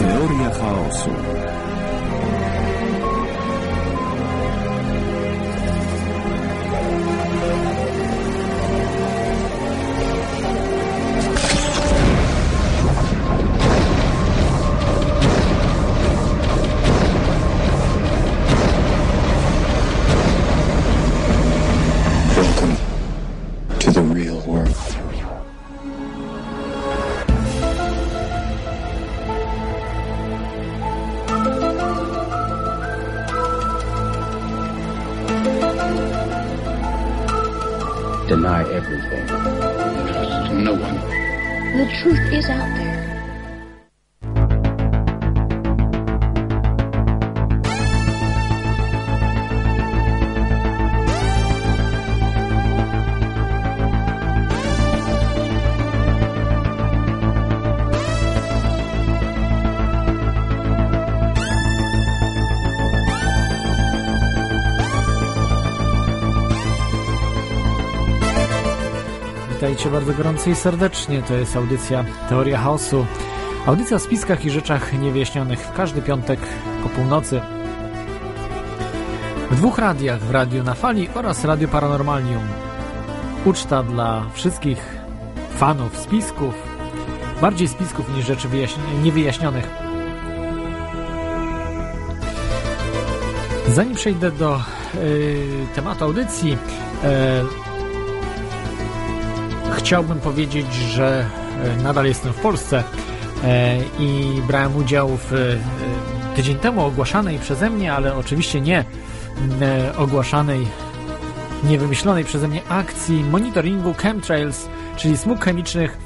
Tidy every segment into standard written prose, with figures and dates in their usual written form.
Teoria chaosu. Welcome to the real world. Deny everything. Trust no one. The truth is out there. Witajcie bardzo gorąco i serdecznie. To jest audycja Teoria Chaosu. Audycja o spiskach i rzeczach niewyjaśnionych w każdy piątek po północy. W dwóch radiach, w Radiu na Fali oraz Radiu Paranormalium. Uczta dla wszystkich fanów spisków. Bardziej spisków niż rzeczy niewyjaśnionych. Zanim przejdę do tematu audycji, chciałbym powiedzieć, że nadal jestem w Polsce i brałem udział w tydzień temu ogłaszanej przeze mnie, ale oczywiście nie ogłaszanej, nie wymyślonej przeze mnie akcji monitoringu chemtrails, czyli smug chemicznych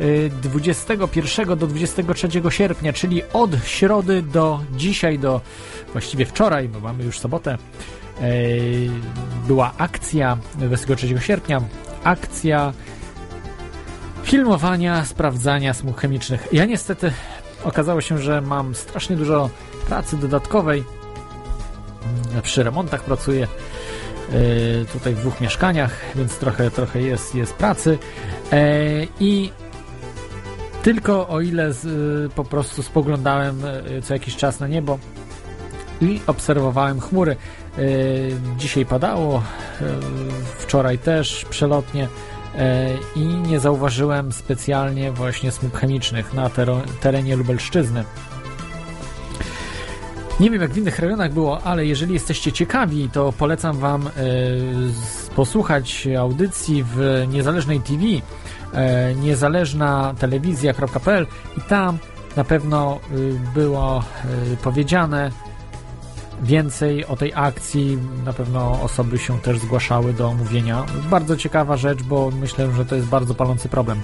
21 do 23 sierpnia, czyli od środy do dzisiaj, do właściwie wczoraj, bo mamy już sobotę, była akcja 23 sierpnia, akcja filmowania, sprawdzania smug chemicznych. Ja niestety okazało się, że mam strasznie dużo pracy dodatkowej. Przy remontach pracuję tutaj w dwóch mieszkaniach, więc trochę jest pracy. I tylko o ile po prostu spoglądałem co jakiś czas na niebo i obserwowałem chmury. Dzisiaj padało, wczoraj też przelotnie. I nie zauważyłem specjalnie właśnie smug chemicznych na terenie Lubelszczyzny. Nie wiem jak w innych rejonach było, ale jeżeli jesteście ciekawi, to polecam wam posłuchać audycji w Niezależnej TV, niezależna telewizja.pl i tam na pewno było powiedziane więcej o tej akcji, na pewno osoby się też zgłaszały do omówienia. Bardzo ciekawa rzecz, bo myślę, że to jest bardzo palący problem.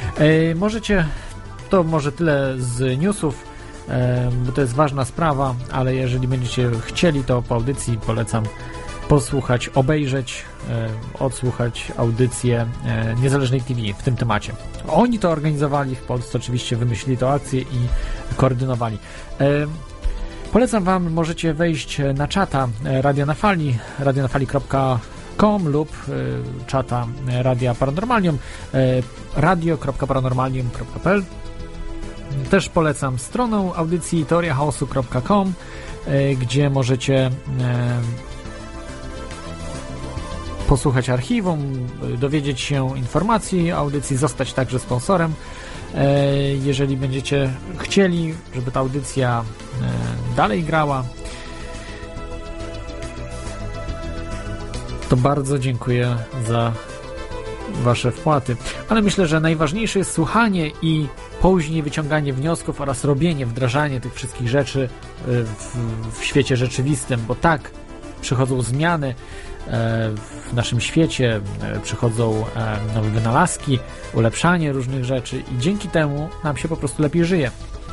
Może tyle z newsów, bo to jest ważna sprawa, ale jeżeli będziecie chcieli, to po audycji polecam posłuchać, obejrzeć, odsłuchać audycję Niezależnej TV w tym temacie. Oni to organizowali w Polsce, oczywiście wymyślili tę akcję i koordynowali. Polecam wam, możecie wejść na czata Radia na Fali, radionafali.com lub czata Radia Paranormalium, radio.paranormalium.pl. Też polecam stronę audycji teoriachaosu.com, gdzie możecie posłuchać archiwum, dowiedzieć się informacji o audycji, zostać także sponsorem. Jeżeli będziecie chcieli, żeby ta audycja dalej grała, to bardzo dziękuję za wasze wpłaty. Ale myślę, że najważniejsze jest słuchanie i później wyciąganie wniosków oraz robienie, wdrażanie tych wszystkich rzeczy w świecie rzeczywistym, bo tak przychodzą zmiany w naszym świecie, przychodzą nowe wynalazki, ulepszanie różnych rzeczy i dzięki temu nam się po prostu lepiej żyje.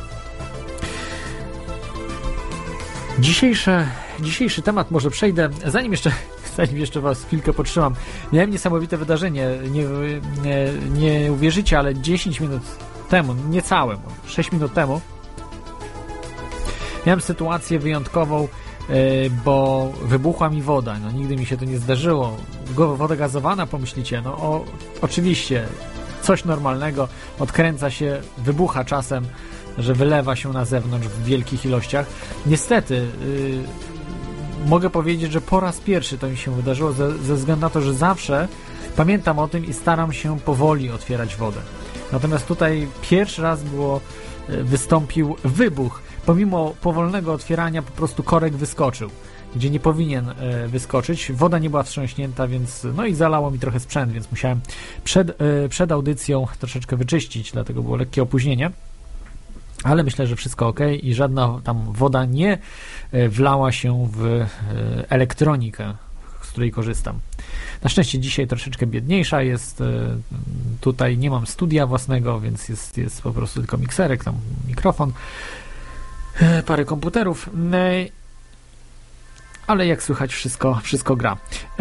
Dzisiejszy temat może przejdę, zanim jeszcze was chwilkę podtrzymam. Miałem niesamowite wydarzenie, nie uwierzycie, ale 10 minut temu, niecałe, 6 minut temu miałem sytuację wyjątkową, bo wybuchła mi woda. No, nigdy mi się to nie zdarzyło. Woda gazowana, pomyślicie, oczywiście coś normalnego, odkręca się, wybucha czasem, że wylewa się na zewnątrz w wielkich ilościach. Niestety mogę powiedzieć, że po raz pierwszy to mi się wydarzyło, ze względu na to, że zawsze pamiętam o tym i staram się powoli otwierać wodę. Natomiast tutaj pierwszy raz wystąpił wybuch. Pomimo powolnego otwierania po prostu korek wyskoczył, gdzie nie powinien wyskoczyć. Woda nie była wstrząśnięta, więc no i zalało mi trochę sprzęt, więc musiałem przed audycją troszeczkę wyczyścić, dlatego było lekkie opóźnienie. Ale myślę, że wszystko ok i żadna tam woda nie wlała się w elektronikę, z której korzystam. Na szczęście dzisiaj troszeczkę biedniejsza jest. Tutaj nie mam studia własnego, więc jest po prostu tylko mikserek, tam mikrofon, parę komputerów, ale jak słychać wszystko gra.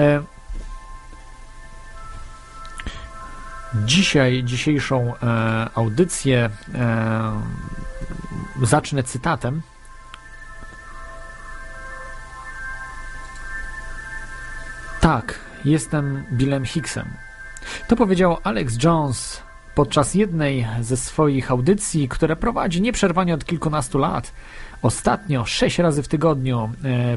Dzisiejszą audycję zacznę cytatem. Tak, jestem Billem Hicksem. To powiedział Alex Jones podczas jednej ze swoich audycji, które prowadzi nieprzerwanie od kilkunastu lat. Ostatnio 6 razy w tygodniu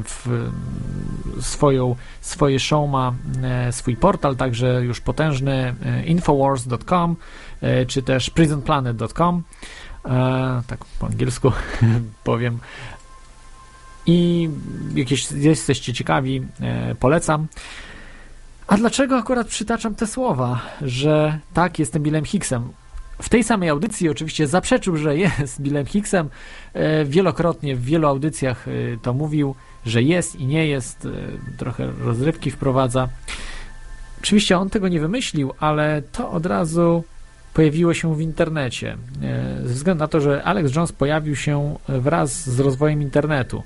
swoje show ma swój portal, także już potężny, infowars.com czy też prisonplanet.com, tak po angielsku powiem. I jak jesteście ciekawi, polecam. A dlaczego akurat przytaczam te słowa, że tak, jestem Billem Hicksem? W tej samej audycji oczywiście zaprzeczył, że jest Billem Hicksem. Wielokrotnie w wielu audycjach to mówił, że jest i nie jest. Trochę rozrywki wprowadza. Oczywiście on tego nie wymyślił, ale to od razu pojawiło się w internecie. Ze względu na to, że Alex Jones pojawił się wraz z rozwojem internetu.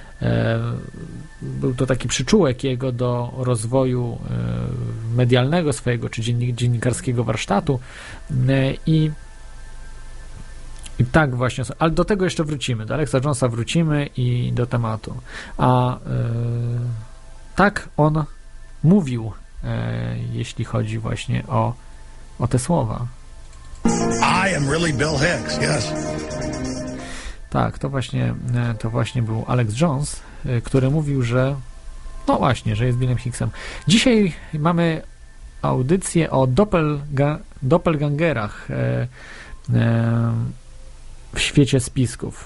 Był to taki przyczółek jego do rozwoju medialnego swojego, czy dziennikarskiego warsztatu i tak właśnie, ale do tego jeszcze wrócimy, do Alexa Jonesa wrócimy i do tematu. A tak on mówił, jeśli chodzi właśnie o te słowa. I am really Bill Hicks, yes. Tak, to właśnie był Alex Jones, który mówił, że no właśnie, że jest Billem Hicksem. Dzisiaj mamy audycję o doppelgangerach w świecie spisków.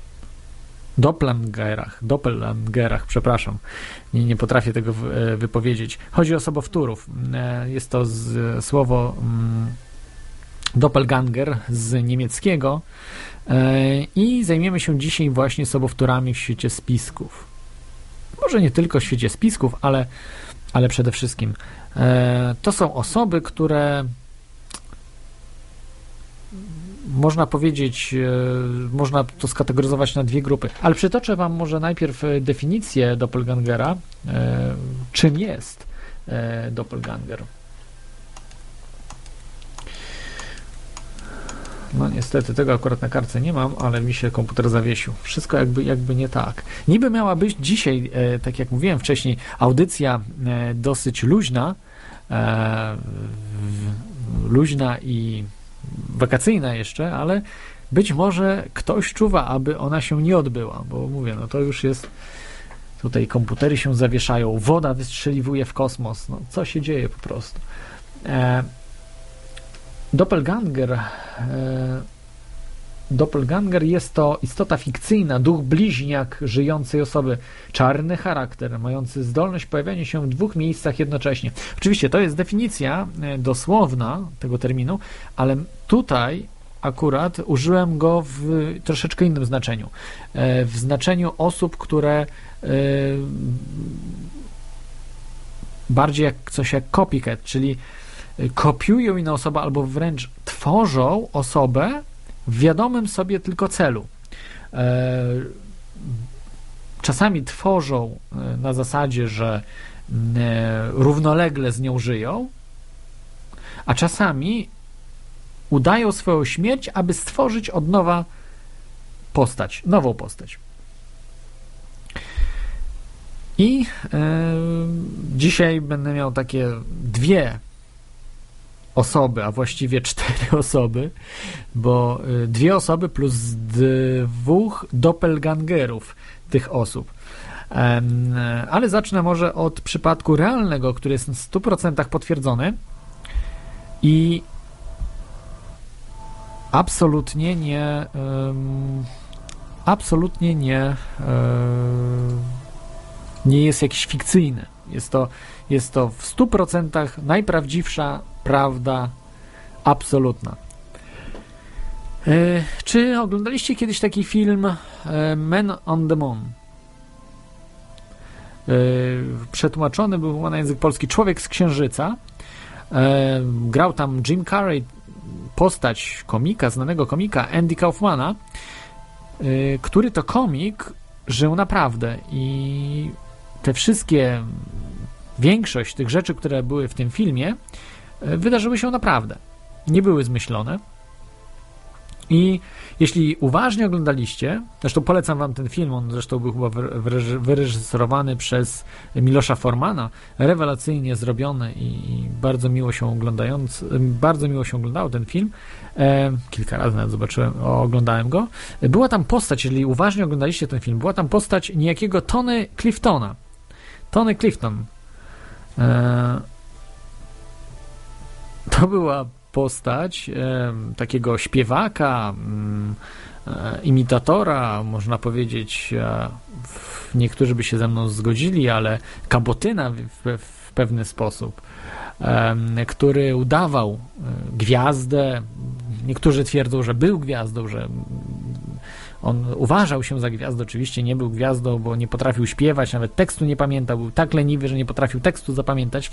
Doppelgangerach, przepraszam. Nie potrafię tego wypowiedzieć. Chodzi o sobowtórów. Jest to słowo doppelganger z niemieckiego i zajmiemy się dzisiaj właśnie sobowtórami w świecie spisków. Może nie tylko w świecie spisków, ale przede wszystkim. To są osoby, które można powiedzieć, można to skategoryzować na dwie grupy. Ale przytoczę wam może najpierw definicję doppelgangera. Czym jest doppelganger? No niestety, tego akurat na kartce nie mam, ale mi się komputer zawiesił. Wszystko jakby nie tak. Niby miała być dzisiaj, tak jak mówiłem wcześniej, audycja dosyć luźna i wakacyjna jeszcze, ale być może ktoś czuwa, aby ona się nie odbyła, bo mówię, no to już jest, tutaj komputery się zawieszają, woda wystrzeliwuje w kosmos, no co się dzieje po prostu. Doppelganger jest to istota fikcyjna, duch bliźniak żyjącej osoby, czarny charakter, mający zdolność pojawiania się w dwóch miejscach jednocześnie. Oczywiście to jest definicja dosłowna tego terminu, ale tutaj akurat użyłem go w troszeczkę innym znaczeniu. W znaczeniu osób, które bardziej jak coś jak copycat, czyli kopiują inną osobę albo wręcz tworzą osobę w wiadomym sobie tylko celu. Czasami tworzą na zasadzie, że równolegle z nią żyją, a czasami udają swoją śmierć, aby stworzyć od nowa nową postać. I dzisiaj będę miał takie dwie osoby, a właściwie 4 osoby, bo 2 osoby plus 2 doppelgangerów tych osób. Ale zacznę może od przypadku realnego, który jest w 100% potwierdzony i absolutnie nie jest jakiś fikcyjny. Jest to w 100% najprawdziwsza prawda absolutna. Czy oglądaliście kiedyś taki film Man on the Moon? Przetłumaczony był chyba na język polski Człowiek z Księżyca. Grał tam Jim Carrey, postać komika, znanego komika Andy Kaufmana, który to komik żył naprawdę i te wszystkie, większość tych rzeczy, które były w tym filmie, wydarzyły się naprawdę. Nie były zmyślone. I jeśli uważnie oglądaliście, zresztą polecam wam ten film, on zresztą był chyba wyreżyserowany przez Milosza Formana, rewelacyjnie zrobiony i bardzo miło się oglądało ten film. Kilka razy nawet oglądałem go. Była tam postać, jeżeli uważnie oglądaliście ten film, była tam postać niejakiego Tony Cliftona. Tony Clifton. To była postać takiego śpiewaka, imitatora, można powiedzieć, niektórzy by się ze mną zgodzili, ale kabotyna w pewny sposób, który udawał gwiazdę. Niektórzy twierdzą, że był gwiazdą, że on uważał się za gwiazdę, oczywiście nie był gwiazdą, bo nie potrafił śpiewać, nawet tekstu nie pamiętał, był tak leniwy, że nie potrafił tekstu zapamiętać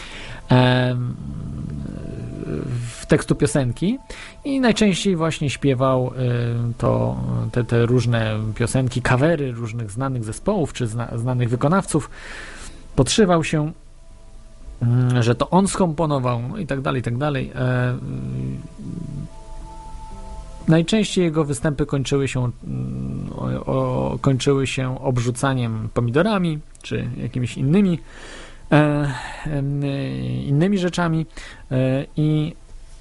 w tekstu piosenki i najczęściej właśnie śpiewał te różne piosenki, covery różnych znanych zespołów czy znanych wykonawców. Podszywał się, że to on skomponował, no i tak dalej, i tak dalej. Najczęściej jego występy kończyły się obrzucaniem pomidorami czy jakimiś innymi rzeczami i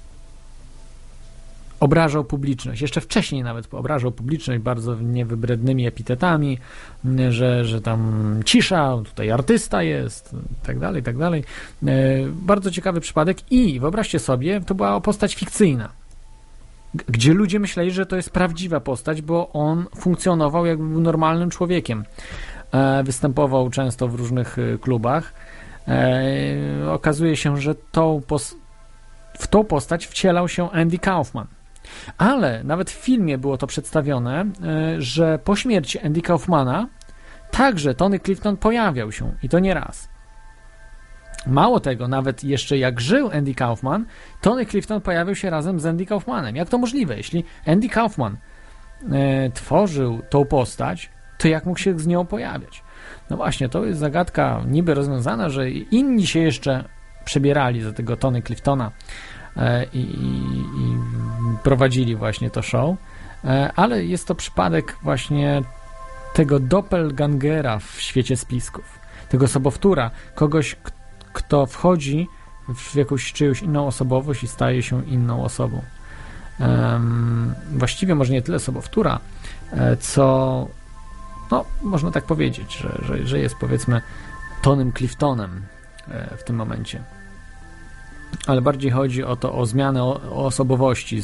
obrażał publiczność. Jeszcze wcześniej nawet obrażał publiczność bardzo niewybrednymi epitetami, że tam cisza, tutaj artysta jest, i tak dalej, i tak dalej. Bardzo ciekawy przypadek i wyobraźcie sobie, to była postać fikcyjna, gdzie ludzie myśleli, że to jest prawdziwa postać, bo on funkcjonował jakby był normalnym człowiekiem. Występował często w różnych klubach. Okazuje się, że w tą postać wcielał się Andy Kaufman. Ale nawet w filmie było to przedstawione, że po śmierci Andy Kaufmana także Tony Clifton pojawiał się i to nie raz. Mało tego, nawet jeszcze jak żył Andy Kaufman, Tony Clifton pojawił się razem z Andy Kaufmanem. Jak to możliwe? Jeśli Andy Kaufman tworzył tą postać, to jak mógł się z nią pojawiać? No właśnie, to jest zagadka niby rozwiązana, że inni się jeszcze przebierali za tego Tony Cliftona i prowadzili właśnie to show, ale jest to przypadek właśnie tego doppelgangera w świecie spisków, tego sobowtóra, kogoś, kto wchodzi w jakąś czyjąś inną osobowość i staje się inną osobą. Właściwie może nie tyle sobowtóra, co no, można tak powiedzieć, że jest powiedzmy Tonym Cliftonem w tym momencie. Ale bardziej chodzi o zmianę osobowości,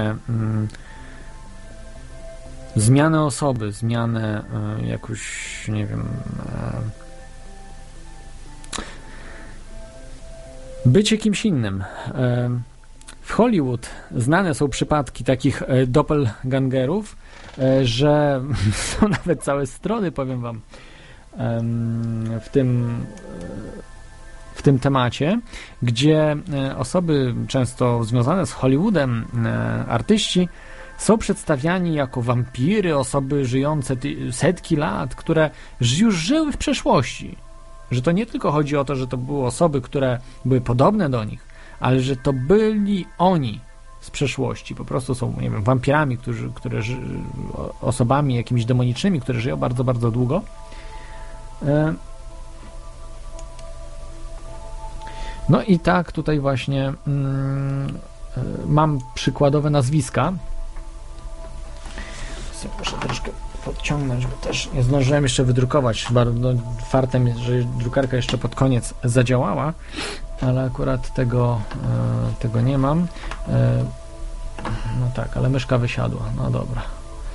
zmianę osoby, zmianę jakoś, nie wiem, bycie kimś innym. W Hollywood znane są przypadki takich doppelgangerów, że są nawet całe strony, powiem wam, w tym temacie, gdzie osoby często związane z Hollywoodem, artyści, są przedstawiani jako wampiry, osoby żyjące setki lat, które już żyły w przeszłości. Że to nie tylko chodzi o to, że to były osoby, które były podobne do nich, ale że to byli oni z przeszłości. Po prostu są, nie wiem, wampirami, osobami jakimiś demonicznymi, które żyją bardzo, bardzo No i tak tutaj właśnie mam przykładowe nazwiska. Muszę troszkę podciągnąć, bo też nie zdążyłem jeszcze wydrukować. Bardzo fartem jest, że drukarka jeszcze pod koniec zadziałała, ale akurat tego nie mam. No tak, ale myszka wysiadła. No dobra.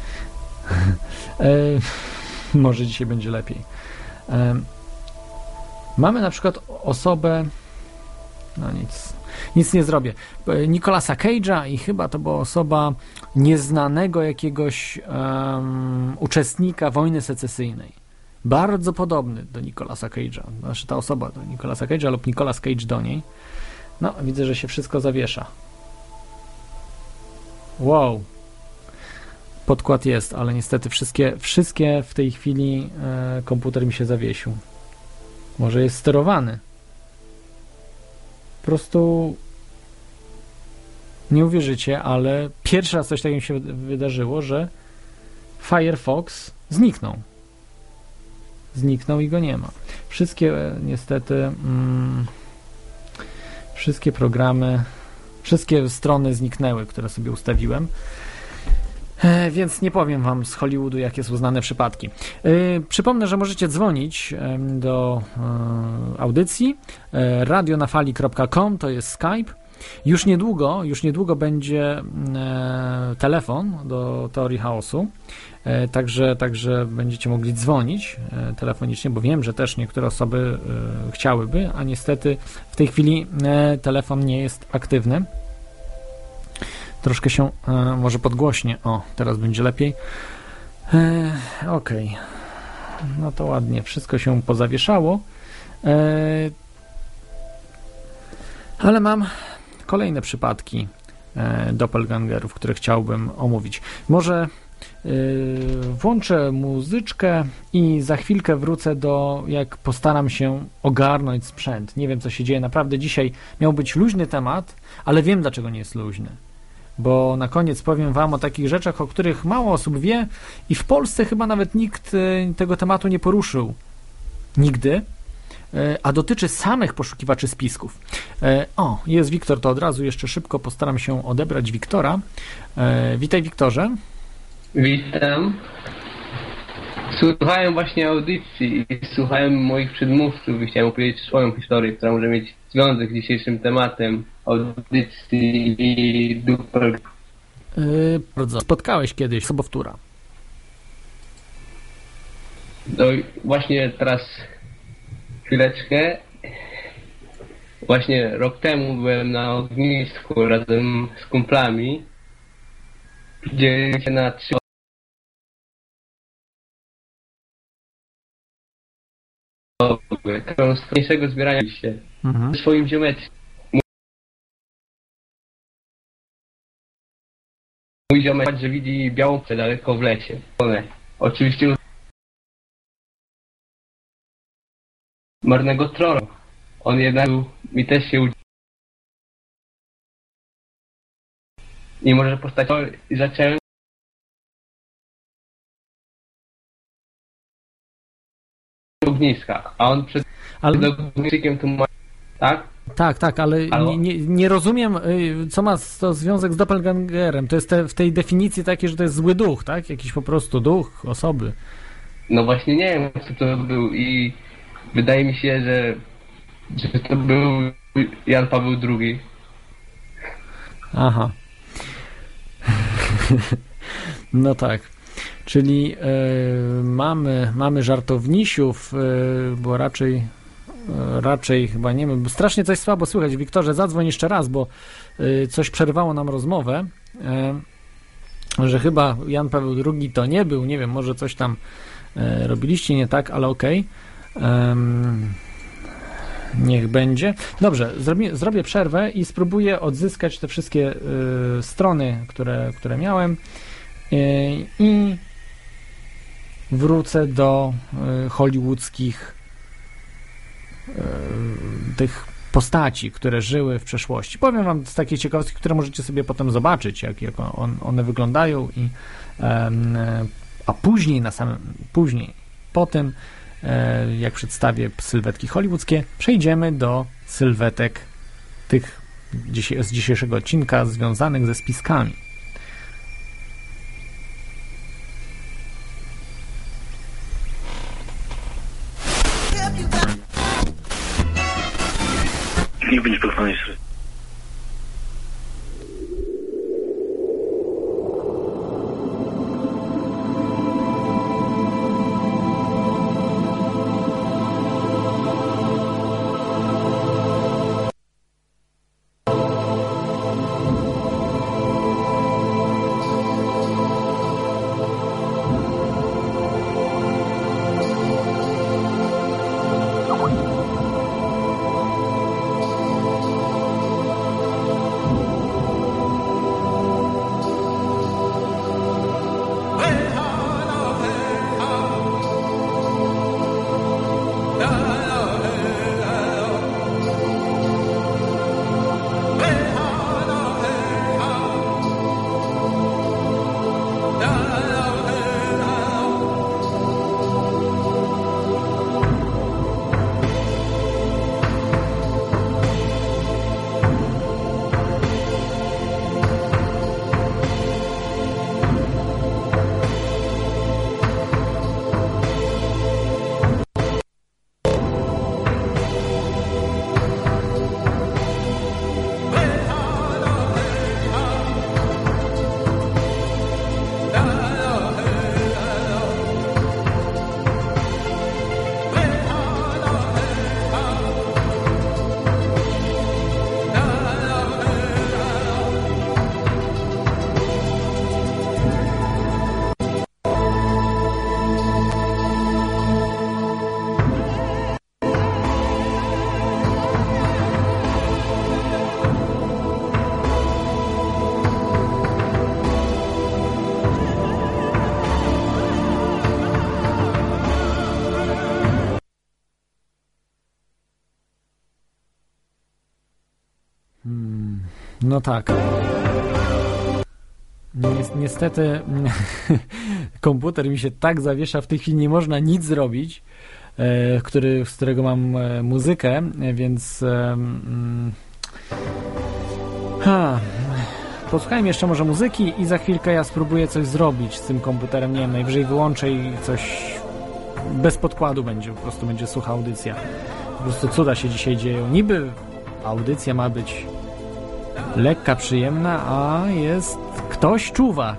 Może dzisiaj będzie lepiej. Mamy na przykład osobę, no nic nie zrobię, Nicolasa Cage'a i chyba to była osoba nieznanego jakiegoś uczestnika wojny secesyjnej. Bardzo podobny do Nicolasa Cage'a. Znaczy ta osoba do Nicolasa Cage'a lub Nicolas Cage do niej. No, widzę, że się wszystko zawiesza. Wow. Podkład jest, ale niestety wszystkie w tej chwili komputer mi się zawiesił. Może jest sterowany. Po prostu nie uwierzycie, ale pierwszy raz coś takiego się wydarzyło, że Firefox zniknął. Zniknął i go nie ma. Wszystkie niestety wszystkie programy, wszystkie strony zniknęły, które sobie ustawiłem. Więc nie powiem wam z Hollywoodu, jakie są znane przypadki. Przypomnę, że możecie dzwonić do audycji radionafali.com, to jest Skype. Już niedługo będzie telefon do Teorii Chaosu, także będziecie mogli dzwonić telefonicznie, bo wiem, że też niektóre osoby chciałyby, a niestety w tej chwili telefon nie jest aktywny. Troszkę się może podgłośnie. O, teraz będzie lepiej. Okej. No to ładnie. Wszystko się pozawieszało. Ale mam kolejne przypadki doppelgangerów, które chciałbym omówić. Może włączę muzyczkę i za chwilkę wrócę jak postaram się ogarnąć sprzęt. Nie wiem, co się dzieje. Naprawdę dzisiaj miał być luźny temat, ale wiem, dlaczego nie jest luźny. Bo na koniec powiem wam o takich rzeczach, o których mało osób wie i w Polsce chyba nawet nikt tego tematu nie poruszył nigdy, a dotyczy samych poszukiwaczy spisków. O, jest Wiktor, to od razu jeszcze szybko postaram się odebrać Wiktora. Witaj, Wiktorze. Witam. Słuchałem właśnie audycji i słuchałem moich przedmówców i chciałem opowiedzieć swoją historię, która może mieć związek z dzisiejszym tematem audycji i dupel. Bardzo. Spotkałeś kiedyś sobowtóra? No właśnie teraz chwileczkę. Właśnie rok temu byłem na ognisku razem z kumplami, gdzie się na 3 z mniejszego zbierania się swoim ziomeczkiem. Mój ziomek, że widzi białą płetwę daleko w lecie. Oczywiście marnego trolla. On jednak mi też się udzielił. I może postać i zacząłem ogniska, a on przed ogniskiem tu ma... Tak? Tak, ale nie rozumiem, co ma to związek z doppelgangerem. To jest w tej definicji takie, że to jest zły duch, tak? Jakiś po prostu duch osoby. No właśnie nie wiem, co to był i wydaje mi się, że to był Jan Paweł II. Aha. No tak. Czyli mamy żartownisiów, bo raczej chyba nie wiem, bo strasznie coś słabo słychać. Wiktorze, zadzwoń jeszcze raz, bo coś przerwało nam rozmowę, że chyba Jan Paweł II to nie był, nie wiem, może coś tam robiliście nie tak, ale okej. Niech będzie. Dobrze, zrobię przerwę i spróbuję odzyskać te wszystkie strony, które miałem i wrócę do hollywoodzkich tych postaci, które żyły w przeszłości. Powiem wam z takiej ciekawostki, które możecie sobie potem zobaczyć, jak one wyglądają a później po tym, jak przedstawię sylwetki hollywoodzkie, przejdziemy do sylwetek tych z dzisiejszego odcinka związanych ze spiskami. Niech będzie pochwalony jeszcze raz. No tak. Niestety komputer mi się tak zawiesza, w tej chwili nie można nic zrobić, z którego mam muzykę, więc posłuchajmy jeszcze może muzyki i za chwilkę ja spróbuję coś zrobić z tym komputerem, nie wiem, najwyżej wyłączę i coś bez podkładu będzie, po prostu będzie sucha audycja. Po prostu cuda się dzisiaj dzieją. Niby audycja ma być lekka, przyjemna, a jest... Ktoś czuwa.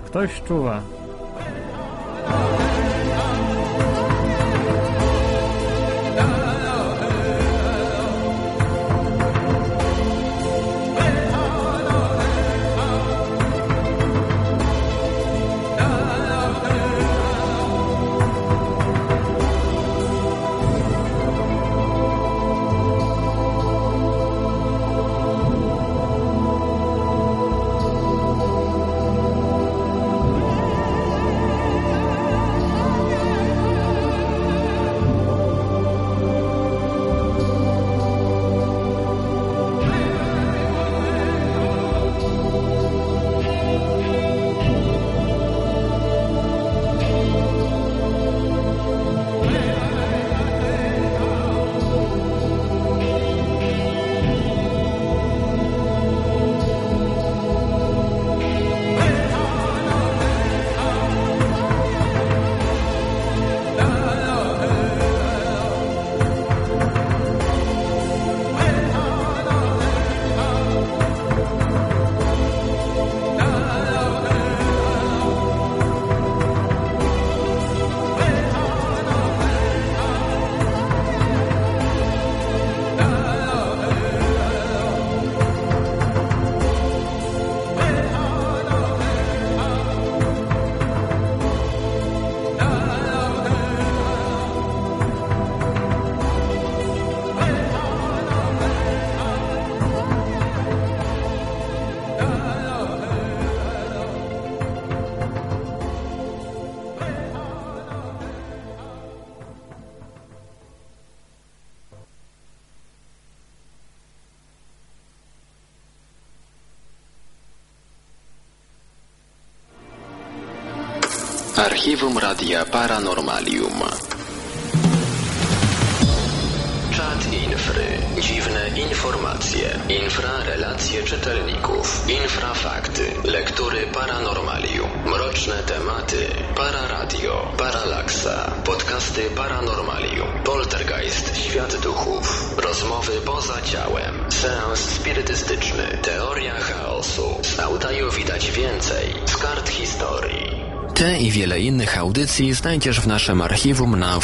Archiwum Radia Paranormalium. Czas Czat infry. Dziwne informacje. Infrarelacje czytelników. Infrafakty. Lektury paranormalium. Mroczne tematy. Pararadio. Paralaksa. Podcasty paranormalium. Poltergeist. Świat duchów. Rozmowy poza ciałem. Seans spirytystyczny. Teoria chaosu. Z Audaju widać więcej. Z kart historii. Te i wiele innych audycji znajdziesz w naszym archiwum na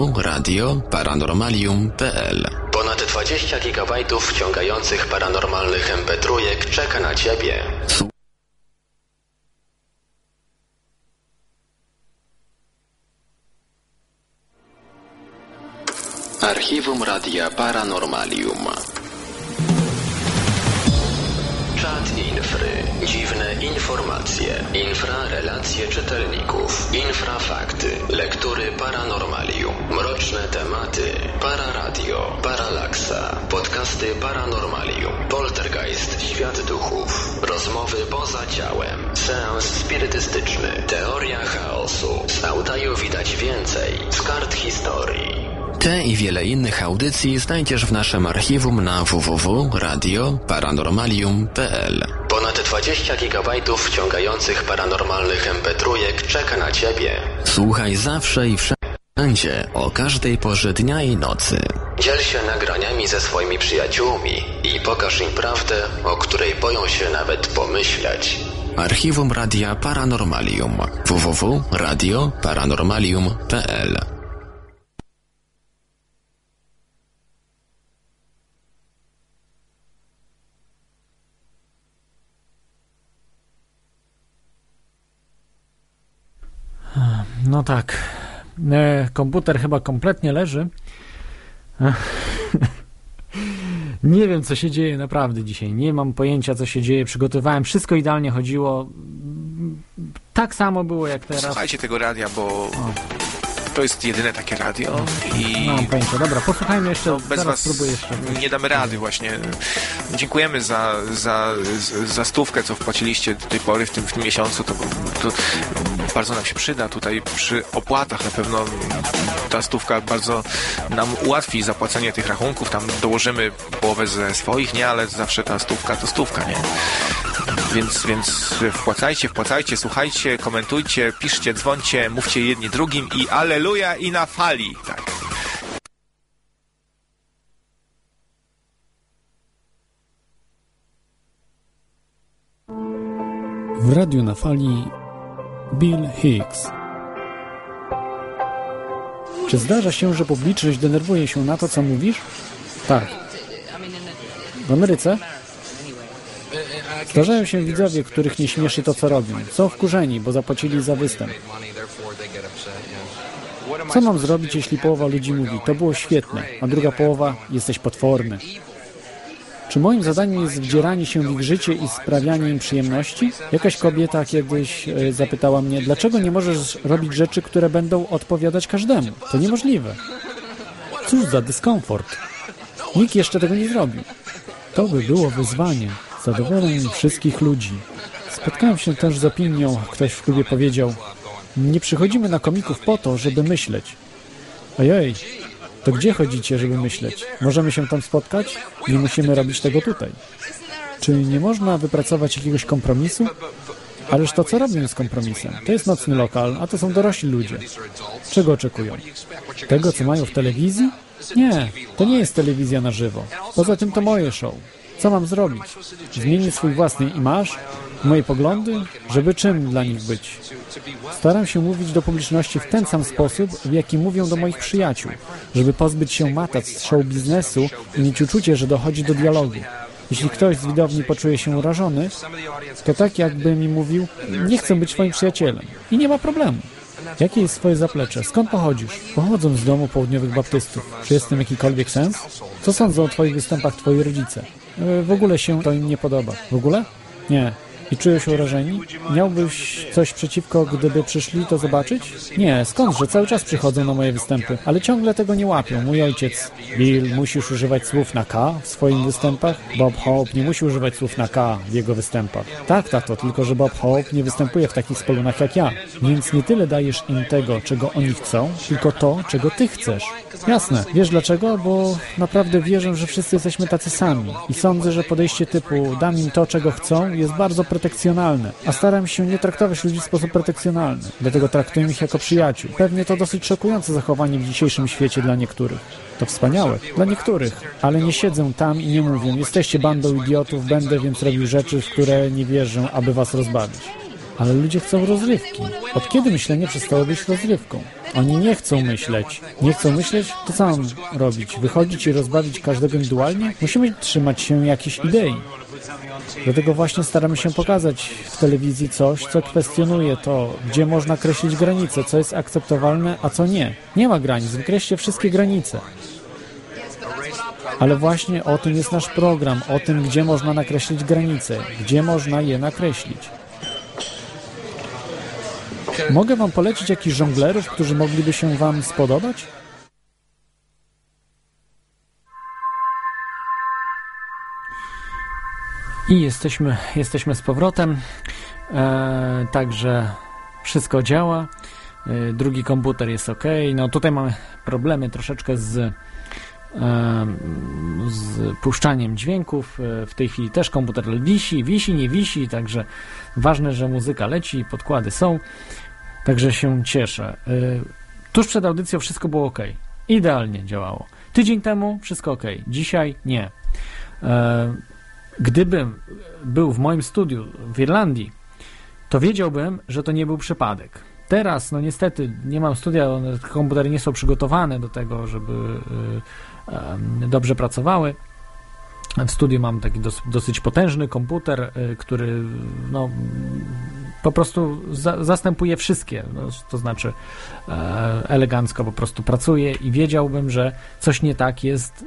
www.radioparanormalium.pl. Ponad 20 GB wciągających paranormalnych MP3 czeka na Ciebie. Archiwum Radia Paranormalium. Czat infry. Dziwne informacje. Infrarelacje czytelników. Infrafakty. Lektury paranormalium. Mroczne tematy. Pararadio. Paralaksa. Podcasty paranormalium. Poltergeist. Świat duchów. Rozmowy poza ciałem. Seans spirytystyczny. Teoria chaosu. Z Audaju widać więcej. Z kart historii. Te i wiele innych audycji znajdziesz w naszym archiwum na www.radioparanormalium.pl. Ponad 20 GB wciągających paranormalnych MP3 czeka na Ciebie. Słuchaj zawsze i wszędzie, o każdej porze dnia i nocy. Dziel się nagraniami ze swoimi przyjaciółmi i pokaż im prawdę, o której boją się nawet pomyśleć. Archiwum Radia Paranormalium. www.radioparanormalium.pl. No tak, komputer chyba kompletnie leży. Nie wiem, co się dzieje naprawdę dzisiaj. Nie mam pojęcia, co się dzieje. Przygotowałem, wszystko idealnie chodziło. Tak samo było jak teraz. Słuchajcie tego radia, bo to jest jedyne takie radio i... Mam pojęcia. Dobra, posłuchajmy jeszcze. No, bez was spróbuję jeszcze. Nie damy rady właśnie. Dziękujemy za stówkę, co wpłaciliście do tej pory w tym miesiącu. To bardzo nam się przyda. Tutaj przy opłatach na pewno ta stówka bardzo nam ułatwi zapłacenie tych rachunków. Tam dołożymy połowę ze swoich, nie? Ale zawsze ta stówka to stówka, nie? Więc wpłacajcie, słuchajcie, komentujcie, piszcie, dzwońcie, mówcie jedni drugim i alleluja i na fali. Tak. W radiu na fali Bill Hicks. Czy zdarza się, że publiczność denerwuje się na to, co mówisz? Tak. W Ameryce? Zdarzają się widzowie, których nie śmieszy to, co robią. Są wkurzeni, bo zapłacili za występ. Co mam zrobić, jeśli połowa ludzi mówi, to było świetne, a druga połowa, jesteś potworny? Czy moim zadaniem jest wdzieranie się w ich życie i sprawianie im przyjemności? Jakaś kobieta kiedyś zapytała mnie, dlaczego nie możesz robić rzeczy, które będą odpowiadać każdemu? To niemożliwe. Cóż za dyskomfort. Nikt jeszcze tego nie zrobił. To by było wyzwanie. Zadowolenie wszystkich ludzi. Spotkałem się też z opinią, ktoś w klubie powiedział, nie przychodzimy na komików po to, żeby myśleć. Ojej, to gdzie chodzicie, żeby myśleć? Możemy się tam spotkać? Nie musimy robić tego tutaj. Czy nie można wypracować jakiegoś kompromisu? Ależ to co robią z kompromisem? To jest nocny lokal, a to są dorośli ludzie. Czego oczekują? Tego, co mają w telewizji? Nie, to nie jest telewizja na żywo. Poza tym to moje show. Co mam zrobić? Zmienić swój własny imaż? Moje poglądy? Żeby czym dla nich być? Staram się mówić do publiczności w ten sam sposób, w jaki mówią do moich przyjaciół, żeby pozbyć się matac z show biznesu i mieć uczucie, że dochodzi do dialogu. Jeśli ktoś z widowni poczuje się urażony, to tak jakby mi mówił, nie chcę być twoim przyjacielem. I nie ma problemu. Jakie jest twoje zaplecze? Skąd pochodzisz? Pochodzę z domu południowych baptystów. Czy jest w tym jakikolwiek sens? Co sądzą o twoich występach twoi rodzice? W ogóle się to im nie podoba. W ogóle? Nie. i czują się urażeni? Miałbyś coś przeciwko, gdyby przyszli to zobaczyć? Nie, skądże, cały czas przychodzą na moje występy, ale ciągle tego nie łapią. Mój ojciec: Bill, musisz używać słów na K w swoich występach? Bob Hope nie musi używać słów na K w jego występach. Tak, tato, tylko że Bob Hope nie występuje w takich spolunach jak ja. Więc nie tyle dajesz im tego, czego oni chcą, tylko to, czego ty chcesz. Jasne. Wiesz dlaczego? Bo naprawdę wierzę, że wszyscy jesteśmy tacy sami. I sądzę, że podejście typu dam im to, czego chcą, jest bardzo protekcjonalne. A staram się nie traktować ludzi w sposób protekcjonalny. Dlatego traktuję ich jako przyjaciół. Pewnie to dosyć szokujące zachowanie w dzisiejszym świecie dla niektórych. To wspaniałe. Dla niektórych. Ale nie siedzę tam i nie mówię: jesteście bandą idiotów, będę więc robił rzeczy, w które nie wierzę, aby was rozbawić. Ale ludzie chcą rozrywki. Od kiedy myślenie przestało być rozrywką? Oni nie chcą myśleć. Nie chcą myśleć? To co mam robić? Wychodzić i rozbawić każdego indywidualnie? Musimy trzymać się jakiejś idei. Dlatego właśnie staramy się pokazać w telewizji coś, co kwestionuje to, gdzie można kreślić granice, co jest akceptowalne, a co nie. Nie ma granic, wykreślcie wszystkie granice. Ale właśnie o tym jest nasz program, o tym, gdzie można nakreślić granice, gdzie można je nakreślić. Mogę wam polecić jakichś żonglerów, którzy mogliby się wam spodobać? I jesteśmy z powrotem. Także wszystko działa. Drugi komputer jest ok. No tutaj mamy problemy troszeczkę z puszczaniem dźwięków. W tej chwili też komputer wisi, nie wisi, także ważne, że muzyka leci, podkłady są. Także się cieszę. Tuż przed audycją wszystko było ok. Idealnie działało. Tydzień temu wszystko ok. Dzisiaj nie. Gdybym był w moim studiu w Irlandii, to wiedziałbym, że to nie był przypadek. Teraz, no niestety, nie mam studia, komputery nie są przygotowane do tego, żeby dobrze pracowały. W studiu mam taki dosyć potężny komputer, który no, po prostu zastępuje wszystkie, no, to znaczy elegancko po prostu pracuje i wiedziałbym, że coś nie tak jest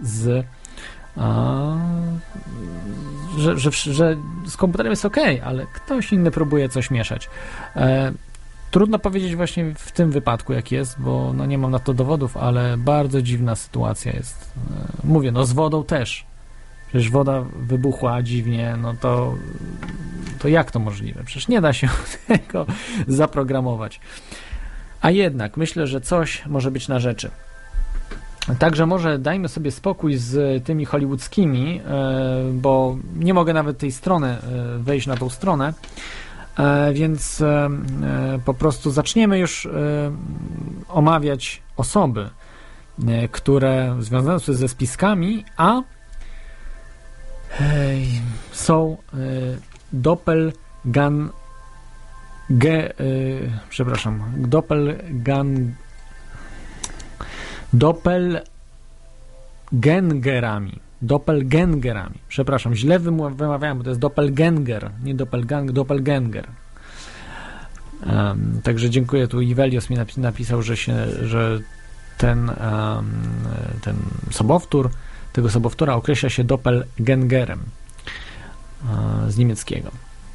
że z komputerem jest ok, ale ktoś inny próbuje coś mieszać. Trudno powiedzieć właśnie w tym wypadku, jak jest, bo no nie mam na to dowodów, ale bardzo dziwna sytuacja jest. Mówię, no z wodą też. Przecież woda wybuchła dziwnie, no to jak to możliwe? Przecież nie da się tego zaprogramować. A jednak myślę, że coś może być na rzeczy. Także może dajmy sobie spokój z tymi hollywoodzkimi, bo nie mogę nawet tej strony wejść na tą stronę, więc po prostu zaczniemy już omawiać osoby, które związane są ze spiskami, a są doppelgangerami. Przepraszam, źle wymawiałem, bo to jest doppelganger, nie doppelganger. Także dziękuję. Tu Ivelios mi napisał, że ten sobowtór, tego sobowtóra określa się doppelgangerem z niemieckiego.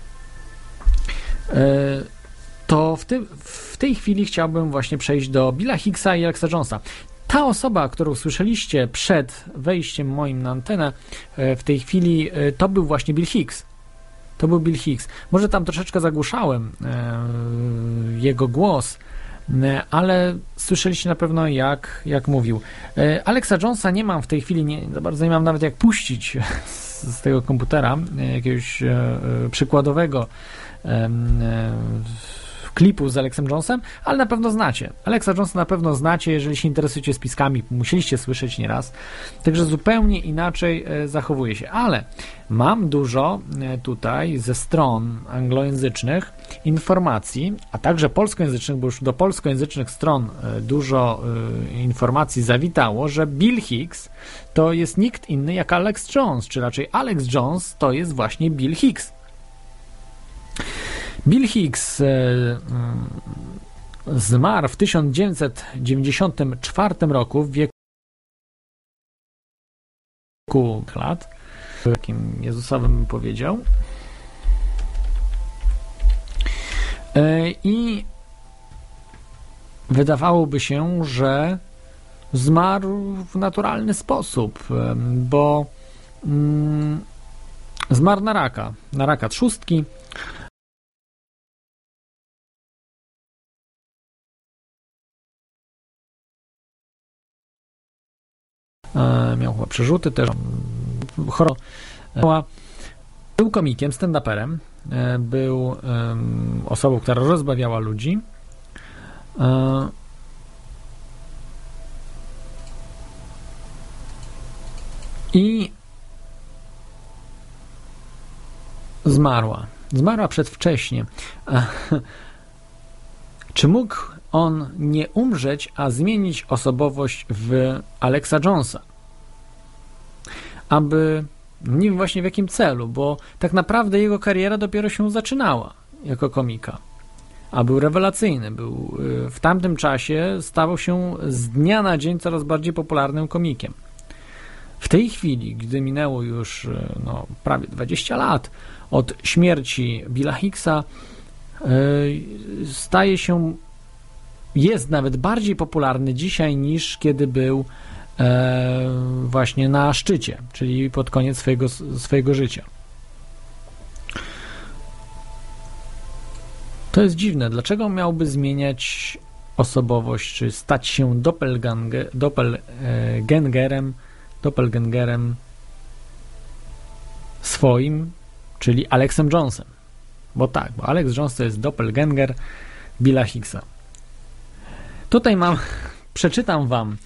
To w tej chwili chciałbym właśnie przejść do Billa Hicksa i Alexa Jonesa. Ta osoba, którą słyszeliście przed wejściem moim na antenę, w tej chwili to był właśnie Bill Hicks. To był Bill Hicks. Może tam troszeczkę zagłuszałem jego głos, ale słyszeliście na pewno jak mówił. Alexa Jonesa nie mam w tej chwili, za bardzo nie mam nawet jak puścić z tego komputera jakiegoś przykładowego klipu z Alexem Jonesem, ale na pewno znacie. Alexa Jonesa na pewno znacie, jeżeli się interesujecie spiskami, musieliście słyszeć nieraz. Także zupełnie inaczej zachowuje się. Ale mam dużo tutaj ze stron anglojęzycznych informacji, a także polskojęzycznych, bo już do polskojęzycznych stron dużo informacji zawitało, że Bill Hicks to jest nikt inny jak Alex Jones, czy raczej Alex Jones to jest właśnie Bill Hicks. Bill Hicks zmarł w 1994 roku w wieku lat, takim Jezusowym powiedział. I wydawałoby się, że zmarł w naturalny sposób, bo zmarł na raka trzustki. Miał chyba przerzuty też, choroba. Był komikiem, stand-uperem, był osobą, która rozbawiała ludzi. I zmarła przedwcześnie. Czy mógł on nie umrzeć, a zmienić osobowość w Alexa Jonesa? Nie wiem właśnie w jakim celu, bo tak naprawdę jego kariera dopiero się zaczynała jako komika. A był rewelacyjny. W tamtym czasie stawał się z dnia na dzień coraz bardziej popularnym komikiem. W tej chwili, gdy minęło już prawie 20 lat od śmierci Billa Hicksa, jest nawet bardziej popularny dzisiaj niż kiedy był właśnie na szczycie, czyli pod koniec swojego życia. To jest dziwne. Dlaczego miałby zmieniać osobowość, czy stać się doppelgangerem swoim, czyli Alexem Jonesem? Bo Alex Jones to jest doppelganger Billa Hicksa. Tutaj przeczytam wam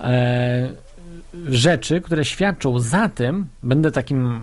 rzeczy, które świadczą za tym, będę takim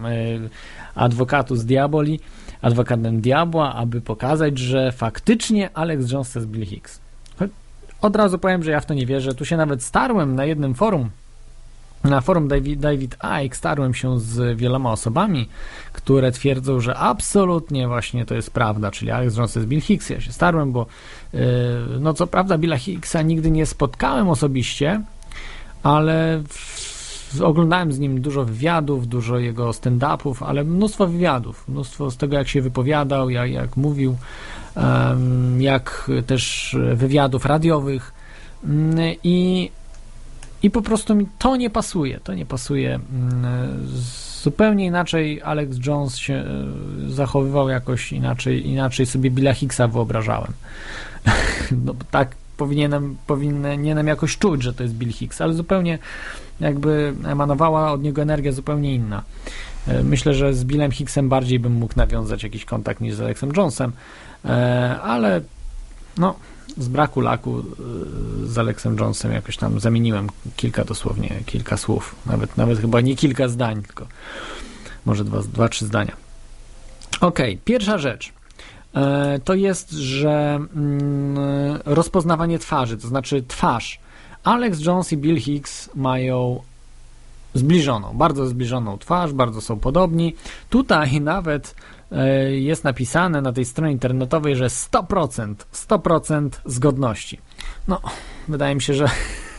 adwokatem diabła, aby pokazać, że faktycznie Alex Jones to jest Bill Hicks. Od razu powiem, że ja w to nie wierzę. Tu się nawet starłem na jednym forum, na forum David Icke, starłem się z wieloma osobami, które twierdzą, że absolutnie właśnie to jest prawda, czyli Alex Jones to jest Bill Hicks. Ja się starłem, bo co prawda Billa Hicksa nigdy nie spotkałem osobiście, ale oglądałem z nim dużo wywiadów, dużo jego stand-upów, ale mnóstwo wywiadów, mnóstwo z tego, jak się wypowiadał, jak mówił, jak też wywiadów radiowych i po prostu mi to nie pasuje. Zupełnie inaczej Alex Jones się zachowywał, jakoś inaczej sobie Billa Hicksa wyobrażałem. Tak powinienem jakoś czuć, że to jest Bill Hicks, ale zupełnie jakby emanowała od niego energia zupełnie inna. Myślę, że z Billem Hicksem bardziej bym mógł nawiązać jakiś kontakt niż z Alexem Jonesem, ale z braku laku z Alexem Jonesem jakoś tam zamieniłem kilka słów, nawet chyba nie kilka zdań, tylko może dwa, trzy zdania. Okej, pierwsza rzecz to jest, że rozpoznawanie twarzy, to znaczy twarz. Alex Jones i Bill Hicks mają bardzo zbliżoną twarz, bardzo są podobni. Tutaj nawet jest napisane na tej stronie internetowej, że 100% zgodności. Wydaje mi się, że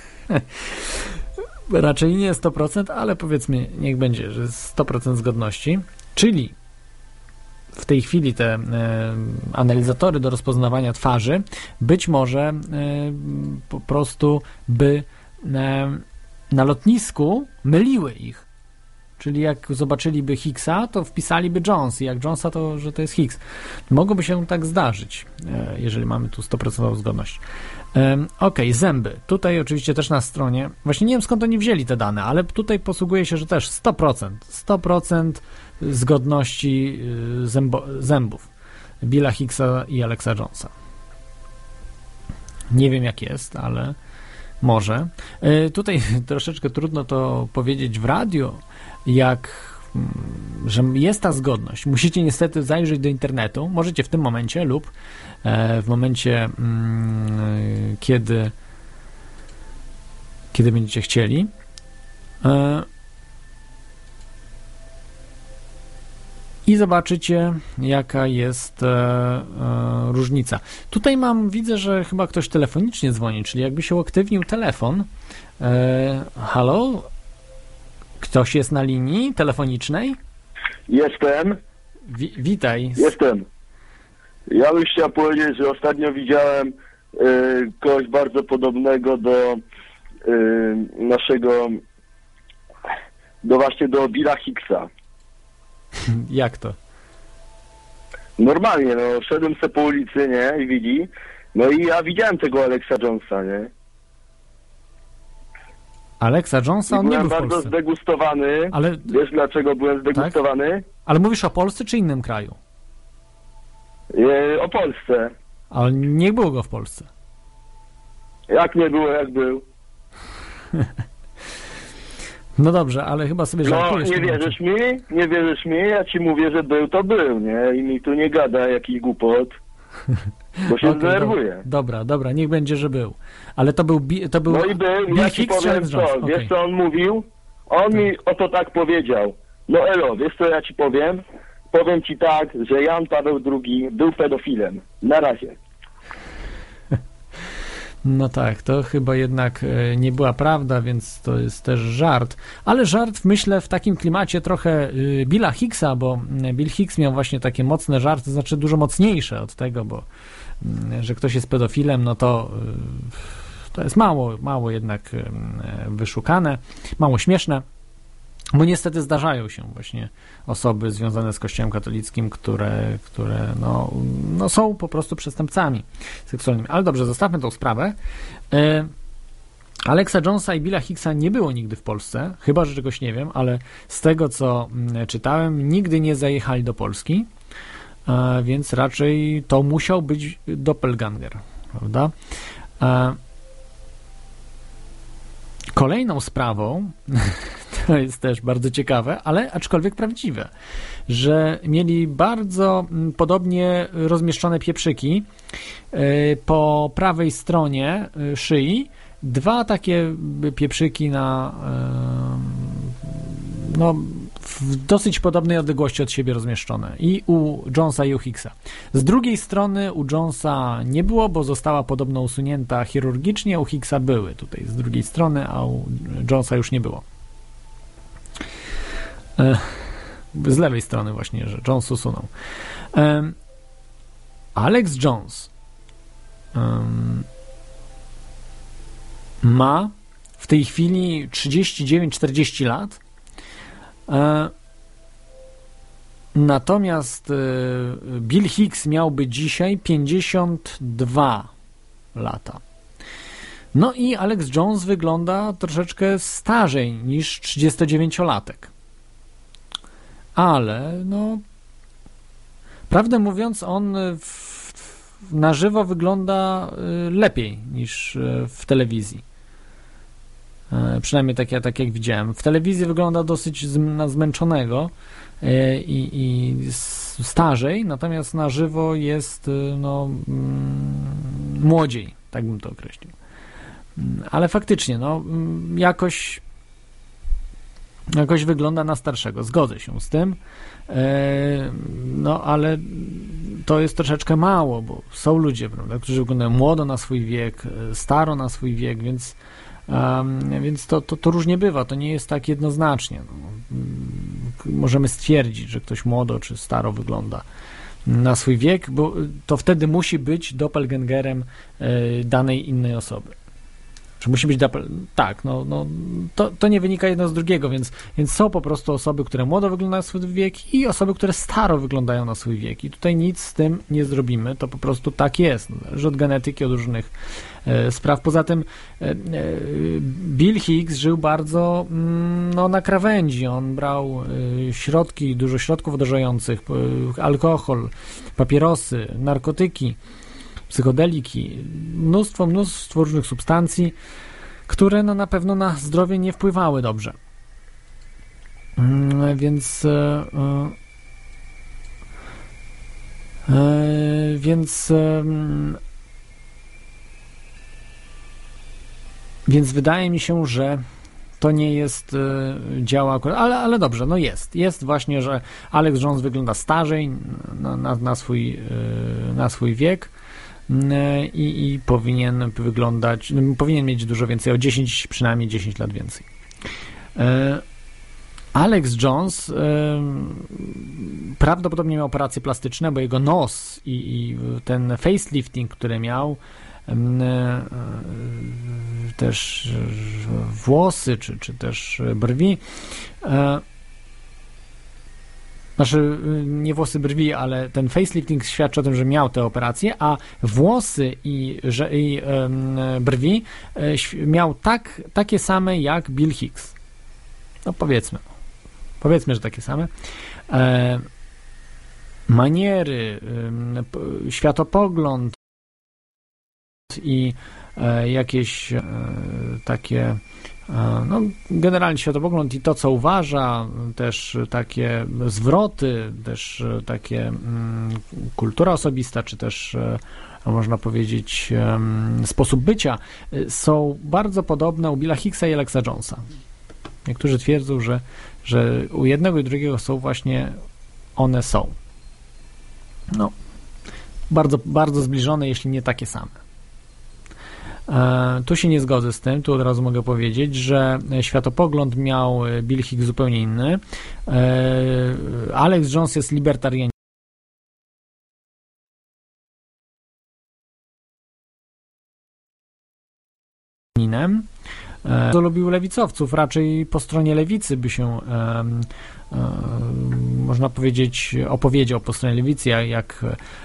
raczej nie 100%, ale powiedzmy, niech będzie, że 100% zgodności, czyli w tej chwili te analizatory do rozpoznawania twarzy być może po prostu by na lotnisku myliły ich. Czyli jak zobaczyliby Hicksa, to wpisaliby Jones i jak Jonesa, to że to jest Hicks. Mogłoby się tak zdarzyć, jeżeli mamy tu 100% zgodność. Zęby. Tutaj oczywiście też na stronie, właśnie nie wiem skąd oni wzięli te dane, ale tutaj posługuje się, że też 100% zgodności zębów Billa Hicksa i Alexa Jonesa. Nie wiem jak jest, ale może. Tutaj troszeczkę trudno to powiedzieć w radiu, że jest ta zgodność. Musicie niestety zajrzeć do internetu. Możecie w tym momencie lub w momencie, kiedy będziecie chcieli. I zobaczycie, jaka jest różnica. Tutaj widzę, że chyba ktoś telefonicznie dzwoni, czyli jakby się uaktywnił telefon. Halo? Ktoś jest na linii telefonicznej? Jestem. Witaj. Jestem. Ja bym chciał powiedzieć, że ostatnio widziałem kogoś bardzo podobnego do do Billa Hicksa. Jak to? Normalnie, no, szedłem sobie po ulicy, nie, i widzi, no i ja widziałem tego Alexa Jonesa, nie. Alexa Jonesa, on nie był w Polsce. Byłem bardzo zdegustowany. Ale... Wiesz, dlaczego byłem zdegustowany? Tak? Ale mówisz o Polsce czy innym kraju? O Polsce. Ale nie było go w Polsce. Jak nie było, jak był. No dobrze, ale chyba sobie żartujesz. No, nie wierzysz mi? Nie wierzysz mi? Ja ci mówię, że był, to był, nie? I mi tu nie gada jakiś głupot, bo się zdenerwuje. Dobra, niech będzie, że był. Ale to był No i był, ja ci powiem co, wiesz co on mówił? On mi oto tak powiedział. No elo, wiesz co ja ci powiem? Powiem ci tak, że Jan Paweł II był pedofilem. Na razie. No tak, to chyba jednak nie była prawda, więc to jest też żart. Ale żart, myślę, w takim klimacie trochę Billa Hicksa, bo Bill Hicks miał właśnie takie mocne żarty, to znaczy dużo mocniejsze od tego, bo że ktoś jest pedofilem, no to jest mało jednak wyszukane, mało śmieszne. Bo niestety zdarzają się właśnie osoby związane z Kościołem katolickim, które no są po prostu przestępcami seksualnymi. Ale dobrze, zostawmy tą sprawę. Alexa Jonesa i Billa Hicksa nie było nigdy w Polsce, chyba że czegoś nie wiem, ale z tego, co czytałem, nigdy nie zajechali do Polski, więc raczej to musiał być doppelganger, prawda? Kolejną sprawą, to jest też bardzo ciekawe, ale aczkolwiek prawdziwe, że mieli bardzo podobnie rozmieszczone pieprzyki po prawej stronie szyi, dwa takie pieprzyki w dosyć podobnej odległości od siebie rozmieszczone i u Jonesa i u Hicksa. Z drugiej strony u Jonesa nie było, bo została podobno usunięta chirurgicznie, u Hicksa były tutaj z drugiej strony, a u Jonesa już nie było. Z lewej strony właśnie, że Jones usunął. Alex Jones ma w tej chwili 39-40 lat. Natomiast Bill Hicks miałby dzisiaj 52 lata. No i Alex Jones wygląda troszeczkę starzej niż 39-latek. Ale no prawdę mówiąc, on na żywo wygląda lepiej niż w telewizji. Przynajmniej tak jak widziałem. W telewizji wygląda dosyć zmęczonego i starzej, natomiast na żywo jest młodziej, tak bym to określił. Ale faktycznie, jakoś wygląda na starszego. Zgodzę się z tym. Ale to jest troszeczkę mało, bo są ludzie, prawda, którzy wyglądają młodo na swój wiek, staro na swój wiek, więc to różnie bywa, to nie jest tak jednoznacznie. Możemy stwierdzić, że ktoś młodo czy staro wygląda na swój wiek, bo to wtedy musi być doppelgangerem danej innej osoby. Czy musi być tak, to nie wynika jedno z drugiego, więc są po prostu osoby, które młodo wyglądają na swój wiek i osoby, które staro wyglądają na swój wiek. I tutaj nic z tym nie zrobimy, to po prostu tak jest. Zależy od genetyki, od różnych spraw. Poza tym Bill Hicks żył bardzo na krawędzi. On brał dużo środków odurzających, alkohol, papierosy, narkotyki, psychodeliki, mnóstwo różnych substancji, które na pewno na zdrowie nie wpływały dobrze. Więc wydaje mi się, że to nie jest działa akurat, ale dobrze, jest właśnie, że Alex Jones wygląda starzej na swój wiek i powinien powinien mieć dużo więcej, przynajmniej 10 lat więcej. Alex Jones prawdopodobnie miał operacje plastyczne, bo jego nos i ten facelifting, który miał, też włosy, czy też brwi, znaczy nie włosy, brwi, ale ten facelifting świadczy o tym, że miał te operacje, a włosy i brwi miał takie same jak Bill Hicks. No powiedzmy, że takie same. Maniery, światopogląd i jakieś takie, no generalnie światopogląd i to, co uważa, też takie zwroty, też takie kultura osobista, czy też można powiedzieć sposób bycia, są bardzo podobne u Billa Hicksa i Alexa Jonesa. Niektórzy twierdzą, że u jednego i drugiego są właśnie one są. No, bardzo, bardzo zbliżone, jeśli nie takie same. Tu się nie zgodzę z tym, tu od razu mogę powiedzieć, że światopogląd miał Bill Hicks zupełnie inny. Alex Jones jest libertarianinem. Bardzo lubił lewicowców, raczej po stronie lewicy by się można powiedzieć opowiedział po stronie lewicy, jak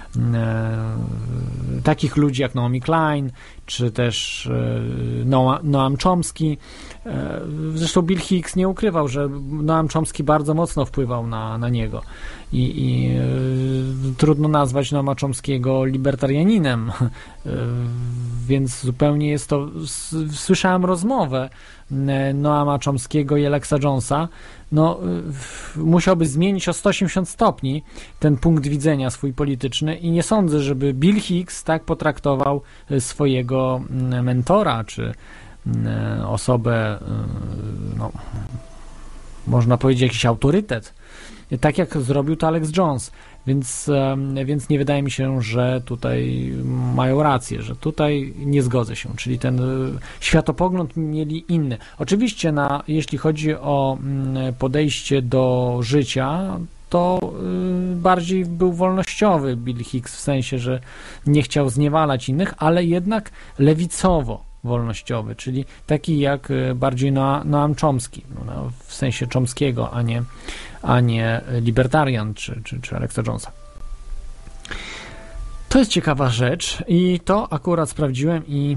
takich ludzi jak Naomi Klein, czy też Noam Chomsky. Zresztą Bill Hicks nie ukrywał, że Noam Chomsky bardzo mocno wpływał na niego i trudno nazwać Noama Chomskiego libertarianinem, więc zupełnie jest to... Słyszałem rozmowę Noama Chomskiego i Alexa Jonesa. No, musiałby zmienić o 180 stopni ten punkt widzenia swój polityczny i nie sądzę, żeby Bill Hicks tak potraktował swojego mentora, czy osobę, no, można powiedzieć jakiś autorytet, tak jak zrobił to Alex Jones, więc nie wydaje mi się, że tutaj mają rację, że tutaj nie zgodzę się, czyli ten światopogląd mieli inny. Oczywiście jeśli chodzi o podejście do życia, to bardziej był wolnościowy Bill Hicks, w sensie, że nie chciał zniewalać innych, ale jednak lewicowo wolnościowy, czyli taki jak bardziej Noam Chomsky, no, w sensie Chomskiego, a nie libertarian czy Alexa Jonesa. To jest ciekawa rzecz i to akurat sprawdziłem i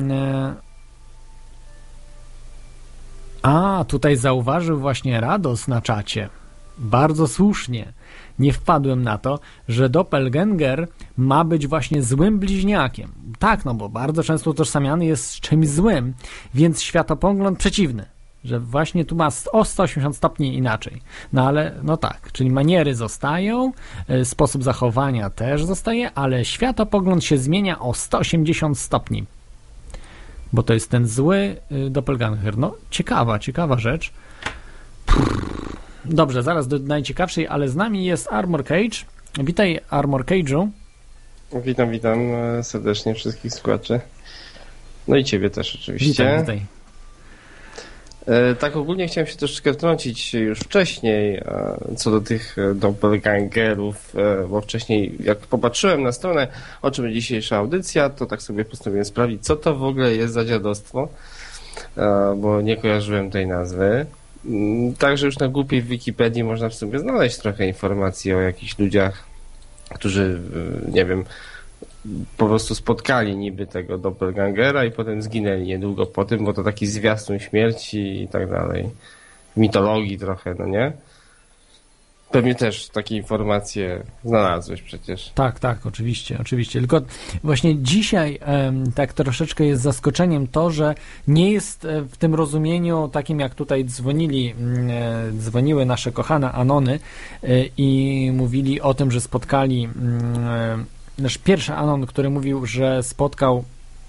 tutaj zauważył właśnie Rados na czacie. Bardzo słusznie. Nie wpadłem na to, że doppelganger ma być właśnie złym bliźniakiem. Tak, no bo bardzo często utożsamiany jest z czymś złym, więc światopogląd przeciwny, że właśnie tu ma o 180 stopni inaczej. No ale, no tak, czyli maniery zostają, sposób zachowania też zostaje, ale światopogląd się zmienia o 180 stopni. Bo to jest ten zły doppelganger. No, ciekawa rzecz. Dobrze, zaraz do najciekawszej, ale z nami jest Armor Cage. Witaj, Armor Cage'u. Witam serdecznie wszystkich słuchaczy. No i ciebie też oczywiście. Witaj. Tak ogólnie chciałem się troszeczkę wtrącić już wcześniej co do tych doppelgangerów, bo wcześniej jak popatrzyłem na stronę, o czym dzisiejsza audycja, to tak sobie postanowiłem sprawdzić, co to w ogóle jest za dziadostwo, bo nie kojarzyłem tej nazwy. Także już na głupiej w Wikipedii można w sobie znaleźć trochę informacji o jakichś ludziach, którzy, nie wiem, po prostu spotkali niby tego doppelgangera i potem zginęli niedługo po tym, bo to taki zwiastun śmierci i tak dalej. Mitologii trochę, no nie? Pewnie też takie informacje znalazłeś przecież. Tak, oczywiście. Tylko właśnie dzisiaj tak troszeczkę jest zaskoczeniem to, że nie jest w tym rozumieniu takim, jak tutaj dzwoniły nasze kochane Anony i mówili o tym, że spotkali nasz pierwszy Anon, który mówił, że spotkał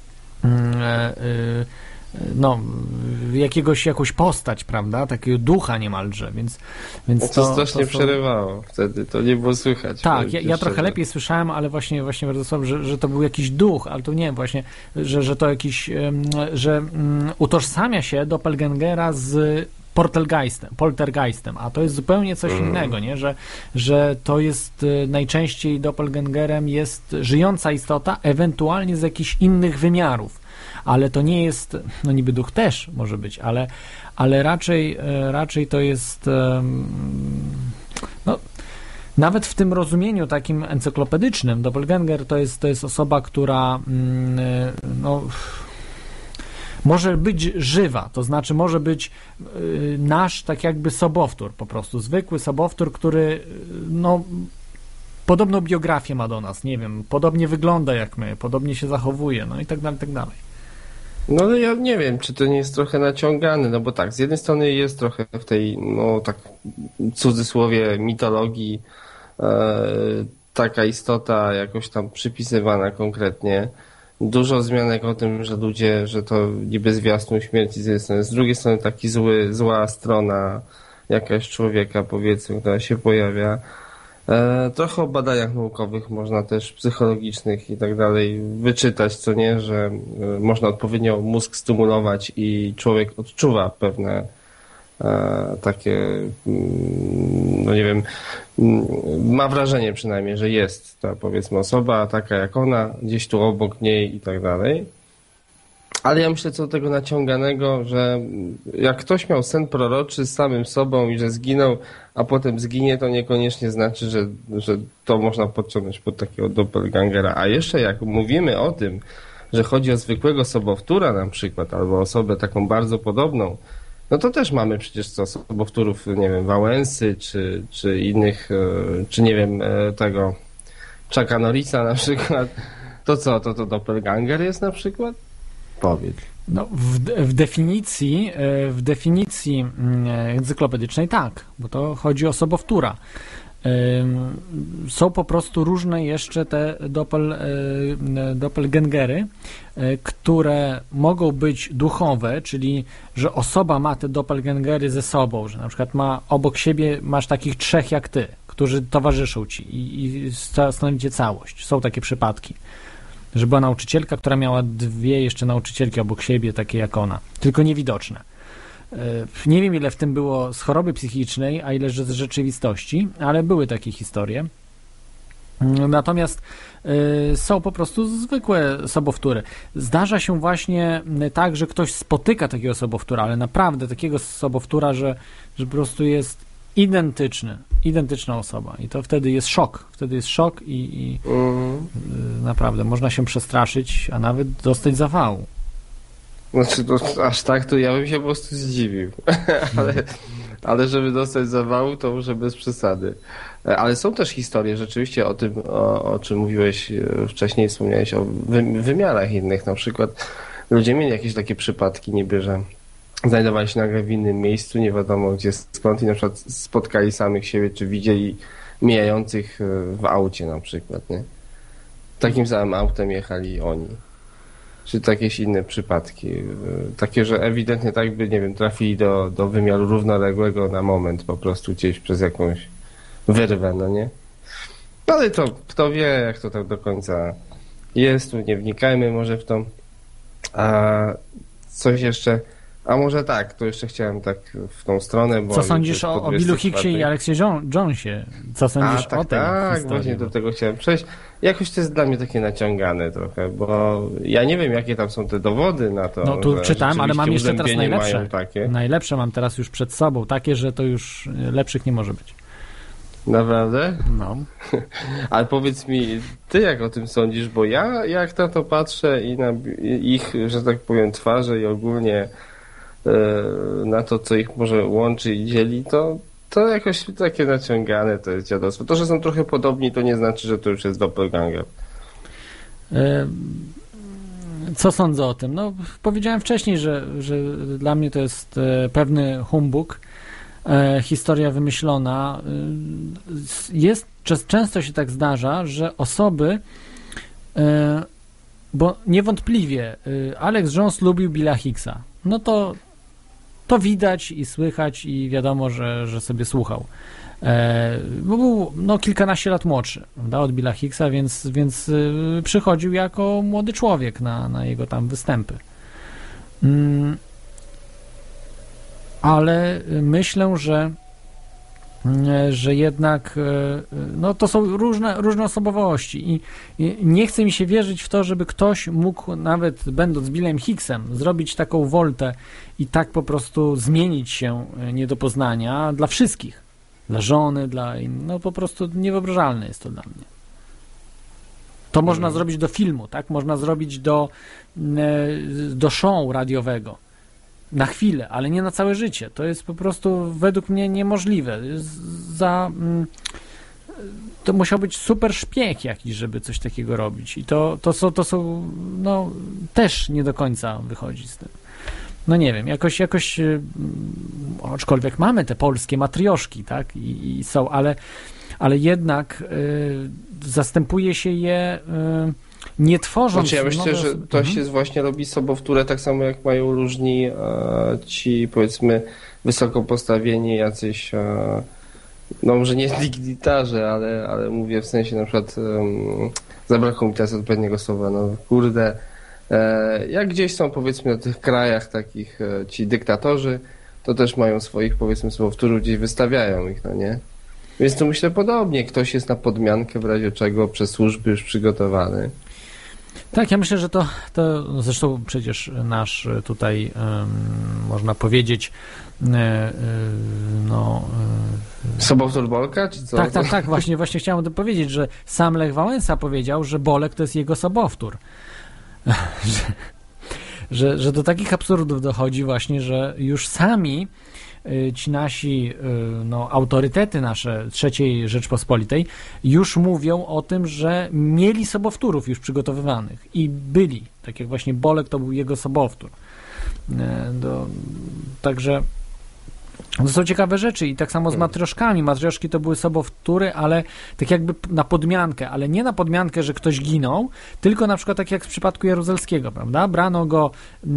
jakąś postać, prawda? Takiego ducha niemalże, więc to strasznie przerywało wtedy, to nie było słychać. Tak, ja trochę lepiej słyszałem, ale właśnie Radosław, że to był jakiś duch, ale to nie, właśnie, że to jakiś, że utożsamia się doppelgangera z poltergeistem, a to jest zupełnie coś innego, nie? Że to jest najczęściej doppelgangerem jest żyjąca istota, ewentualnie z jakichś innych wymiarów, ale to nie jest, no niby duch też może być, ale raczej to jest no, nawet w tym rozumieniu takim encyklopedycznym doppelganger to jest osoba, która no, może być żywa, to znaczy może być nasz tak jakby sobowtór, po prostu zwykły sobowtór, który no podobną biografię ma do nas, nie wiem, podobnie wygląda jak my, podobnie się zachowuje, no i tak dalej, tak dalej. No ale ja nie wiem, czy to nie jest trochę naciągane, no bo tak, z jednej strony jest trochę w tej, no tak w cudzysłowie mitologii taka istota jakoś tam przypisywana konkretnie. Dużo wzmianek o tym, że ludzie, że to niby zwiastun śmierci z jednej strony, z drugiej strony taki zła strona jakaś człowieka, powiedzmy, która się pojawia. Trochę o badaniach naukowych można też psychologicznych i tak dalej wyczytać, co nie, że można odpowiednio mózg stymulować i człowiek odczuwa pewne takie, no nie wiem, ma wrażenie przynajmniej, że jest ta, powiedzmy, osoba taka jak ona, gdzieś tu obok niej i tak dalej. Ale ja myślę co do tego naciąganego, że jak ktoś miał sen proroczy z samym sobą i że zginął, a potem zginie, to niekoniecznie znaczy, że to można podciągnąć pod takiego doppelgangera. A jeszcze jak mówimy o tym, że chodzi o zwykłego sobowtóra na przykład, albo osobę taką bardzo podobną, no to też mamy przecież sobowtórów, nie wiem, Wałęsy, czy innych, czy nie wiem, tego Chucka Norrisa na przykład. To co, to doppelganger jest na przykład? Powiedz. No, w definicji encyklopedycznej tak, bo to chodzi o sobowtóra. Są po prostu różne jeszcze te doppelgangery, które mogą być duchowe, czyli że osoba ma te doppelgangery ze sobą, że na przykład obok siebie masz takich 3 jak ty, którzy towarzyszą ci i stanowicie całość. Są takie przypadki. Że była nauczycielka, która miała 2 jeszcze nauczycielki obok siebie, takie jak ona, tylko niewidoczne. Nie wiem, ile w tym było z choroby psychicznej, a ile z rzeczywistości, ale były takie historie. Natomiast są po prostu zwykłe sobowtóry. Zdarza się właśnie tak, że ktoś spotyka takiego sobowtóra, ale naprawdę takiego sobowtóra, że po prostu jest identyczna osoba i to wtedy jest szok i naprawdę można się przestraszyć, a nawet dostać zawału. Znaczy, aż tak to ja bym się po prostu zdziwił, ale żeby dostać zawału, to może bez przesady. Ale są też historie rzeczywiście o tym, o czym mówiłeś wcześniej, wspomniałeś o wymiarach innych, na przykład ludzie mieli jakieś takie przypadki niby, że znajdowali się nagle w innym miejscu, nie wiadomo gdzie, skąd i na przykład spotkali samych siebie, czy widzieli mijających w aucie na przykład, nie? Takim samym autem jechali oni. Czy to jakieś inne przypadki. Takie, że ewidentnie tak by, nie wiem, trafili do wymiaru równoległego na moment po prostu gdzieś przez jakąś wyrwę, no nie? No ale to kto wie, jak to tak do końca jest, tu nie wnikajmy może w to. A coś jeszcze... A może tak, to jeszcze chciałem tak w tą stronę, bo... Co sądzisz o Billu Hicksie i Aleksie Jonesie? Co sądzisz o tej historii? Właśnie do tego chciałem przejść. Jakoś to jest dla mnie takie naciągane trochę, bo ja nie wiem, jakie tam są te dowody na to. No tu czytam, ale mam jeszcze teraz najlepsze. Takie. Najlepsze mam teraz już przed sobą, takie, że to już lepszych nie może być. Naprawdę? No. Ale powiedz mi, ty jak o tym sądzisz, bo ja jak na to patrzę i na ich, że tak powiem, twarze i ogólnie na to, co ich może łączy i dzieli, to jakoś takie naciągane to jest dziadostwo. To, że są trochę podobni, to nie znaczy, że to już jest doppelganger. Co sądzę o tym? No, powiedziałem wcześniej, że dla mnie to jest pewny humbug, historia wymyślona. Często się tak zdarza, że osoby, bo niewątpliwie Alex Jones lubił Billa Hicksa. No to widać i słychać i wiadomo, że sobie słuchał. Bo był kilkanaście lat młodszy, prawda, od Billa Hicksa, więc przychodził jako młody człowiek na jego tam występy. ale myślę, że jednak no, to są różne osobowości i nie chce mi się wierzyć w to, żeby ktoś mógł, nawet będąc Billem Hicksem, zrobić taką woltę i tak po prostu zmienić się nie do poznania dla wszystkich, dla żony, dla innych, no po prostu niewyobrażalne jest to dla mnie. To można zrobić do filmu, tak? Można zrobić do show radiowego. Na chwilę, ale nie na całe życie. To jest po prostu według mnie niemożliwe. To musiał być super szpieg jakiś, żeby coś takiego robić. I to są no też nie do końca wychodzi z tym. No nie wiem, jakoś aczkolwiek mamy te polskie matrioszki, tak? I są, ale jednak zastępuje się je nie tworząc... Znaczy ja myślę, że to się właśnie robi sobowtórę tak samo jak mają różni ci, powiedzmy, wysoko postawieni jacyś, no może nie dygnitarze, ale mówię w sensie na przykład, zabrakło mi teraz odpowiedniego słowa, no kurde, jak gdzieś są, powiedzmy, na tych krajach takich ci dyktatorzy, to też mają swoich, powiedzmy, sobowtórów, gdzieś wystawiają ich, no nie? Więc to myślę podobnie, ktoś jest na podmiankę w razie czego przez służby już przygotowany. Tak, ja myślę, że to zresztą przecież nasz tutaj można powiedzieć sobowtór Bolka, czy co? Tak, właśnie chciałem to powiedzieć, że sam Lech Wałęsa powiedział, że Bolek to jest jego sobowtór. że do takich absurdów dochodzi właśnie, że już sami ci nasi autorytety nasze III Rzeczpospolitej już mówią o tym, że mieli sobowtórów już przygotowywanych i byli, tak jak właśnie Bolek to był jego sobowtór. Także to są ciekawe rzeczy i tak samo z matrioszkami. Matrioszki to były sobowtóry, ale tak jakby na podmiankę, ale nie na podmiankę, że ktoś ginął, tylko na przykład tak jak w przypadku Jaruzelskiego, prawda? Brano go,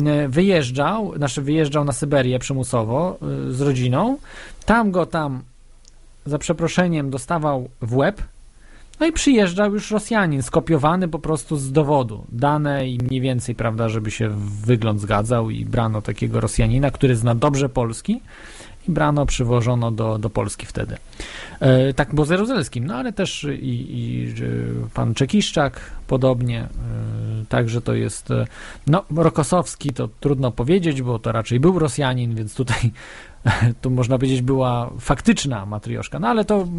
wyjeżdżał na Syberię przymusowo z rodziną, tam za przeproszeniem dostawał w łeb, no i przyjeżdżał już Rosjanin, skopiowany po prostu z dowodu, dane i mniej więcej, prawda, żeby się wygląd zgadzał i brano takiego Rosjanina, który zna dobrze polski, brano, przywożono do Polski wtedy. Tak było z Jaruzelskim, no ale też i pan Czekiszczak podobnie, także to jest, no Rokosowski to trudno powiedzieć, bo to raczej był Rosjanin, więc tutaj tu można powiedzieć była faktyczna matrioszka, no ale to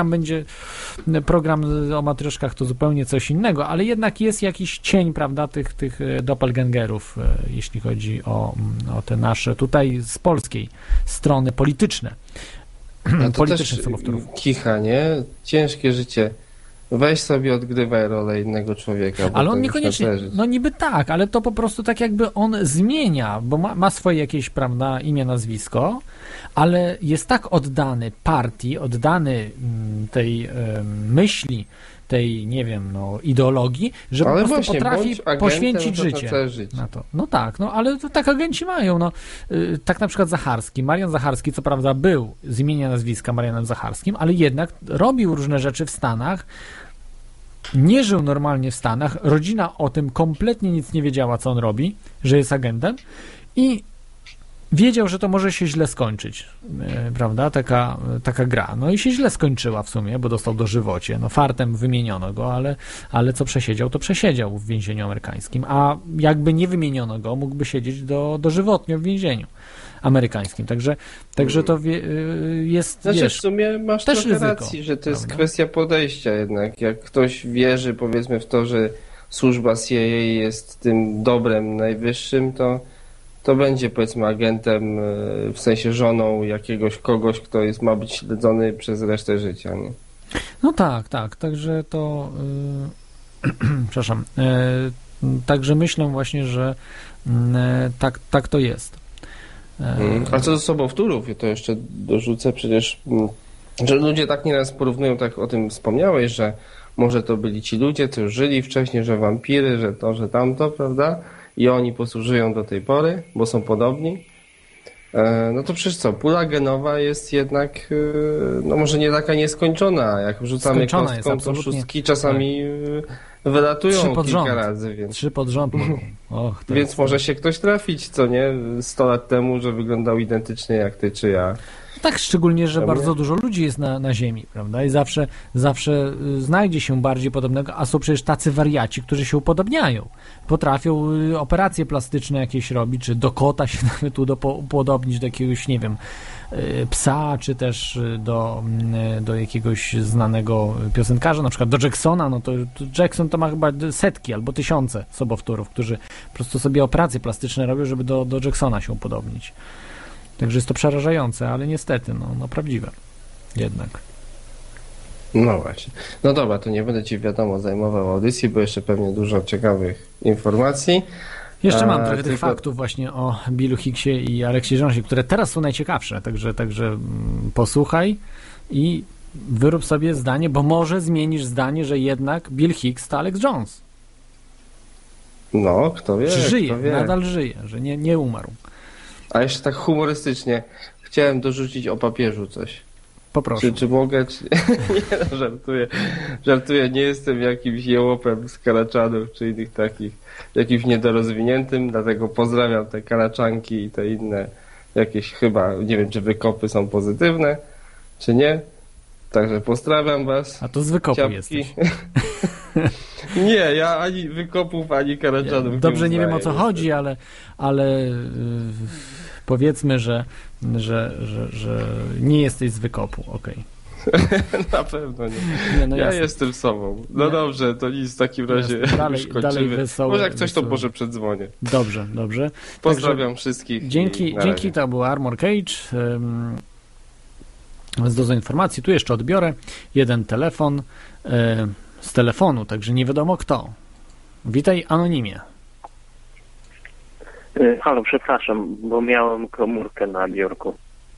program o matrioszkach to zupełnie coś innego, ale jednak jest jakiś cień, prawda, tych doppelgangerów, jeśli chodzi o te nasze tutaj z polskiej strony polityczne. No to też kicha, nie? Ciężkie życie. Weź sobie, odgrywaj rolę innego człowieka. Ale on niekoniecznie, no niby tak, ale to po prostu tak jakby on zmienia, bo ma swoje jakieś, prawda, imię, nazwisko, ale jest tak oddany partii, oddany tej myśli, tej, nie wiem, ideologii, że ale po prostu właśnie, potrafi poświęcić życie na to. No tak, ale to tak agenci mają, tak na przykład Zacharski, Marian Zacharski, co prawda był z imienia nazwiska Marianem Zacharskim, ale jednak robił różne rzeczy w Stanach, nie żył normalnie w Stanach, rodzina o tym kompletnie nic nie wiedziała, co on robi, że jest agentem i wiedział, że to może się źle skończyć, prawda, taka gra. No i się źle skończyła w sumie, bo dostał dożywocie. No fartem wymieniono go, ale co przesiedział, to przesiedział w więzieniu amerykańskim, a jakby nie wymieniono go, mógłby siedzieć dożywotnio w więzieniu amerykańskim. Także to jest, znaczy, w sumie masz też trochę ryzyko, racji, że to jest prawda? kwestia podejścia jednak. Jak ktoś wierzy, powiedzmy, w to, że służba CIA jest tym dobrem najwyższym, to będzie, powiedzmy, agentem, w sensie żoną kogoś, kto ma być śledzony przez resztę życia. Nie? No tak, także to przepraszam, także myślę właśnie, że tak to jest. A co do sobowtórów, to jeszcze dorzucę przecież, że ludzie tak nieraz porównują, tak o tym wspomniałeś, że może to byli ci ludzie, co już żyli wcześniej, że wampiry, że to, że tamto, prawda? I oni posługują do tej pory, bo są podobni. No to przecież co, pula genowa jest jednak, no może nie taka nieskończona. Jak wrzucamy kostką, to szóstki czasami wylatują kilka razy. Więc... 3 pod rząd. Więc może się ktoś trafić, co nie? 100 lat temu, że wyglądał identycznie jak ty czy ja. Tak, szczególnie, że bardzo dużo ludzi jest na Ziemi, prawda? I zawsze znajdzie się bardziej podobnego, a są przecież tacy wariaci, którzy się upodobniają. Potrafią operacje plastyczne jakieś robić, czy do kota się nawet upodobnić, do jakiegoś, nie wiem, psa, czy też do jakiegoś znanego piosenkarza, na przykład do Jacksona. No to Jackson to ma chyba setki albo tysiące sobowtórów, którzy po prostu sobie operacje plastyczne robią, żeby do Jacksona się upodobnić. Także jest to przerażające, ale niestety, no prawdziwe jednak. No właśnie. No dobra, to nie będę ci wiadomo zajmował audycji, bo jeszcze pewnie dużo ciekawych informacji. Jeszcze mam trochę tych faktów właśnie o Billu Hicksie i Aleksie Jonesie, które teraz są najciekawsze, także posłuchaj i wyrób sobie zdanie, bo może zmienisz zdanie, że jednak Bill Hicks to Alex Jones. No, kto wie. Żyje, kto wie. Nadal żyje, że nie umarł. A jeszcze tak humorystycznie chciałem dorzucić o papieżu coś. Poproszę. Czy mogę? Nie, no, żartuję. Nie jestem jakimś jełopem z Karaczanów czy innych takich, jakimś niedorozwiniętym, dlatego pozdrawiam te Karaczanki i te inne jakieś chyba, nie wiem, czy wykopy są pozytywne, czy nie. Także pozdrawiam was. A to z wykopu jesteś. Nie, ja ani wykopów, ani Karaczanów dobrze, nie wiem o co chodzi, ale powiedzmy, że nie jesteś z wykopu, okej. Na pewno nie. No ja jestem sobą. No dobrze, to nic w takim razie już kończymy. Może jak coś, to może przedzwonię. Dobrze. Pozdrawiam wszystkich. Dzięki, to był Armor Cage. Z dozą informacji, tu jeszcze odbiorę jeden telefon z telefonu, także nie wiadomo kto. Witaj anonimie. Halo, przepraszam, bo miałem komórkę na biurku.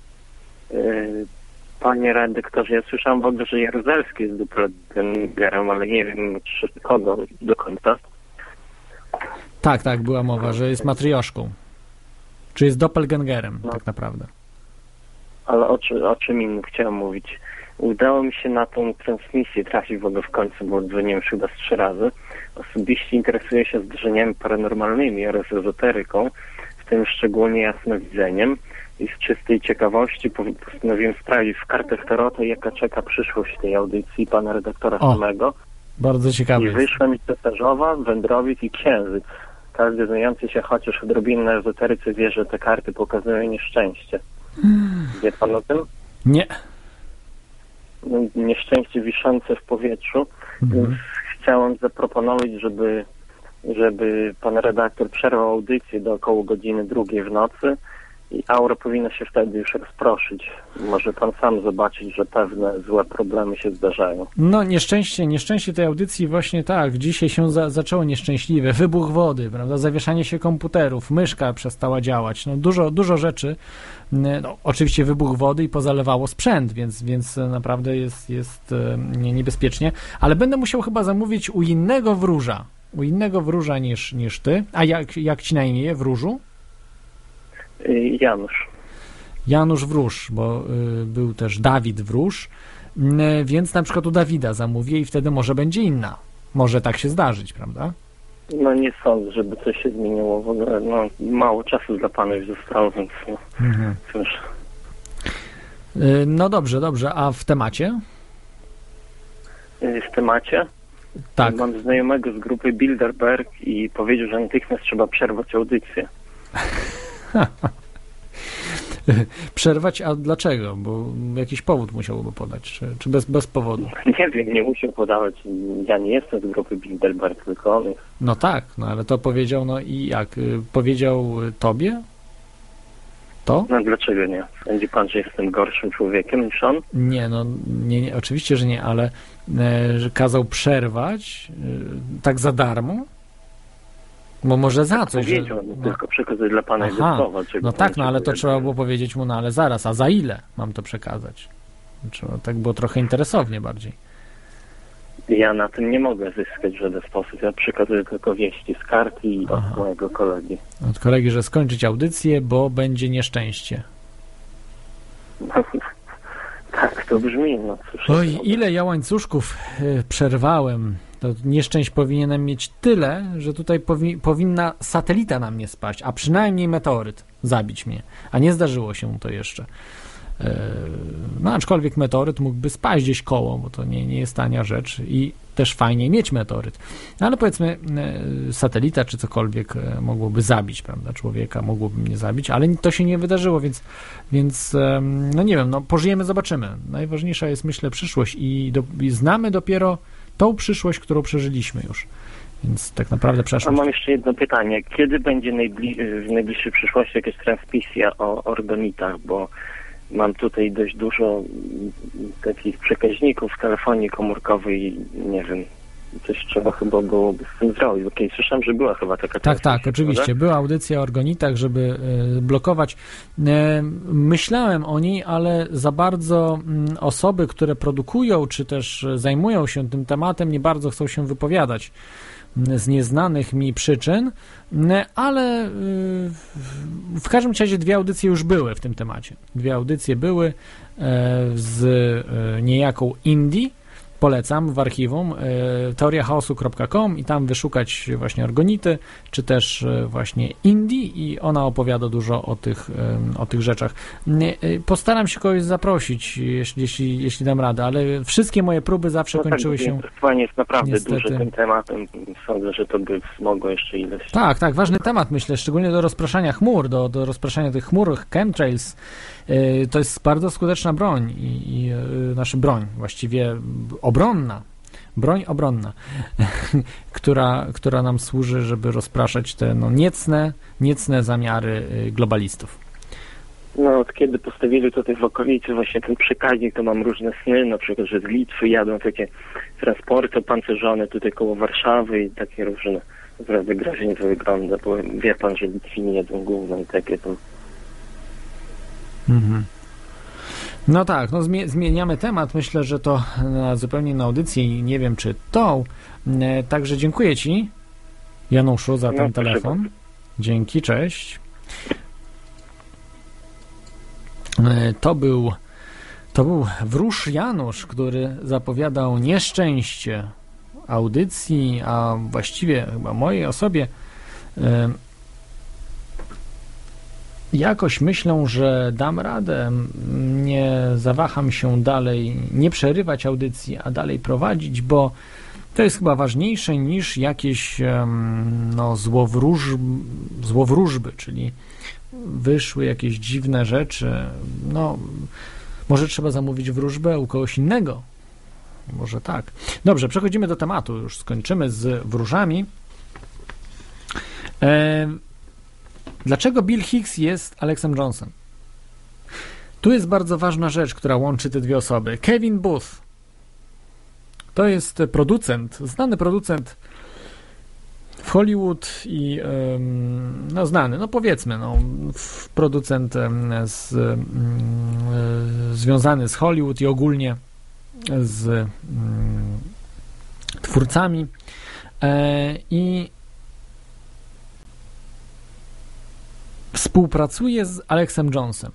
Panie redaktorze, ja słyszałem w ogóle, że Jaruzelski jest doppelgangerem, ale nie wiem, czy kogo do końca. Tak, była mowa, że jest matrioszką. Czy jest doppelgangerem, tak naprawdę. Ale o czym innym chciałem mówić. Udało mi się na tą transmisję trafić w ogóle w końcu, bo dzwoniłem już chyba z 3 razy. Osobiście interesuję się zdarzeniami paranormalnymi oraz ezoteryką, w tym szczególnie jasnowidzeniem. I z czystej ciekawości postanowiłem sprawdzić w kartach Tarota, jaka czeka przyszłość tej audycji pana redaktora samego. Bardzo ciekawe. I wyszła mi cesarzowa, wędrowiec i księżyc. Każdy znający się chociaż odrobinę na ezoteryce wie, że te karty pokazują nieszczęście. Wie pan o tym? Nie. Nieszczęście wiszące w powietrzu. Więc chciałem zaproponować, żeby pan redaktor przerwał audycję do około godziny 2 w nocy i aura powinna się wtedy już rozproszyć. Może pan sam zobaczyć, że pewne złe problemy się zdarzają. No nieszczęście tej audycji właśnie tak. Dzisiaj się zaczęło nieszczęśliwe. Wybuch wody, prawda? Zawieszanie się komputerów, myszka przestała działać. No dużo rzeczy. No, oczywiście wybuch wody i pozalewało sprzęt, więc naprawdę jest niebezpiecznie. Ale będę musiał chyba zamówić u innego wróża niż ty. A jak ci na imię, wróżu? Janusz Wróż, bo był też Dawid Wróż, więc na przykład u Dawida zamówię i wtedy może będzie inna. Może tak się zdarzyć, prawda? No nie sądzę, żeby coś się zmieniło w ogóle. No, mało czasu dla pana już zostało, więc cóż. No dobrze. A w temacie? W temacie? Tak. Mam znajomego z grupy Bilderberg i powiedział, że natychmiast trzeba przerwać audycję. Przerwać, a dlaczego? Bo jakiś powód musiałby podać, czy bez powodu? Nie wiem, nie musiał podawać. Ja nie jestem z grupy Bilderberg, tylko on jest. No tak, ale to powiedział, no i jak? Powiedział tobie? To? No dlaczego nie? Sądzi pan, że jestem gorszym człowiekiem niż on? Nie, nie, oczywiście, że nie, ale że kazał przerwać tak za darmo? Bo może za coś. Powiedział, tylko przekazać dla pana jego słowa. No tak, ale to trzeba było powiedzieć mu, ale zaraz, a za ile mam to przekazać? Tak było trochę interesownie bardziej. Ja na tym nie mogę zyskać w żaden sposób. Ja przekazuję tylko wieści z karty i od mojego kolegi. Od kolegi, że skończyć audycję, bo będzie nieszczęście. Tak, to brzmi. No cóż. Oj, ile ja łańcuszków przerwałem. To nieszczęść powinienem mieć tyle, że tutaj powinna satelita na mnie spaść, a przynajmniej meteoryt zabić mnie. A nie zdarzyło się to jeszcze. No, aczkolwiek meteoryt mógłby spaść gdzieś koło, bo to nie jest tania rzecz i też fajniej mieć meteoryt. No, ale powiedzmy, satelita czy cokolwiek mogłoby zabić, prawda, człowieka, mogłoby mnie zabić, ale to się nie wydarzyło, więc no nie wiem, no pożyjemy, zobaczymy. Najważniejsza jest, myślę, przyszłość i znamy dopiero tą przyszłość, którą przeżyliśmy już. Więc tak naprawdę przeszłość. A mam jeszcze jedno pytanie. Kiedy będzie w najbliższej przyszłości jakaś transmisja o organitach, bo mam tutaj dość dużo takich przekaźników w telefonii komórkowej i nie wiem, coś trzeba chyba byłoby z tym zrobić. Okej, słyszałem, że była chyba taka transmisja. Tak, oczywiście. Prawda? Była audycja o organitach, żeby blokować. Myślałem o niej, ale za bardzo osoby, które produkują, czy też zajmują się tym tematem, nie bardzo chcą się wypowiadać z nieznanych mi przyczyn, ale w każdym razie 2 audycje już były w tym temacie. 2 audycje były z niejaką Indie, polecam w archiwum teoriachaosu.com i tam wyszukać właśnie organity, czy też właśnie Indie i ona opowiada dużo o tych rzeczach. Postaram się kogoś zaprosić, jeśli dam radę, ale wszystkie moje próby zawsze kończyły się... Zainteresowanie jest naprawdę niestety duży tym tematem. Sądzę, że to by mogło jeszcze ileś... Tak, ważny temat, myślę, szczególnie do rozpraszania chmur, do rozpraszania tych chmur, chemtrails. To jest bardzo skuteczna broń i broń, właściwie broń obronna, która nam służy, żeby rozpraszać te niecne zamiary globalistów. No, od kiedy postawili tutaj w okolicy właśnie ten przekaźnik, to mam różne sny, na przykład, że z Litwy jadą takie transporty opancerzone tutaj koło Warszawy i takie różne, naprawdę groźnie to wygląda, bo wie pan, że Litwini jedzą gówno i takie to... No tak, zmieniamy temat. Myślę, że to zupełnie na audycję i nie wiem, czy tą. Także dziękuję Ci, Januszu, za ten telefon. Bardzo. Dzięki, cześć. To był wróż Janusz, który zapowiadał nieszczęście audycji, a właściwie chyba mojej osobie. Jakoś myślę, że dam radę, nie zawaham się dalej, nie przerywać audycji, a dalej prowadzić, bo to jest chyba ważniejsze niż jakieś złowróżby, czyli wyszły jakieś dziwne rzeczy. No, może trzeba zamówić wróżbę u kogoś innego. Może tak. Dobrze, przechodzimy do tematu. Już skończymy z wróżami. Dlaczego Bill Hicks jest Alexem Jonesem? Tu jest bardzo ważna rzecz, która łączy te 2 osoby. Kevin Booth to jest producent, znany producent w Hollywood i znany, powiedzmy, producent związany z Hollywood i ogólnie z twórcami i współpracuje z Alexem Jonesem.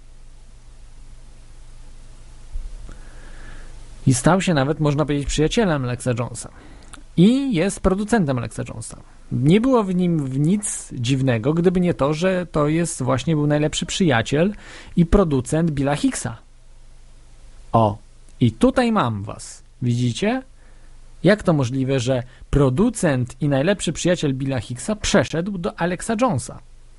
I stał się nawet, można powiedzieć, przyjacielem Alexa Jonesa. I jest producentem Alexa Jonesa. Nie było w nim nic dziwnego, gdyby nie to, że to jest właśnie był najlepszy przyjaciel i producent Billa Hicksa. O, i tutaj mam was. Widzicie? Jak to możliwe, że producent i najlepszy przyjaciel Billa Hicksa przeszedł do Alexa Jonesa?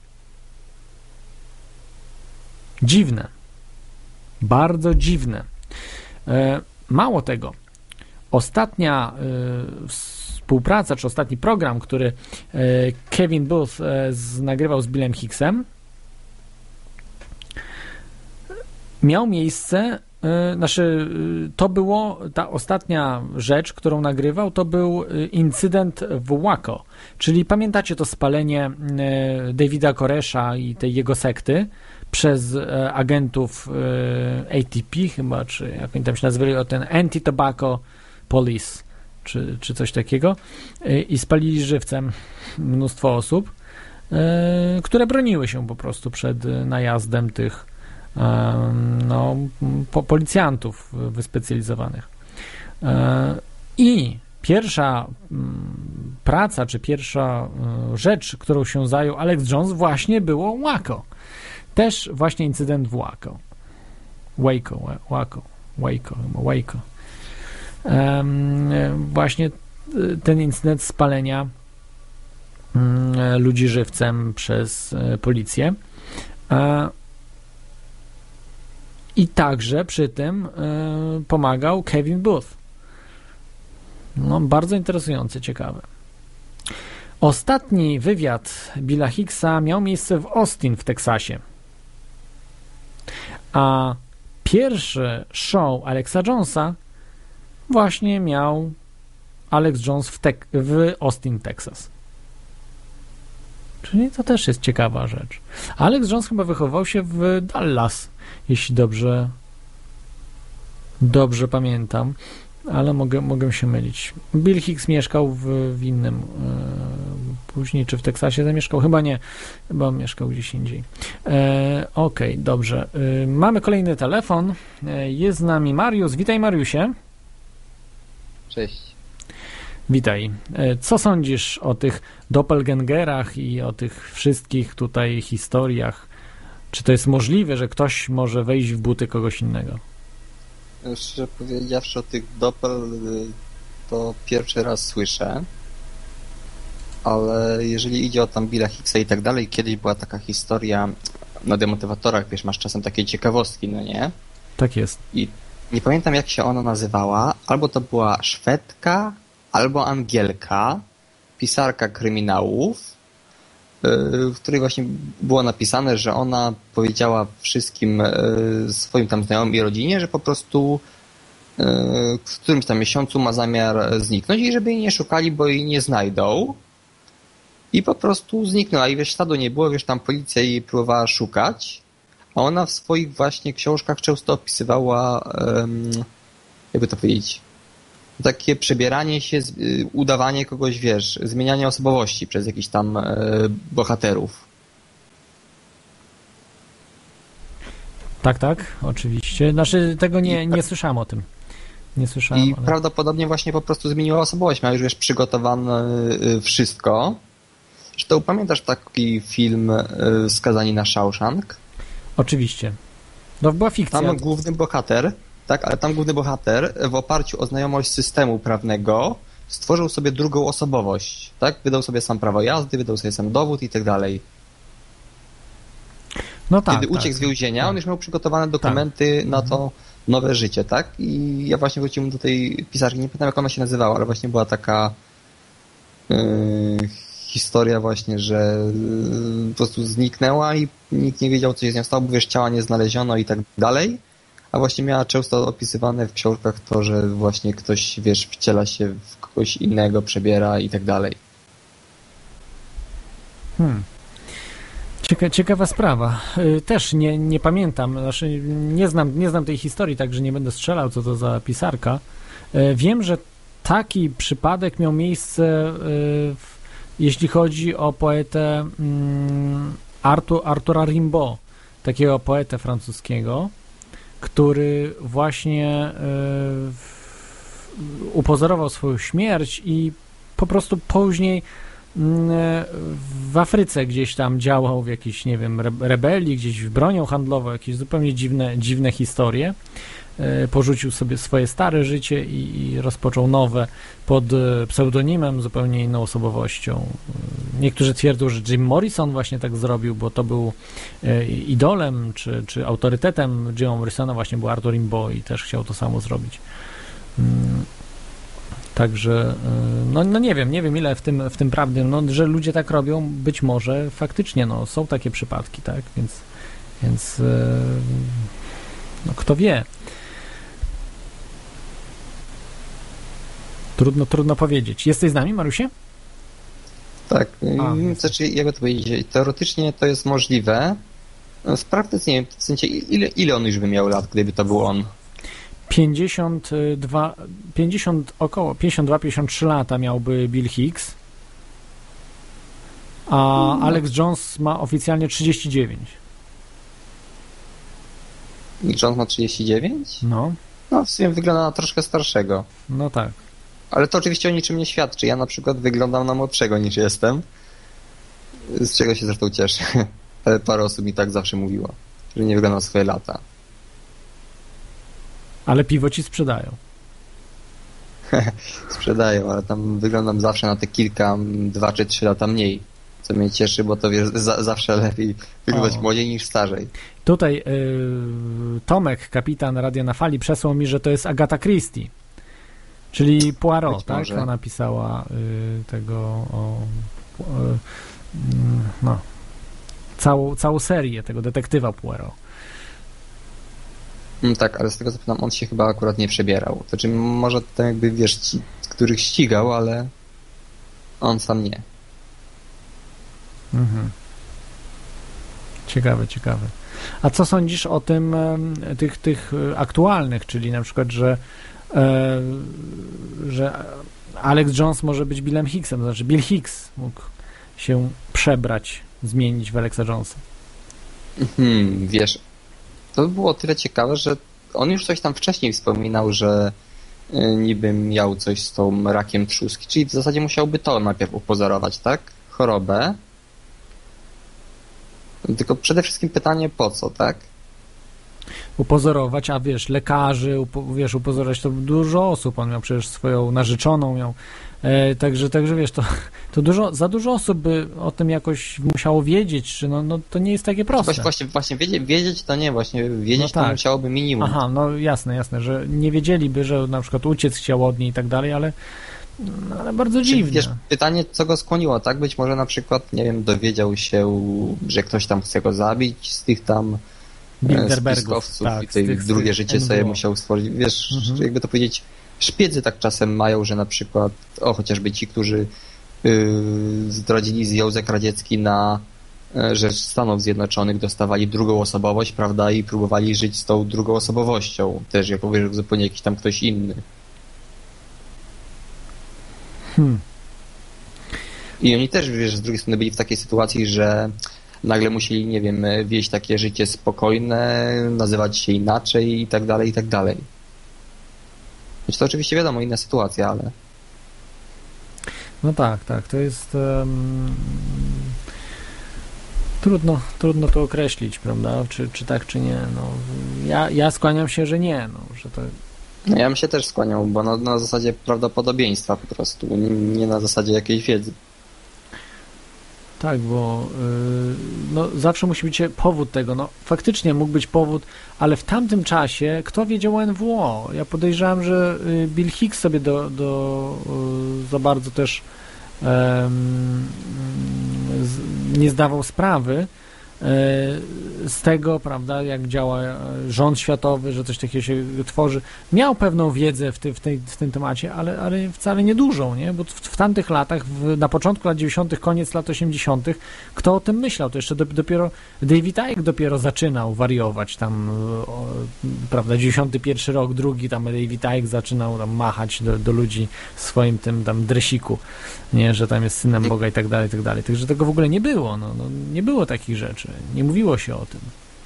Dziwne. Bardzo dziwne. Mało tego. Ostatnia współpraca, czy ostatni program, który Kevin Booth nagrywał z Billem Hicksem, miał miejsce, to było, ta ostatnia rzecz, którą nagrywał, to był incydent w Waco, czyli pamiętacie to spalenie Davida Koresha i tej jego sekty przez agentów ATP chyba, czy jak oni tam się nazywali, ten Anti-Tobacco Police, czy coś takiego i spalili żywcem mnóstwo osób, które broniły się po prostu przed najazdem tych policjantów wyspecjalizowanych. I pierwsza praca, czy pierwsza rzecz, którą się zajął Alex Jones, właśnie było Waco. Też właśnie incydent w Waco. Waco. Właśnie ten incydent spalenia ludzi żywcem przez policję. I także przy tym pomagał Kevin Booth. No, bardzo interesujące, ciekawe. Ostatni wywiad Billa Hicksa miał miejsce w Austin w Teksasie. A pierwszy show Alexa Jonesa właśnie miał Alex Jones w Austin, Texas. Czyli to też jest ciekawa rzecz. Alex Jones chyba wychował się w Dallas, jeśli dobrze pamiętam, ale mogę się mylić. Bill Hicks mieszkał w innym później, czy w Teksasie zamieszkał? Chyba nie, chyba mieszkał gdzieś indziej. Okej, dobrze. Mamy kolejny telefon. Jest z nami Mariusz. Witaj, Mariusie. Cześć. Witaj. Co sądzisz o tych doppelgangerach i o tych wszystkich tutaj historiach? Czy to jest możliwe, że ktoś może wejść w buty kogoś innego? Szczerze powiedziawszy, o tych doppel to pierwszy raz słyszę, ale jeżeli idzie o tam Billa Hicksa i tak dalej, kiedyś była taka historia na demotywatorach, wiesz, masz czasem takie ciekawostki, no nie? Tak jest. I nie pamiętam, jak się ona nazywała, albo to była Szwedka, albo Angielka, pisarka kryminałów, w której właśnie było napisane, że ona powiedziała wszystkim swoim tam znajomym i rodzinie, że po prostu w którymś tam miesiącu ma zamiar zniknąć i żeby jej nie szukali, bo jej nie znajdą. I po prostu zniknęła. I wiesz, śladu nie było, wiesz, tam policja jej próbowała szukać, a ona w swoich właśnie książkach często opisywała, jakby to powiedzieć, takie przebieranie się, udawanie kogoś, wiesz, zmienianie osobowości przez jakichś tam bohaterów. Tak, oczywiście. Znaczy, tego nie słyszałem o tym. Nie słyszałem. I prawdopodobnie właśnie po prostu zmieniła osobowość. Miała już, wiesz, przygotowane wszystko. Zresztą pamiętasz taki film Skazani na Shawshank? Oczywiście. No, była fikcja. Tam główny bohater, tak, ale tam główny bohater w oparciu o znajomość systemu prawnego stworzył sobie drugą osobowość, tak? Wydał sobie sam prawo jazdy, wydał sobie sam dowód i tak dalej. No tak. Kiedy uciekł z więzienia, on już miał przygotowane dokumenty na to nowe życie, tak? I ja właśnie wróciłem do tej pisarki, nie pamiętam, jak ona się nazywała, ale właśnie była taka historia właśnie, że po prostu zniknęła i nikt nie wiedział, co się z nią stało, bo wiesz, ciała nie znaleziono i tak dalej. A właśnie miała często opisywane w książkach to, że właśnie ktoś, wiesz, wciela się w kogoś innego, przebiera i tak dalej. Ciekawa sprawa. Też nie pamiętam, znaczy nie znam tej historii, także nie będę strzelał, co to za pisarka. Wiem, że taki przypadek miał miejsce, jeśli chodzi o poetę Artura Rimbaud, takiego poetę francuskiego, który właśnie upozorował swoją śmierć i po prostu później w Afryce gdzieś tam działał w jakiejś, nie wiem, rebelii, gdzieś bronią handlową, jakieś zupełnie dziwne historie. Porzucił sobie swoje stare życie i rozpoczął nowe pod pseudonimem, zupełnie inną osobowością. Niektórzy twierdzą, że Jim Morrison właśnie tak zrobił, bo to był idolem czy autorytetem Jima Morrisona właśnie był Arthur Rimbaud i też chciał to samo zrobić. Także, no nie wiem ile w tym prawdy, no, że ludzie tak robią, być może faktycznie, no, są takie przypadki, tak, więc no, kto wie. Trudno powiedzieć. Jesteś z nami, Marusie? Tak, znaczy, jakby to powiedzieć, teoretycznie to jest możliwe. No, w praktyce nie wiem, w sensie ile on już by miał lat, gdyby to był on? około 52-53 lata miałby Bill Hicks, a Alex Jones ma oficjalnie 39. Jones ma 39? No. No, w sumie wygląda na troszkę starszego. No tak. Ale to oczywiście o niczym nie świadczy. Ja na przykład wyglądam na młodszego niż jestem. Z czego się zresztą cieszę. Ale parę osób mi tak zawsze mówiło, że nie wyglądam swoje lata. Ale piwo ci sprzedają. Sprzedają, ale tam wyglądam zawsze na te 2 czy 3 lata mniej. Co mnie cieszy, bo to wiesz, zawsze lepiej wyglądać młodziej niż starzej. Tutaj Tomek, kapitan Radia na Fali, przesłał mi, że to jest Agatha Christie. Czyli Poirot, tak? Może. Ona pisała tego no, całą serię tego detektywa Poirot. Tak, ale z tego co pamiętam, on się chyba akurat nie przebierał. To znaczy może tam jakby, wiesz, ci, których ścigał, ale on sam nie. Mhm. Ciekawe. A co sądzisz o tym, tych aktualnych, czyli na przykład, że Alex Jones może być Billem Hicksem, to znaczy Bill Hicks mógł się przebrać, zmienić w Alexa Jonesa. Wiesz, to było tyle ciekawe, że on już coś tam wcześniej wspominał, że niby miał coś z tą rakiem trzustki, czyli w zasadzie musiałby to najpierw upozorować, tak? Chorobę. Tylko przede wszystkim pytanie po co, tak? Upozorować, a wiesz, lekarzy, upozorować to dużo osób, on miał przecież swoją narzeczoną, miał, także wiesz, to za dużo osób by o tym jakoś musiało wiedzieć, że no to nie jest takie proste. Właśnie wiedzieć to nie, właśnie wiedzieć no tak. To musiałoby minimum. Aha, no jasne, że nie wiedzieliby, że na przykład uciec chciał od niej i tak dalej, ale bardzo dziwne. Wiesz, pytanie, co go skłoniło, tak? Być może na przykład, nie wiem, dowiedział się, że ktoś tam chce go zabić z tych tam spiskowców tak, i tej drugie życie sobie musiał stworzyć. Wiesz, jakby to powiedzieć, szpiedzy tak czasem mają, że na przykład, chociażby ci, którzy zdradzili Związek Radziecki na rzecz Stanów Zjednoczonych, dostawali drugą osobowość, prawda, i próbowali żyć z tą drugą osobowością. Też, jak powiesz, zupełnie jakiś tam ktoś inny. I oni też, wiesz, z drugiej strony byli w takiej sytuacji, że nagle musieli, nie wiem, wieść takie życie spokojne, nazywać się inaczej i tak dalej, i tak dalej. Znaczy to oczywiście wiadomo, inna sytuacja, ale... No tak, to jest... Trudno to określić, prawda? Czy tak, czy nie. No, ja skłaniam się, że nie. No, że to... No ja bym się też skłaniał, bo na zasadzie prawdopodobieństwa po prostu, nie na zasadzie jakiejś wiedzy. Tak, bo zawsze musi być powód tego. No, faktycznie mógł być powód, ale w tamtym czasie kto wiedział o NWO? Ja podejrzewam, że Bill Hicks sobie za bardzo też nie zdawał sprawy z tego, prawda, jak działa rząd światowy, że coś takiego się tworzy. Miał pewną wiedzę w tym temacie, ale wcale nie dużą, nie? Bo w tamtych latach, na początku lat 90., koniec lat 80., kto o tym myślał? To jeszcze dopiero David Icke dopiero zaczynał wariować tam, prawda, 91 rok, drugi tam David Icke zaczynał tam machać do ludzi w swoim tym tam dresiku, nie? Że tam jest synem Boga i tak dalej, i tak dalej. Także tego w ogóle nie było, nie było takich rzeczy. Nie mówiło się o tym.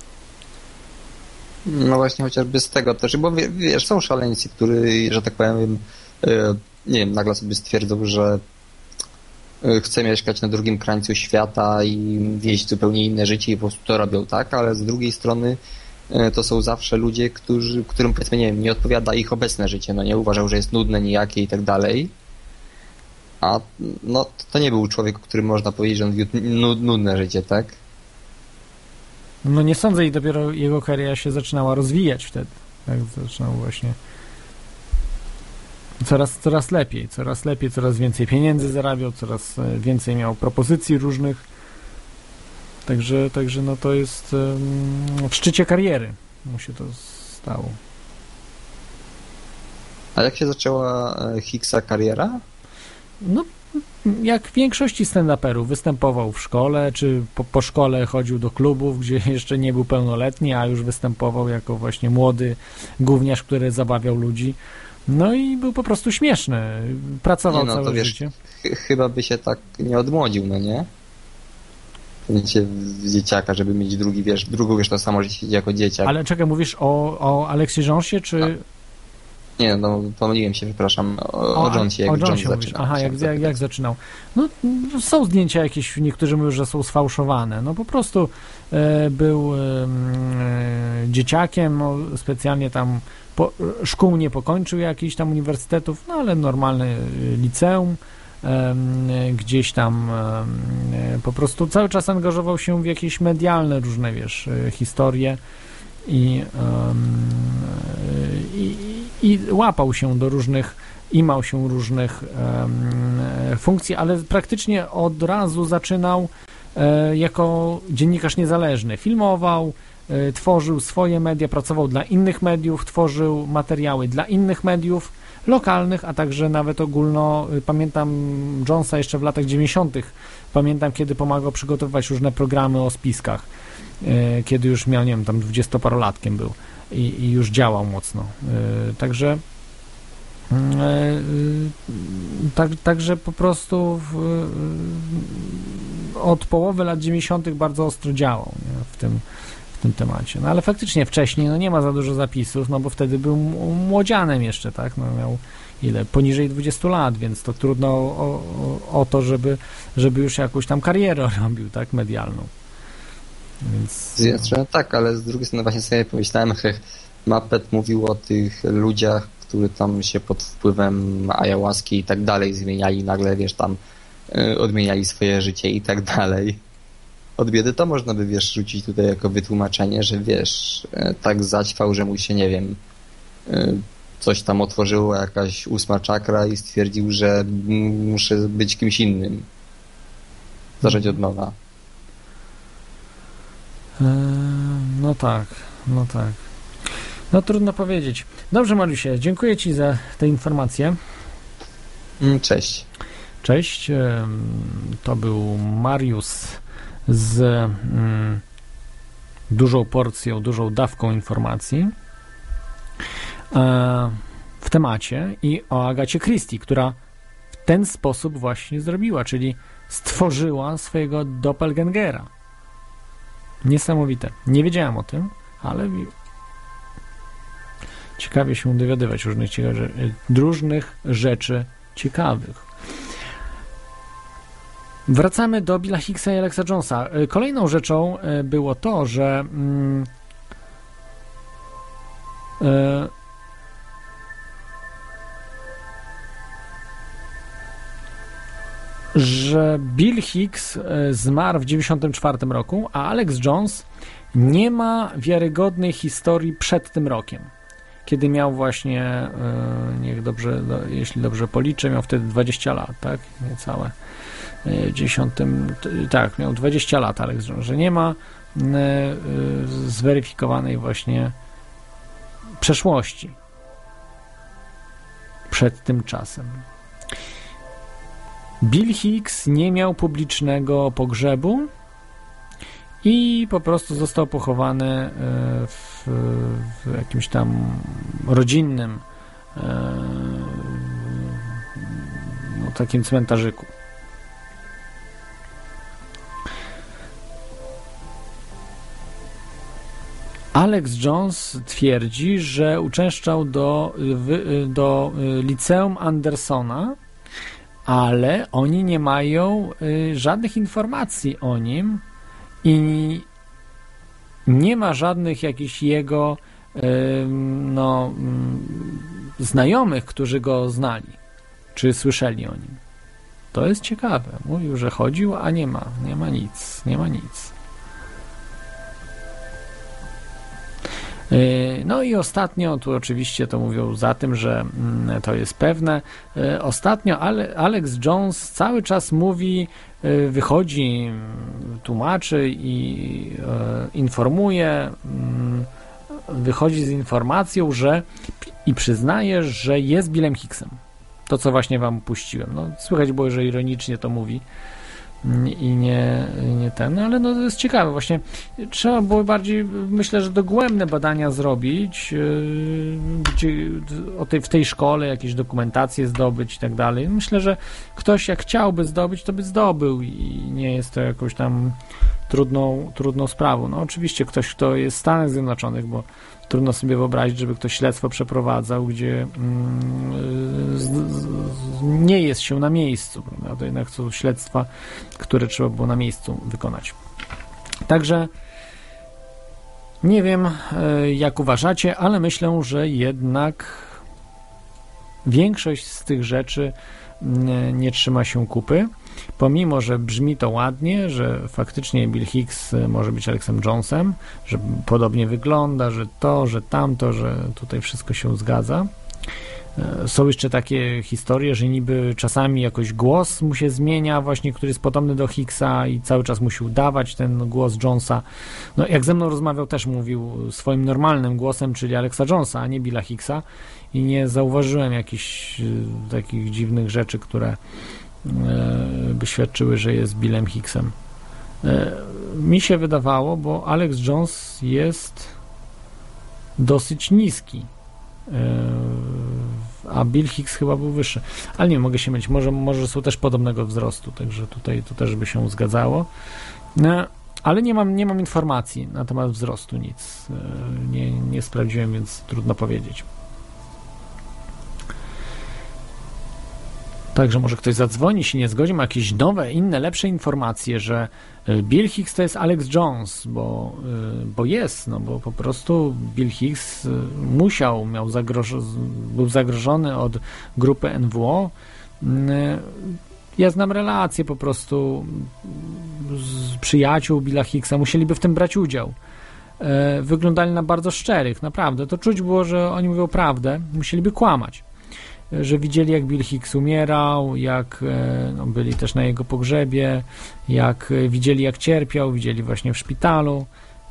No właśnie, chociażby z tego też, bo wiesz, są szaleńcy, którzy, że tak powiem, nie wiem, nagle sobie stwierdzą, że chce mieszkać na drugim krańcu świata i wieść zupełnie inne życie i po prostu to robią, tak? Ale z drugiej strony to są zawsze ludzie, którym, powiedzmy, nie wiem, nie odpowiada ich obecne życie, no nie uważał, że jest nudne, nijakie i tak dalej. A no to nie był człowiek, o którym można powiedzieć, że on wiódł nudne życie, tak? No nie sądzę, i dopiero jego kariera się zaczynała rozwijać wtedy. Tak, zaczynał właśnie coraz lepiej, coraz więcej pieniędzy zarabiał, coraz więcej miał propozycji różnych. Także no to jest w szczycie kariery mu się to stało. A jak się zaczęła Hicksa kariera? No jak w większości stand-uperów występował w szkole, czy po szkole chodził do klubów, gdzie jeszcze nie był pełnoletni, a już występował jako właśnie młody gówniarz, który zabawiał ludzi. No i był po prostu śmieszny. Pracował całe życie. Chyba by się tak nie odmłodził, no nie? Wiecie, dzieciaka, żeby mieć drugą to samo życie jako dzieciak. Ale czekaj, mówisz o Aleksie Jonesie, czy... No. Nie, no pomyliłem się, przepraszam. O Jonesie, jak Jones zaczynał. Aha, jak zaczynał. No, są zdjęcia jakieś, niektórzy mówią, że są sfałszowane. No po prostu był dzieciakiem, specjalnie tam szkół nie pokończył jakichś tam uniwersytetów, no ale normalne liceum. Gdzieś tam po prostu cały czas angażował się w jakieś medialne różne, historie i łapał się do różnych, imał się różnych funkcji, ale praktycznie od razu zaczynał jako dziennikarz niezależny. Filmował, tworzył swoje media, pracował dla innych mediów, tworzył materiały dla innych mediów lokalnych, a także nawet ogólno. Pamiętam Jonesa jeszcze w latach 90. Pamiętam, kiedy pomagał przygotowywać różne programy o spiskach, kiedy już miał, nie wiem, tam 20-parolatkiem był i już działał mocno. Także po prostu od połowy lat 90. bardzo ostro działał, nie, w tym temacie. No ale faktycznie wcześniej nie ma za dużo zapisów, no bo wtedy był młodzianem jeszcze, tak? No miał poniżej 20 lat, więc to trudno o to, żeby już jakąś tam karierę robił, tak? Medialną. Więc... Tak, ale z drugiej strony właśnie sobie pomyślałem, że Muppet mówił o tych ludziach, którzy tam się pod wpływem ayahuaski i tak dalej zmieniali, nagle, tam odmieniali swoje życie i tak dalej. Od biedy to można by, rzucić tutaj jako wytłumaczenie, że tak zaćwał, że mu się, nie wiem, coś tam otworzyło, jakaś 8. czakra i stwierdził, że muszę być kimś innym. Zacząć od nowa. No tak. No trudno powiedzieć. Dobrze, Mariusie, dziękuję Ci za te informacje. Cześć. Cześć. To był Mariusz z dużą porcją, dużą dawką informacji w temacie i o Agacie Christie, która w ten sposób właśnie zrobiła, czyli stworzyła swojego doppelgangera. Niesamowite. Nie wiedziałem o tym, ale ciekawie się dowiadywać różnych rzeczy ciekawych. Wracamy do Billa Hicksa i Alexa Jonesa. Kolejną rzeczą było to, że Bill Hicks zmarł w 1994 roku, a Alex Jones nie ma wiarygodnej historii przed tym rokiem, kiedy miał właśnie, jeśli dobrze policzę, miał wtedy 20 lat, tak? Niecałe. Miał 20 lat Alex Jones, że nie ma zweryfikowanej właśnie przeszłości przed tym czasem. Bill Hicks nie miał publicznego pogrzebu i po prostu został pochowany w jakimś tam rodzinnym takim cmentarzyku. Alex Jones twierdzi, że uczęszczał do liceum Andersona, ale oni nie mają żadnych informacji o nim i nie ma żadnych jakichś jego znajomych, którzy go znali, czy słyszeli o nim. To jest ciekawe. Mówił, że chodził, a nie ma nic. No i ostatnio, tu oczywiście to mówią za tym, że to jest pewne, ostatnio Alex Jones cały czas mówi, wychodzi, tłumaczy i informuje, wychodzi z informacją, że i przyznaje, że jest Billem Hicksem. To, co właśnie wam puściłem. No, słychać było, że ironicznie to mówi i nie ten, ale no to jest ciekawe. Właśnie trzeba było bardziej, myślę, że dogłębne badania zrobić, w tej szkole jakieś dokumentacje zdobyć i tak dalej. Myślę, że ktoś jak chciałby zdobyć, to by zdobył i nie jest to jakąś tam trudną sprawą. No oczywiście ktoś, kto jest w Stanach Zjednoczonych, bo trudno sobie wyobrazić, żeby ktoś śledztwo przeprowadzał, gdzie nie jest się na miejscu. Prawda? To jednak są śledztwa, które trzeba było na miejscu wykonać. Także nie wiem, jak uważacie, ale myślę, że jednak większość z tych rzeczy nie trzyma się kupy. Pomimo, że brzmi to ładnie, że faktycznie Bill Hicks może być Alexem Jonesem, że podobnie wygląda, że to, że tamto, że tutaj wszystko się zgadza. Są jeszcze takie historie, że niby czasami jakoś głos mu się zmienia, właśnie, który jest podobny do Hicksa i cały czas musi udawać ten głos Jonesa. No, jak ze mną rozmawiał, też mówił swoim normalnym głosem, czyli Alexa Jonesa, a nie Billa Hicksa, i nie zauważyłem jakichś takich dziwnych rzeczy, które by świadczyły, że jest Billem Hicksem. Mi się wydawało, bo Alex Jones jest dosyć niski, a Bill Hicks chyba był wyższy, ale nie mogę się mylić, może są też podobnego wzrostu, także tutaj to też by się zgadzało, ale nie mam informacji na temat wzrostu, nic nie sprawdziłem, więc trudno powiedzieć. Także może ktoś zadzwoni, się nie zgodzi, ma jakieś nowe, inne, lepsze informacje, że Bill Hicks to jest Alex Jones, bo jest, no bo po prostu Bill Hicks był zagrożony od grupy NWO. Ja znam relacje po prostu z przyjaciół Billa Hicksa, musieliby w tym brać udział. Wyglądali na bardzo szczerych, naprawdę. To czuć było, że oni mówią prawdę, musieliby kłamać. Że widzieli, jak Bill Hicks umierał, jak byli też na jego pogrzebie, jak widzieli, jak cierpiał, widzieli właśnie w szpitalu,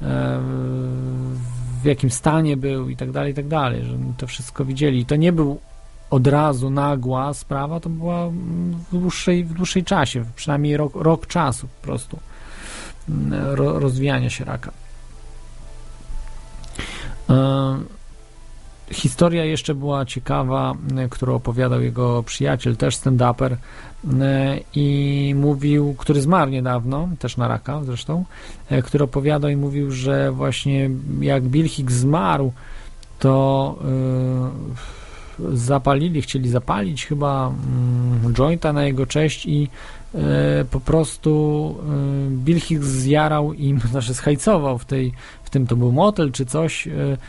w jakim stanie był i tak dalej, że to wszystko widzieli. I to nie był od razu nagła sprawa, to była w dłuższej czasie, przynajmniej rok czasu po prostu rozwijania się raka. Historia jeszcze była ciekawa, którą opowiadał jego przyjaciel, też stand-uper, i mówił, który zmarł niedawno, też na raka zresztą, który opowiadał i mówił, że właśnie jak Bill Hicks zmarł, to chcieli zapalić chyba jointa na jego cześć i po prostu Bill Hicks zjarał im, znaczy zhajcował w tym to był motel czy coś,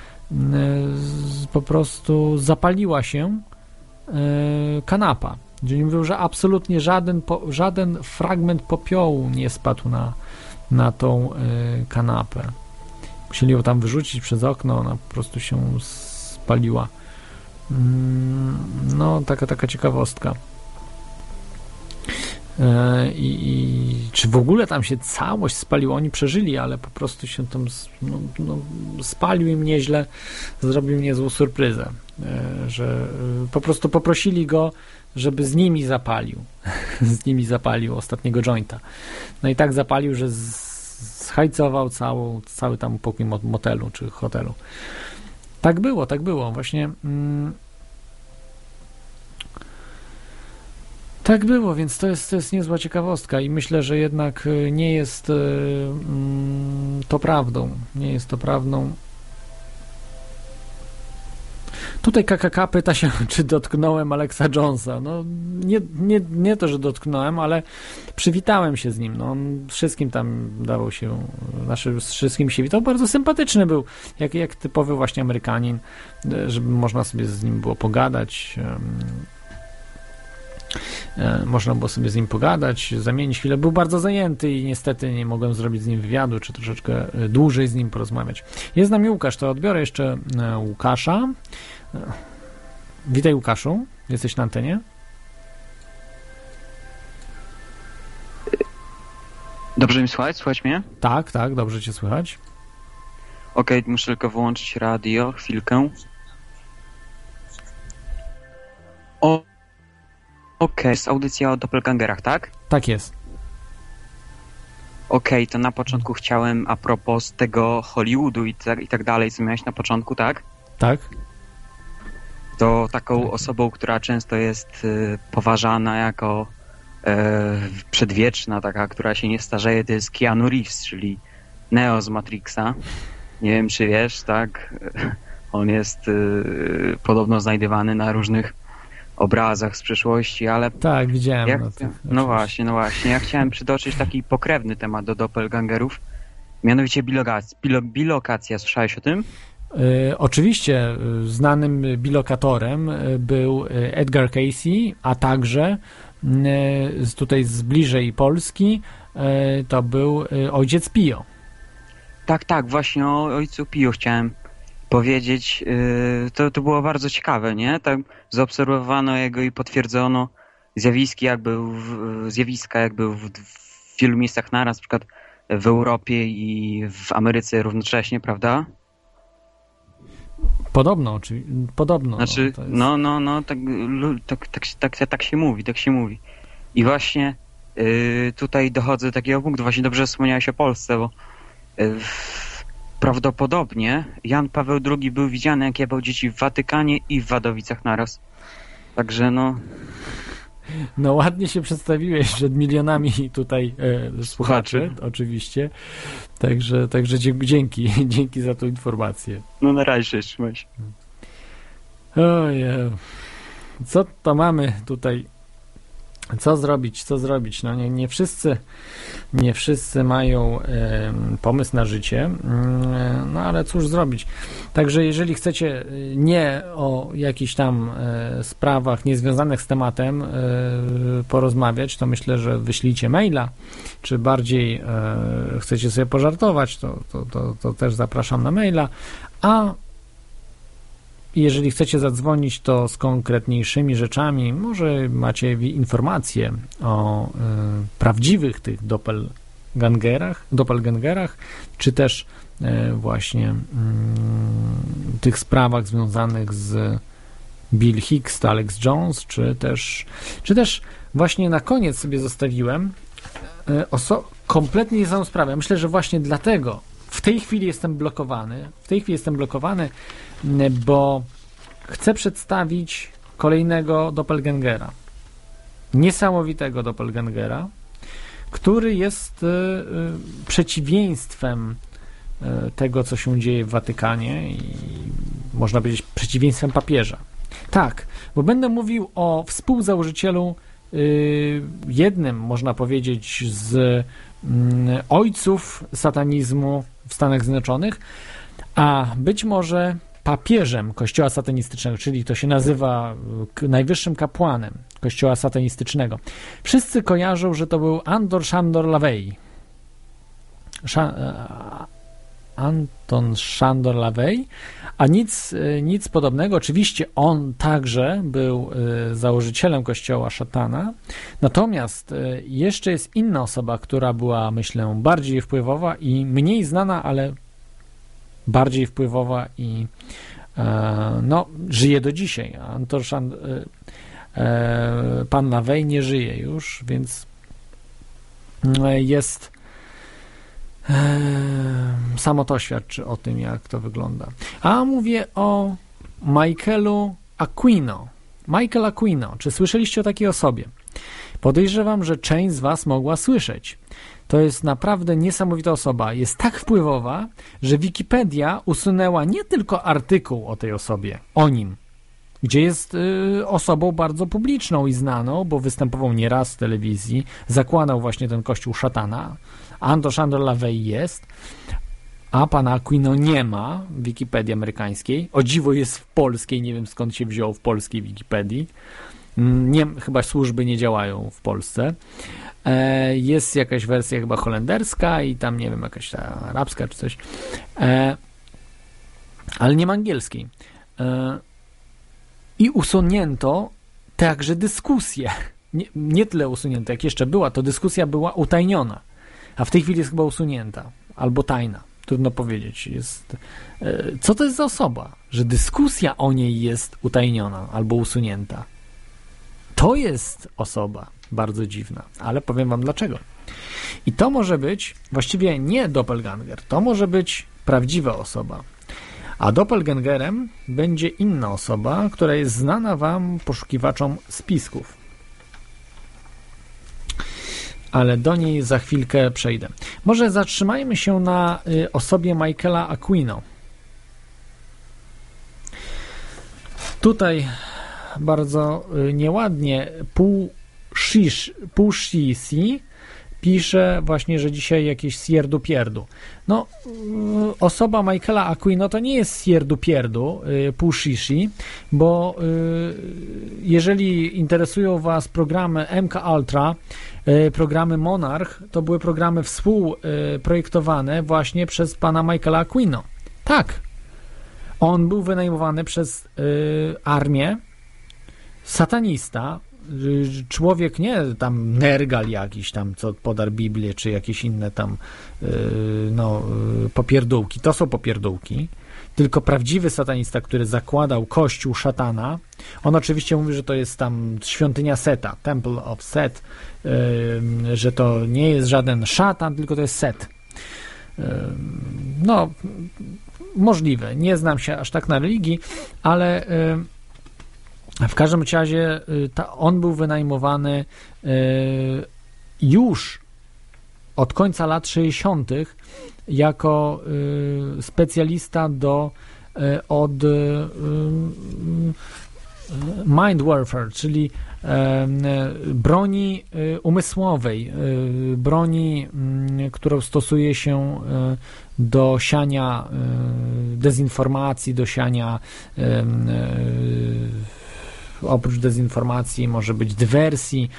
po prostu zapaliła się kanapa. Oni mówią, że absolutnie żaden fragment popiołu nie spadł na tą kanapę. Musieli ją tam wyrzucić przez okno, ona po prostu się spaliła. No, taka ciekawostka. I czy w ogóle tam się całość spaliła? Oni przeżyli, ale po prostu się tam spalił im nieźle, zrobił niezłą surpryzę, że po prostu poprosili go, żeby z nimi zapalił ostatniego jointa. No i tak zapalił, że zhajcował cały tam pokój motelu czy hotelu. Tak było. Właśnie tak było, więc to jest niezła ciekawostka i myślę, że jednak nie jest to prawdą. Nie jest to prawdą. Tutaj KKK pyta się, czy dotknąłem Alexa Jonesa. No, nie to, że dotknąłem, ale przywitałem się z nim. No, on wszystkim tam dawał się, z wszystkim się witał. Bardzo sympatyczny był, jak typowy właśnie Amerykanin, żeby można sobie z nim było pogadać. Można było sobie z nim pogadać, zamienić chwilę. Był bardzo zajęty i niestety nie mogłem zrobić z nim wywiadu, czy troszeczkę dłużej z nim porozmawiać. Jest z nami Łukasz, to odbiorę jeszcze Łukasza. Witaj, Łukaszu. Jesteś na antenie? Dobrze mi słychać? Słychać mnie? Tak, dobrze cię słychać. Okej, muszę tylko wyłączyć radio, chwilkę. Okej, jest audycja o doppelgangerach, tak? Tak jest. Okej, to na początku chciałem a propos tego Hollywoodu i tak dalej, co miałeś na początku, tak? Tak. To taką osobą, która często jest poważana jako przedwieczna, taka, która się nie starzeje, to jest Keanu Reeves, czyli Neo z Matrixa. Nie wiem, czy wiesz, tak? On jest podobno znajdywany na różnych obrazach z przeszłości, ale... Tak, widziałem. No właśnie. Ja chciałem przytoczyć taki pokrewny temat do doppelgangerów, mianowicie bilokacja. Słyszałeś o tym? Oczywiście znanym bilokatorem był Edgar Casey, a także tutaj z bliżej Polski to był ojciec Pio. Tak, właśnie o ojcu Pio chciałem powiedzieć. To było bardzo ciekawe, nie? Tak zaobserwowano jego i potwierdzono zjawiska, jak był w wielu miejscach naraz, na przykład w Europie i w Ameryce równocześnie, prawda? Podobno, oczywiście. Podobno. Znaczy, tak się mówi. I właśnie tutaj dochodzę do takiego punktu, właśnie dobrze wspomniałeś o Polsce, bo prawdopodobnie Jan Paweł II był widziany, jak jebał dzieci w Watykanie i w Wadowicach naraz. Także No ładnie się przedstawiłeś przed milionami tutaj słuchaczy, oczywiście. Także dzięki za tą informację. No na razie, trzymaj się. Ojej. Co to mamy tutaj? Co zrobić? No nie wszyscy mają pomysł na życie, no ale cóż zrobić. Także jeżeli chcecie nie o jakichś tam sprawach niezwiązanych z tematem porozmawiać, to myślę, że wyślijcie maila, czy bardziej chcecie sobie pożartować, to też zapraszam na maila, a jeżeli chcecie zadzwonić, to z konkretniejszymi rzeczami, może macie informacje o prawdziwych tych doppelgangerach, czy też właśnie tych sprawach związanych z Bill Hicks, Alex Jones, czy też właśnie na koniec sobie zostawiłem kompletnie nie samą sprawę. Myślę, że właśnie dlatego w tej chwili jestem blokowany, bo chcę przedstawić kolejnego doppelgangera. Niesamowitego doppelgangera, który jest przeciwieństwem tego, co się dzieje w Watykanie i można powiedzieć przeciwieństwem papieża. Tak, bo będę mówił o współzałożycielu, jednym, można powiedzieć, z ojców satanizmu w Stanach Zjednoczonych, a być może papieżem Kościoła satanistycznego, czyli to się nazywa najwyższym kapłanem Kościoła satanistycznego. Wszyscy kojarzą, że to był Anton LaVey. Anton Szandor LaVey, a nic podobnego. Oczywiście on także był założycielem Kościoła Szatana, natomiast jeszcze jest inna osoba, która była, myślę, bardziej wpływowa i mniej znana, ale bardziej wpływowa i żyje do dzisiaj. Pan LaVey nie żyje już, więc jest samo to świadczy o tym, jak to wygląda. A mówię o Michaelu Aquino. Michael Aquino. Czy słyszeliście o takiej osobie? Podejrzewam, że część z was mogła słyszeć. To jest naprawdę niesamowita osoba. Jest tak wpływowa, że Wikipedia usunęła nie tylko artykuł o tej osobie, o nim, gdzie jest osobą bardzo publiczną i znaną, bo występował nieraz w telewizji, zakładał właśnie ten kościół szatana. Anton Szandor LaVey jest, a pana Aquino nie ma w Wikipedii amerykańskiej. O dziwo jest w polskiej, nie wiem skąd się wziął w polskiej Wikipedii. Chyba służby nie działają w Polsce. Jest jakaś wersja chyba holenderska i tam, nie wiem, jakaś ta arabska czy coś. Ale nie ma angielskiej. I usunięto także dyskusję. Nie tyle usunięto, jak jeszcze była, to dyskusja była utajniona. A w tej chwili jest chyba usunięta. Albo tajna. Trudno powiedzieć. Co to jest za osoba? Że dyskusja o niej jest utajniona albo usunięta. To jest osoba bardzo dziwna, ale powiem wam dlaczego. I to może być właściwie nie doppelganger, to może być prawdziwa osoba. A doppelgangerem będzie inna osoba, która jest znana wam, poszukiwaczom spisków. Ale do niej za chwilkę przejdę. Może zatrzymajmy się na osobie Michaela Aquino. Tutaj bardzo nieładnie Pouchisi pisze właśnie, że dzisiaj jakieś sierdu-pierdu. No, osoba Michaela Aquino to nie jest sierdu-pierdu, Pouchisi, bo jeżeli interesują was programy MK Ultra, programy Monarch, to były programy współprojektowane właśnie przez pana Michaela Aquino. Tak. On był wynajmowany przez armię, satanista, człowiek nie tam nergal jakiś tam, co podarł Biblię, czy jakieś inne tam popierdółki. To są popierdółki. Tylko prawdziwy satanista, który zakładał kościół szatana. On oczywiście mówi, że to jest tam świątynia Seta, Temple of Set, że to nie jest żaden szatan, tylko to jest Set. No, możliwe. Nie znam się aż tak na religii, ale w każdym razie on był wynajmowany już od końca lat 60. jako specjalista od mind warfare, czyli broni umysłowej, broni, którą stosuje się do siania dezinformacji, do siania oprócz dezinformacji może być dywersji,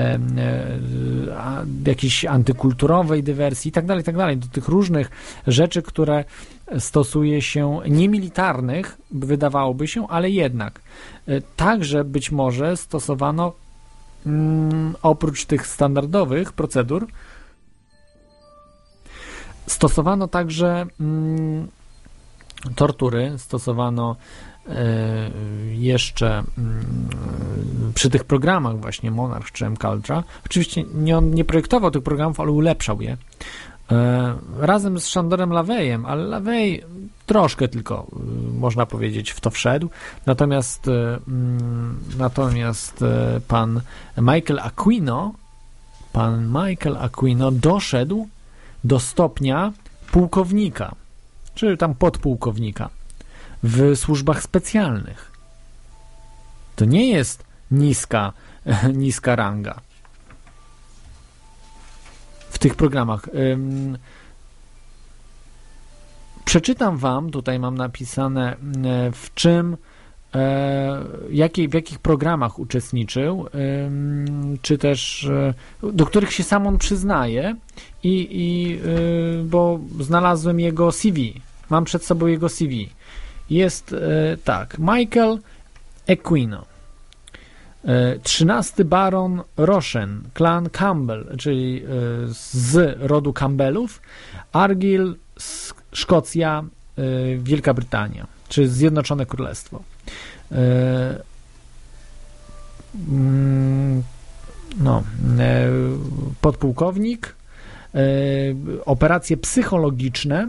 jakiejś antykulturowej dywersji i tak dalej, do tych różnych rzeczy, które stosuje się niemilitarnych, wydawałoby się, ale jednak. Także być może stosowano oprócz tych standardowych procedur, stosowano także tortury, stosowano jeszcze przy tych programach właśnie Monarch czy MK Ultra. Oczywiście on nie projektował tych programów, ale ulepszał je. Razem z Shandorem LaVeyem, ale LaVey troszkę tylko, można powiedzieć, w to wszedł. Natomiast pan Michael Aquino doszedł do stopnia pułkownika, czy tam podpułkownika w służbach specjalnych. To nie jest niska ranga w tych programach. Przeczytam wam, tutaj mam napisane, w czym, w jakich programach uczestniczył, czy też do których się sam on przyznaje, bo znalazłem jego CV. Mam przed sobą jego CV. Jest tak, Michael Aquino, 13 baron Roshen, klan Campbell, czyli z rodu Campbellów, Argyll, Szkocja, Wielka Brytania, czy Zjednoczone Królestwo. Podpułkownik, operacje psychologiczne,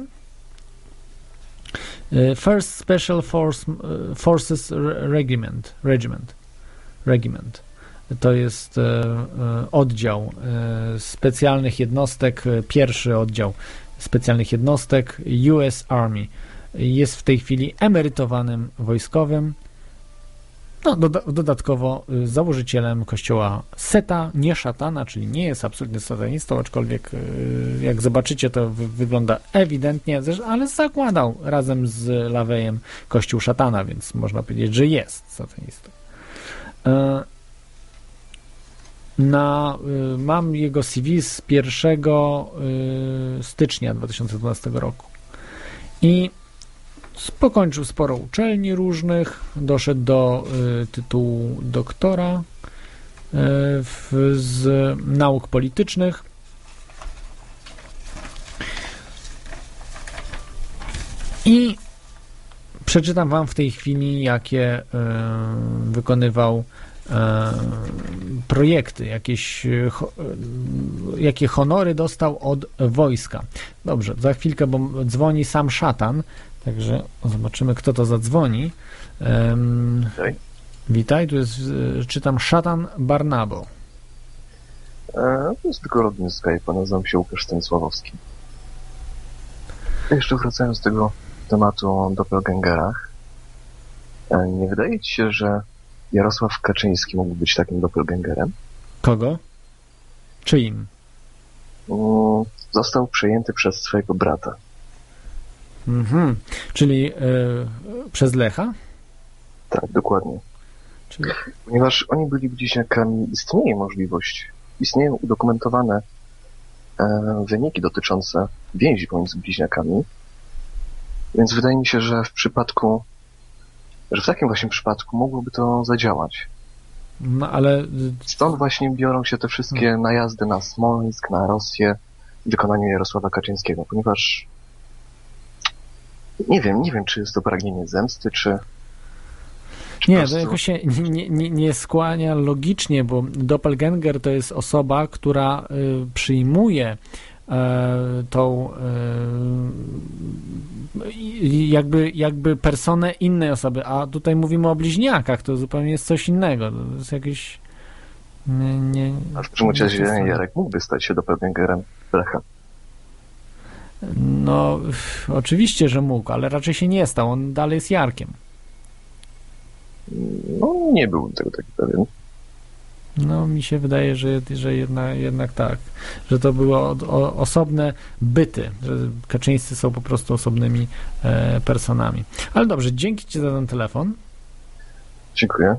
First Special Forces Regiment. To jest oddział specjalnych jednostek, pierwszy oddział specjalnych jednostek US Army. Jest w tej chwili emerytowanym wojskowym. No, dodatkowo założycielem kościoła Seta, nie szatana, czyli nie jest absolutnie satanistą, aczkolwiek jak zobaczycie, to wygląda ewidentnie, ale zakładał razem z LaVeyem kościół szatana, więc można powiedzieć, że jest satanistą. Mam jego CV z 1 stycznia 2012 roku i pokończył sporo uczelni różnych, doszedł do tytułu doktora z nauk politycznych. I przeczytam wam w tej chwili, jakie wykonywał projekty, jakie honory dostał od wojska. Dobrze, za chwilkę, bo dzwoni sam szatan, także zobaczymy, kto to zadzwoni. Witaj, tu jest, czytam, szatan Barnabo. To jest tylko login Skype'a, nazywam się Łukasz Stanisławowski. Jeszcze wracając do tego tematu o doppelgangerach, nie wydaje ci się, że Jarosław Kaczyński mógł być takim doppelgangerem? Kogo? Czyim? Został przejęty przez swojego brata. Czyli przez Lecha? Tak, dokładnie. Czyli... Ponieważ oni byli bliźniakami, istnieją udokumentowane wyniki dotyczące więzi pomiędzy bliźniakami, więc wydaje mi się, że w takim właśnie przypadku mogłoby to zadziałać. No ale... Stąd właśnie biorą się te wszystkie najazdy na Smoleńsk, na Rosję w wykonaniu Jarosława Kaczyńskiego, ponieważ nie wiem, czy jest to pragnienie zemsty, czy nie, prostu... to jakoś się nie skłania logicznie, bo doppelganger to jest osoba, która przyjmuje tą jakby personę innej osoby, a tutaj mówimy o bliźniakach, to zupełnie jest coś innego, to jest jakieś A w czym razie Jarek mógłby stać się doppelgangerem Lecha? No, oczywiście, że mógł, ale raczej się nie stał, on dalej jest Jarkiem. No, nie byłbym tego taki pewien. No, mi się wydaje, że jednak tak, że to były osobne byty, że Kaczyńscy są po prostu osobnymi personami. Ale dobrze, dzięki ci za ten telefon. Dziękuję.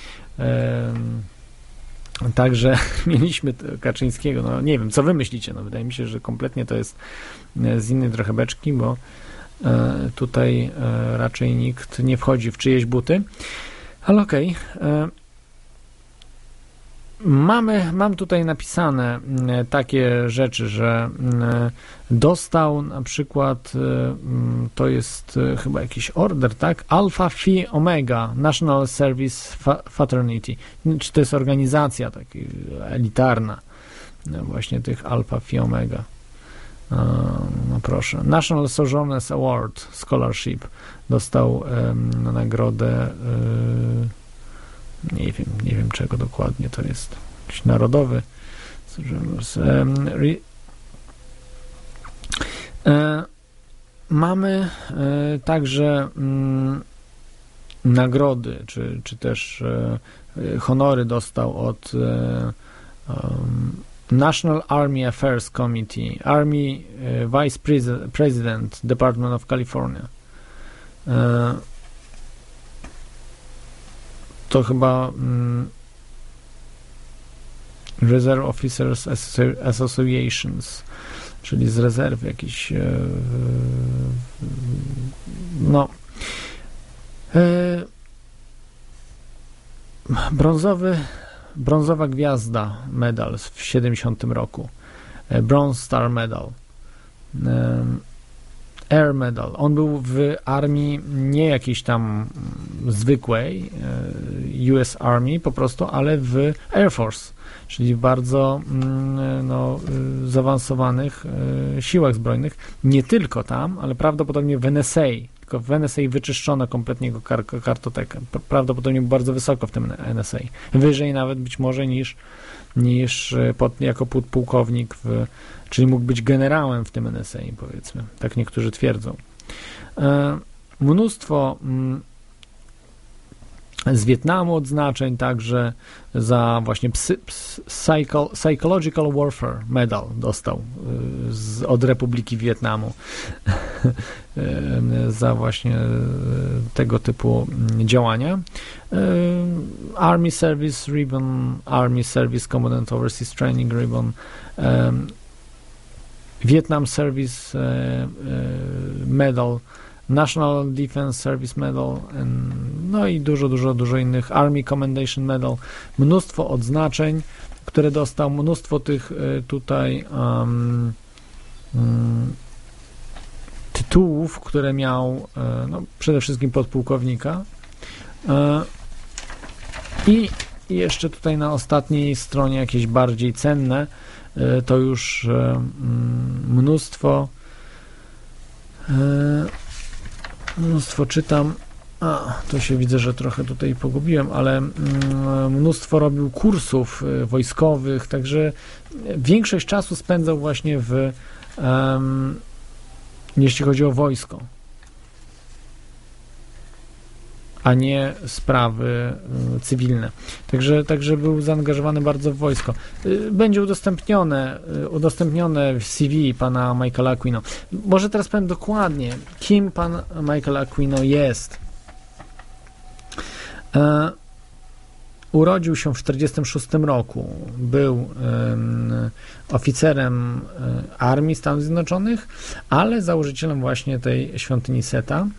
Także mieliśmy Kaczyńskiego, no nie wiem, co wy myślicie, no wydaje mi się, że kompletnie to jest z innej trochę beczki, bo tutaj raczej nikt nie wchodzi w czyjeś buty, ale okej. Mam tutaj napisane takie rzeczy, że dostał na przykład, to jest chyba jakiś order, tak? Alpha Phi Omega, National Service Fraternity. Czy to jest organizacja taka elitarna właśnie tych Alpha Phi Omega? No proszę. National Sojourners Award Scholarship dostał nagrodę, nie wiem czego dokładnie to jest. Jakiś narodowy. Mamy także nagrody, czy też honory dostał od National Army Affairs Committee, Army Vice President, Department of California. To chyba Reserve Officers Associations, czyli z rezerw jakiś brązowa gwiazda medal w 70 roku. Bronze Star Medal. Air Medal. On był w armii nie jakiejś tam zwykłej US Army po prostu, ale w Air Force, czyli w bardzo zaawansowanych siłach zbrojnych. Nie tylko tam, ale prawdopodobnie w NSA. Tylko w NSA wyczyszczono kompletnie jego kartotekę. Prawdopodobnie bardzo wysoko w tym NSA. Wyżej nawet być może niż jako podpułkownik, czyli mógł być generałem w tym NSA, powiedzmy. Tak niektórzy twierdzą. Mnóstwo z Wietnamu odznaczeń, także za właśnie Psychological Warfare Medal dostał od Republiki Wietnamu za właśnie tego typu działania. Army Service Ribbon, Army Service Component Overseas Training Ribbon, Vietnam Service Medal, National Defense Service Medal, no i dużo innych, Army Commendation Medal, mnóstwo odznaczeń, które dostał, mnóstwo tych tutaj tytułów, które miał przede wszystkim podpułkownika i I jeszcze tutaj na ostatniej stronie jakieś bardziej cenne, to już mnóstwo czytam. To się widzę, że trochę tutaj pogubiłem, ale mnóstwo robił kursów wojskowych, także większość czasu spędzał właśnie jeśli chodzi o wojsko, a nie sprawy cywilne. Także był zaangażowany bardzo w wojsko. Będzie udostępnione w CV pana Michaela Aquino. Może teraz powiem dokładnie, kim pan Michael Aquino jest. Urodził się w 1946 roku. Był oficerem armii Stanów Zjednoczonych, ale założycielem właśnie tej świątyni Seta.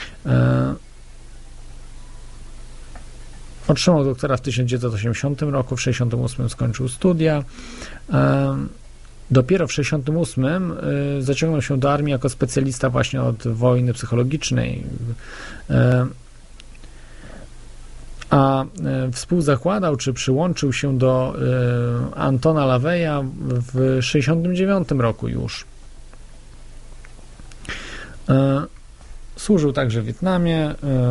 Otrzymał doktora w 1980 roku, w 1968 skończył studia. Dopiero w 1968 zaciągnął się do armii jako specjalista właśnie od wojny psychologicznej. A współzakładał, czy przyłączył się do Antona LaVeya w 1969 roku już. Służył także w Wietnamie.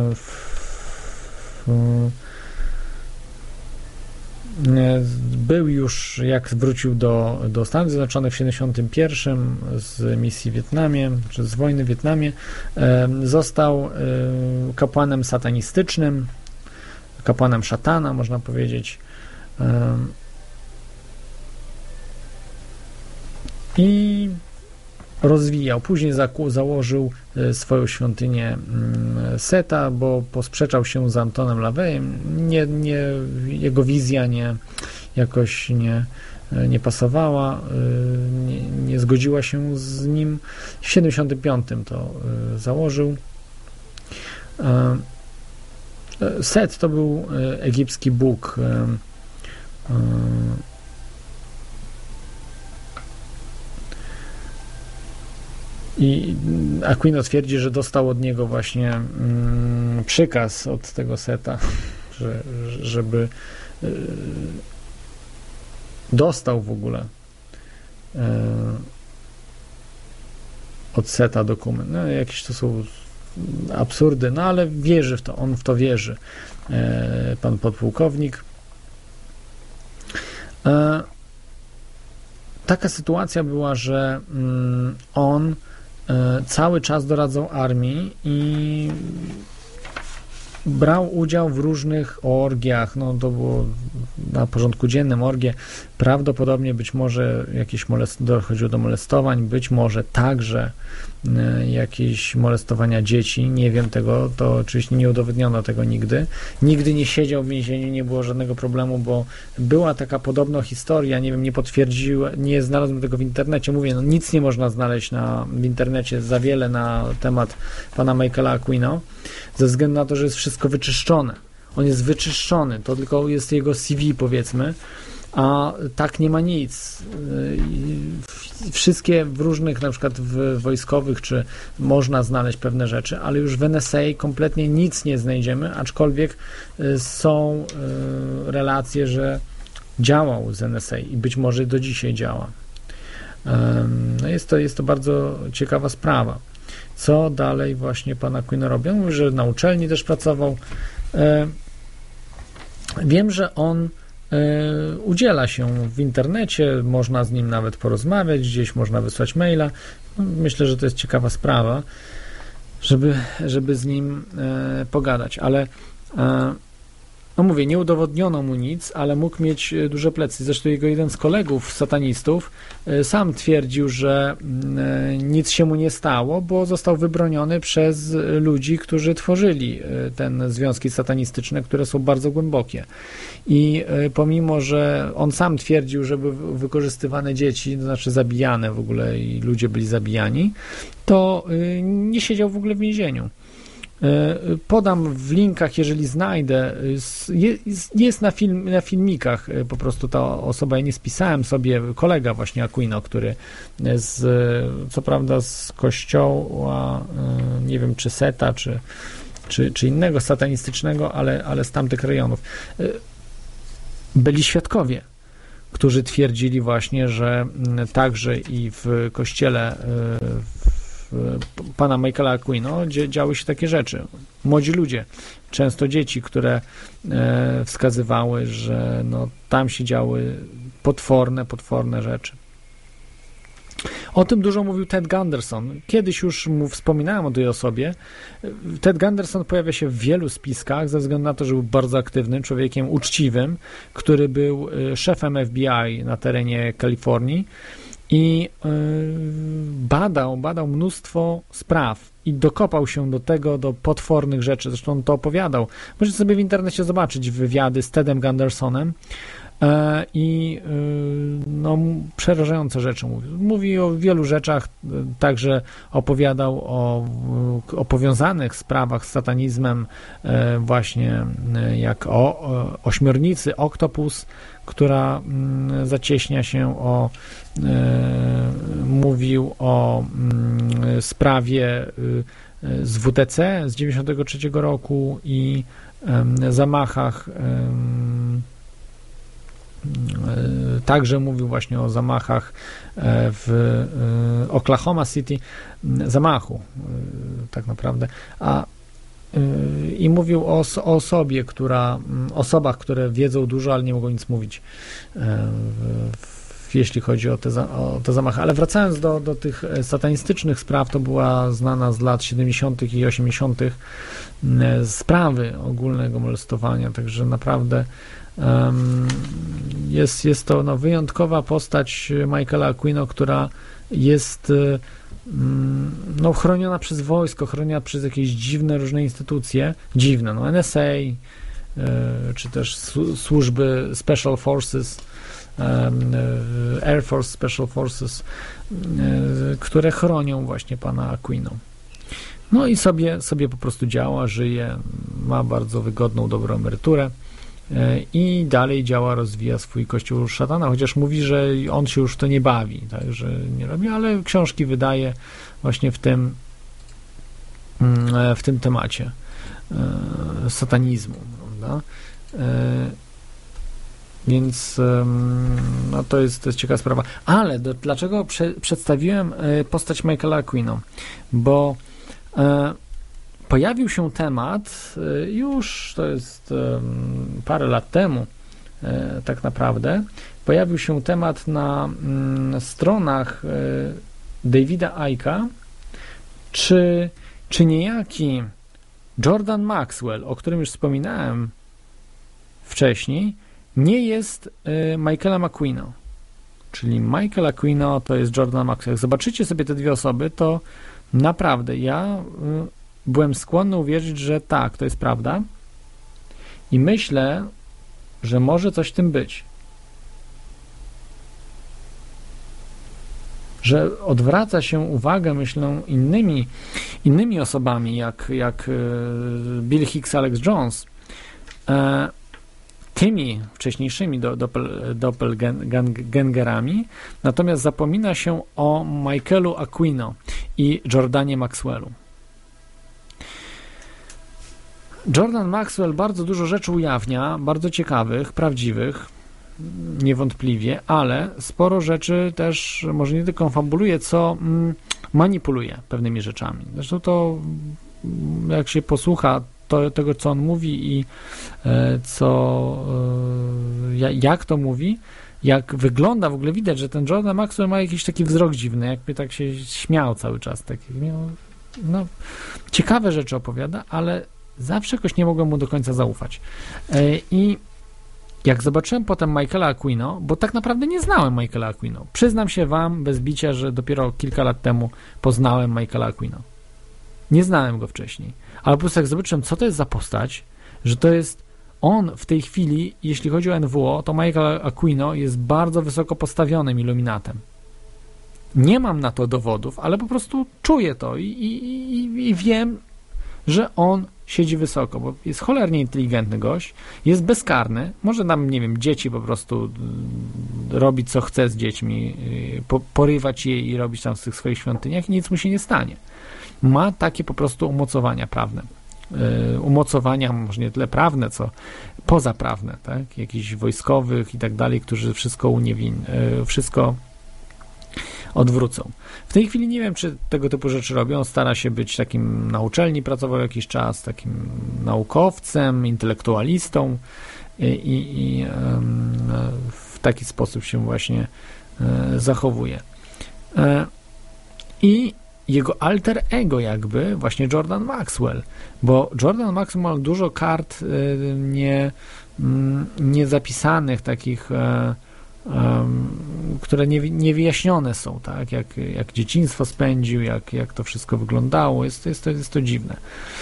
Był już, jak wrócił do Stanów Zjednoczonych w 1971 z misji w Wietnamie, czy z wojny w Wietnamie. Został kapłanem satanistycznym, kapłanem szatana, można powiedzieć. I rozwijał. Później założył swoją świątynię Seta, bo posprzeczał się z Antonem LaVeyem. Jego wizja jakoś nie pasowała, nie zgodziła się z nim. W 1975 to założył. Set to był egipski bóg. I Aquino twierdzi, że dostał od niego właśnie przykaz od tego Seta, żeby dostał w ogóle od Seta dokument. No, jakieś to są absurdy, no ale wierzy w to, on w to wierzy, pan podpułkownik. Taka sytuacja była, że on cały czas doradzał armii i brał udział w różnych orgiach, no to było na porządku dziennym orgie, prawdopodobnie być może dochodziło do molestowań, być może także jakieś molestowania dzieci, nie wiem tego, to oczywiście nie udowodniono tego nigdy. Nigdy nie siedział w więzieniu, nie było żadnego problemu, bo była taka podobna historia, nie wiem, nie potwierdziłem, nie znalazłem tego w internecie, mówię, no nic nie można znaleźć w internecie za wiele na temat pana Michaela Aquino, ze względu na to, że jest wszystko wyczyszczone. On jest wyczyszczony, to tylko jest jego CV, powiedzmy, a tak nie ma nic. Wszystkie w różnych, na przykład w wojskowych, czy można znaleźć pewne rzeczy, ale już w NSA kompletnie nic nie znajdziemy, aczkolwiek są relacje, że działał z NSA i być może do dzisiaj działa. No jest to bardzo ciekawa sprawa. Co dalej właśnie pan Aquino robi? On mówi, że na uczelni też pracował. Wiem, że on udziela się w internecie, można z nim nawet porozmawiać, gdzieś można wysłać maila. No, myślę, że to jest ciekawa sprawa, żeby z nim pogadać, ale no mówię, nie udowodniono mu nic, ale mógł mieć duże plecy. Zresztą jego jeden z kolegów satanistów sam twierdził, że nic się mu nie stało, bo został wybroniony przez ludzi, którzy tworzyli te związki satanistyczne, które są bardzo głębokie. I pomimo, że on sam twierdził, że były wykorzystywane dzieci, to znaczy zabijane w ogóle i ludzie byli zabijani, to nie siedział w ogóle w więzieniu. Podam w linkach, jeżeli znajdę, jest na filmikach po prostu ta osoba, ja nie spisałem sobie, kolega właśnie Aquino, który co prawda z kościoła, nie wiem czy Seta, czy innego satanistycznego, ale z tamtych rejonów. byli świadkowie, którzy twierdzili właśnie, że także i w kościele pana Michaela Aquino działy się takie rzeczy. Młodzi ludzie, często dzieci, które wskazywały, że no, tam się działy potworne rzeczy. O tym dużo mówił Ted Gunderson. Kiedyś już mu wspominałem o tej osobie. Ted Gunderson pojawia się w wielu spiskach ze względu na to, że był bardzo aktywnym człowiekiem, uczciwym, który był szefem FBI na terenie Kalifornii i badał mnóstwo spraw i dokopał się do potwornych rzeczy. Zresztą on to opowiadał. Możecie sobie w internecie zobaczyć wywiady z Tedem Gundersonem i no, przerażające rzeczy mówi. Mówi o wielu rzeczach, także opowiadał o powiązanych sprawach z satanizmem, właśnie jak o ośmiornicy, Octopus, która zacieśnia się mówił o sprawie z WTC z 93 roku i zamachach. Także mówił właśnie o zamachach w Oklahoma City, zamachu tak naprawdę, i mówił o osobach, które wiedzą dużo, ale nie mogą nic mówić, jeśli chodzi o te zamachy. Ale wracając do tych satanistycznych spraw, to była znana z lat 70. i 80. sprawy ogólnego molestowania, także naprawdę jest to no, wyjątkowa postać Michaela Aquino, która jest no, chroniona przez wojsko, chroniona przez jakieś dziwne różne instytucje, no NSA, czy też służby Special Forces, Air Force Special Forces, które chronią właśnie pana Aquino. No i sobie po prostu działa, żyje, ma bardzo wygodną, dobrą emeryturę i dalej działa, rozwija swój kościół szatana, chociaż mówi, że on się już w to nie bawi, tak, że nie robi, ale książki wydaje właśnie w tym temacie satanizmu, prawda? Więc no to jest ciekawa sprawa. Ale dlaczego przedstawiłem postać Michaela Aquino? Bo pojawił się temat, już to jest parę lat temu tak naprawdę, pojawił się temat na stronach Davida Icke'a, czy niejaki Jordan Maxwell, o którym już wspominałem wcześniej, nie jest Michaelem Aquino. Czyli Michael Aquino to jest Jordan Maxwell. Jak zobaczycie sobie te dwie osoby, to naprawdę ja byłem skłonny uwierzyć, że tak, to jest prawda i myślę, że może coś w tym być. Że odwraca się uwagę, myślę, innymi osobami, jak Bill Hicks, Alex Jones, tymi wcześniejszymi doppelgangerami, natomiast zapomina się o Michaelu Aquino i Jordanie Maxwellu. Jordan Maxwell bardzo dużo rzeczy ujawnia, bardzo ciekawych, prawdziwych, niewątpliwie, ale sporo rzeczy też może nie tylko fabuluje, co manipuluje pewnymi rzeczami. Zresztą to, jak się posłucha tego, co on mówi i jak to mówi, jak wygląda, w ogóle widać, że ten Jordan Maxwell ma jakiś taki wzrok dziwny, jakby tak się śmiał cały czas. No, ciekawe rzeczy opowiada, ale zawsze jakoś nie mogłem mu do końca zaufać. I jak zobaczyłem potem Michaela Aquino, bo tak naprawdę nie znałem Michaela Aquino. Przyznam się wam bez bicia, że dopiero kilka lat temu poznałem Michaela Aquino. Nie znałem go wcześniej. Ale po prostu jak zobaczyłem, co to jest za postać, że to jest on w tej chwili, jeśli chodzi o NWO, to Michael Aquino jest bardzo wysoko postawionym iluminatem. Nie mam na to dowodów, ale po prostu czuję to i wiem, że on siedzi wysoko, bo jest cholernie inteligentny gość, jest bezkarny, może nam, nie wiem, dzieci po prostu robić co chce z dziećmi, porywać je i robić tam w tych swoich świątyniach i nic mu się nie stanie. Ma takie po prostu umocowania prawne. umocowania, może nie tyle prawne, co pozaprawne, tak? Jakichś wojskowych i tak dalej, którzy wszystko odwrócą. W tej chwili nie wiem, czy tego typu rzeczy robią. Stara się być takim na uczelni, pracował jakiś czas, takim naukowcem, intelektualistą i w taki sposób się właśnie zachowuje. I jego alter ego jakby, właśnie Jordan Maxwell, bo Jordan Maxwell ma dużo kart niezapisanych, takich, które niewyjaśnione są, tak, jak dzieciństwo spędził, jak to wszystko wyglądało, jest to dziwne.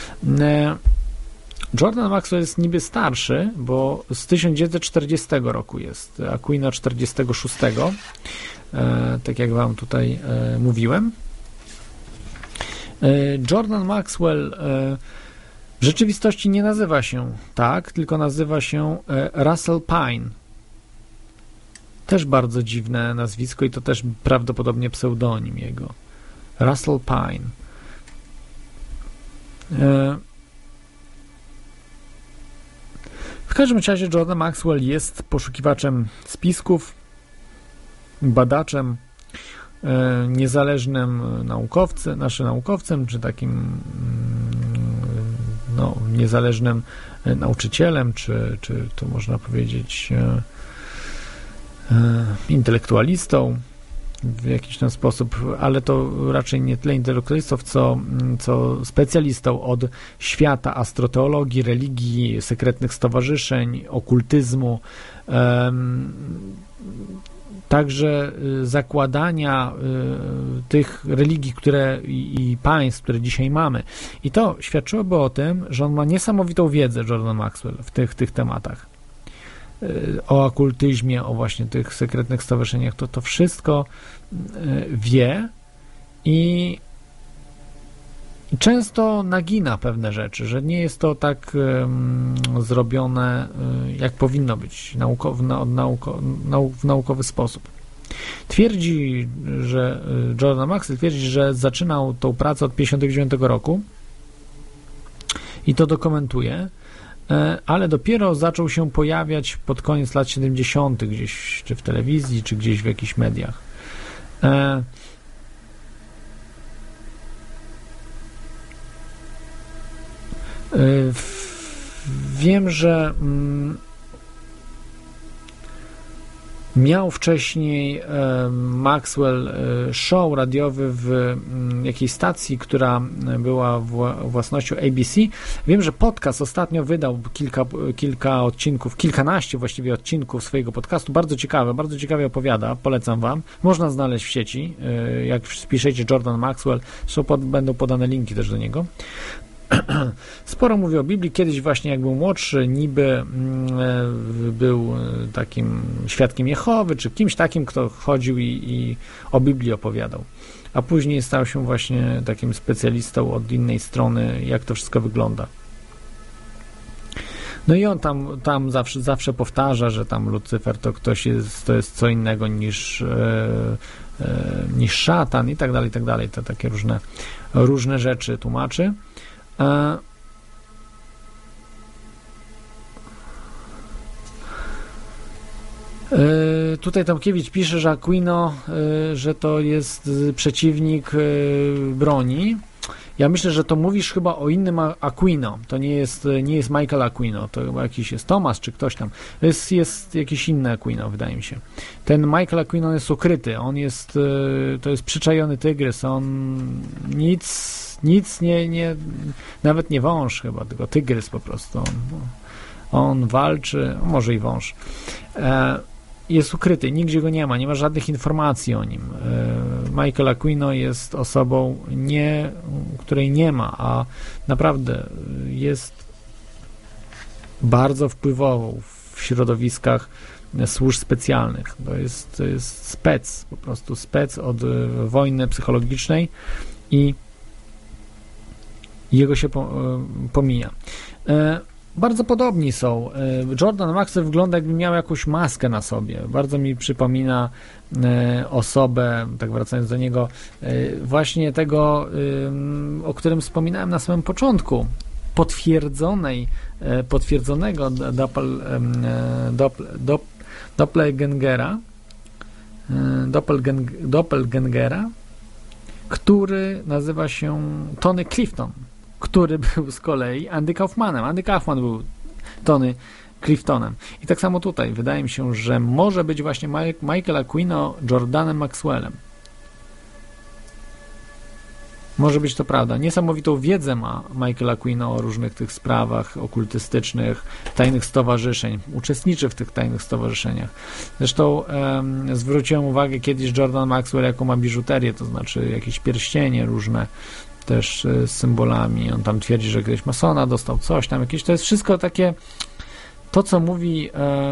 Jordan Maxwell jest niby starszy, bo z 1940 roku jest, Aquino 46, tak jak wam tutaj mówiłem. Jordan Maxwell w rzeczywistości nie nazywa się tak, tylko nazywa się Russell Pine. Też bardzo dziwne nazwisko i to też prawdopodobnie pseudonim jego. Russell Pine. W każdym razie Jordan Maxwell jest poszukiwaczem spisków, badaczem, niezależnym naukowcem, czy takim niezależnym nauczycielem, czy to można powiedzieć intelektualistą w jakiś ten sposób, ale to raczej nie tyle intelektualistą, co specjalistą od świata astroteologii, religii, sekretnych stowarzyszeń, okultyzmu, także zakładania tych religii, i państw, które dzisiaj mamy. I to świadczyłoby o tym, że on ma niesamowitą wiedzę, Jordan Maxwell, w tych tematach. O okultyzmie, o właśnie tych sekretnych stowarzyszeniach, to wszystko wie i często nagina pewne rzeczy, że nie jest to tak zrobione, jak powinno być w naukowy sposób. Twierdzi, że Jordan Maxwell twierdzi, że zaczynał tą pracę od 1959 roku i to dokumentuje, ale dopiero zaczął się pojawiać pod koniec lat 70. gdzieś, czy w telewizji, czy gdzieś w jakichś mediach. Wiem, że miał wcześniej Maxwell show radiowy w jakiejś stacji, która była własnością ABC. Wiem, że podcast ostatnio wydał kilka odcinków, kilkanaście właściwie odcinków swojego podcastu. Bardzo ciekawie opowiada, polecam wam. Można znaleźć w sieci, jak wpiszecie Jordan Maxwell, będą podane linki też do niego. Sporo mówi o Biblii. Kiedyś właśnie jak był młodszy, niby był takim świadkiem Jehowy, czy kimś takim, kto chodził i o Biblii opowiadał. A później stał się właśnie takim specjalistą od innej strony, jak to wszystko wygląda. No i on tam zawsze powtarza, że tam Lucyfer to jest co innego niż szatan i tak dalej. To takie różne rzeczy tłumaczy. Tutaj Tomkiewicz pisze, że Aquino, że to jest przeciwnik broni. Ja myślę, że to mówisz chyba o innym Aquino. To nie jest Michael Aquino, to chyba jakiś jest Thomas, czy ktoś tam. Jest jakiś inny Aquino, wydaje mi się. Ten Michael Aquino jest ukryty. To jest przyczajony tygrys. On nic nie nawet nie wąż chyba, tylko tygrys po prostu. On walczy, może i wąż. Jest ukryty, nigdzie go nie ma żadnych informacji o nim. Michael Aquino jest osobą, której nie ma, a naprawdę jest bardzo wpływową w środowiskach służb specjalnych. To jest spec, po prostu spec od wojny psychologicznej i jego się pomija. Bardzo podobni są. Jordan Maxwell wygląda, jakby miał jakąś maskę na sobie. Bardzo mi przypomina osobę, tak wracając do niego, właśnie tego, o którym wspominałem na samym początku, potwierdzonego doppelgangera, który nazywa się Tony Clifton, który był z kolei Andy Kaufmanem. Andy Kaufman był Tony Cliftonem. I tak samo tutaj. Wydaje mi się, że może być właśnie Michael Aquino Jordanem Maxwellem. Może być to prawda. Niesamowitą wiedzę ma Michael Aquino o różnych tych sprawach okultystycznych, tajnych stowarzyszeń. Uczestniczy w tych tajnych stowarzyszeniach. Zresztą zwróciłem uwagę kiedyś Jordan Maxwell, jaką ma biżuterię, to znaczy jakieś pierścienie różne, też z symbolami. On tam twierdzi, że kiedyś masona dostał coś tam, jakieś. To jest wszystko takie, to co mówi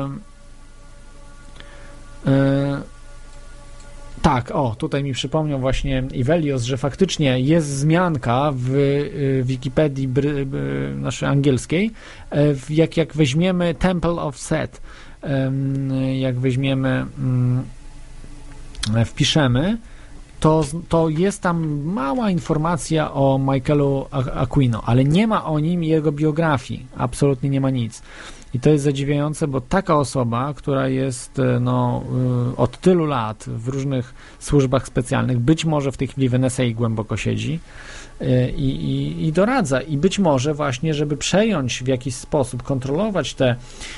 tak, tutaj mi przypomniał właśnie Ivelios, że faktycznie jest wzmianka w Wikipedii naszej angielskiej, jak weźmiemy Temple of Set, jak weźmiemy, wpiszemy, to jest tam mała informacja o Michaelu Aquino, ale nie ma o nim jego biografii, absolutnie nie ma nic. I to jest zadziwiające, bo taka osoba, która jest od tylu lat w różnych służbach specjalnych, być może w tej chwili w NSA głęboko siedzi i doradza. I być może właśnie, żeby przejąć w jakiś sposób, kontrolować te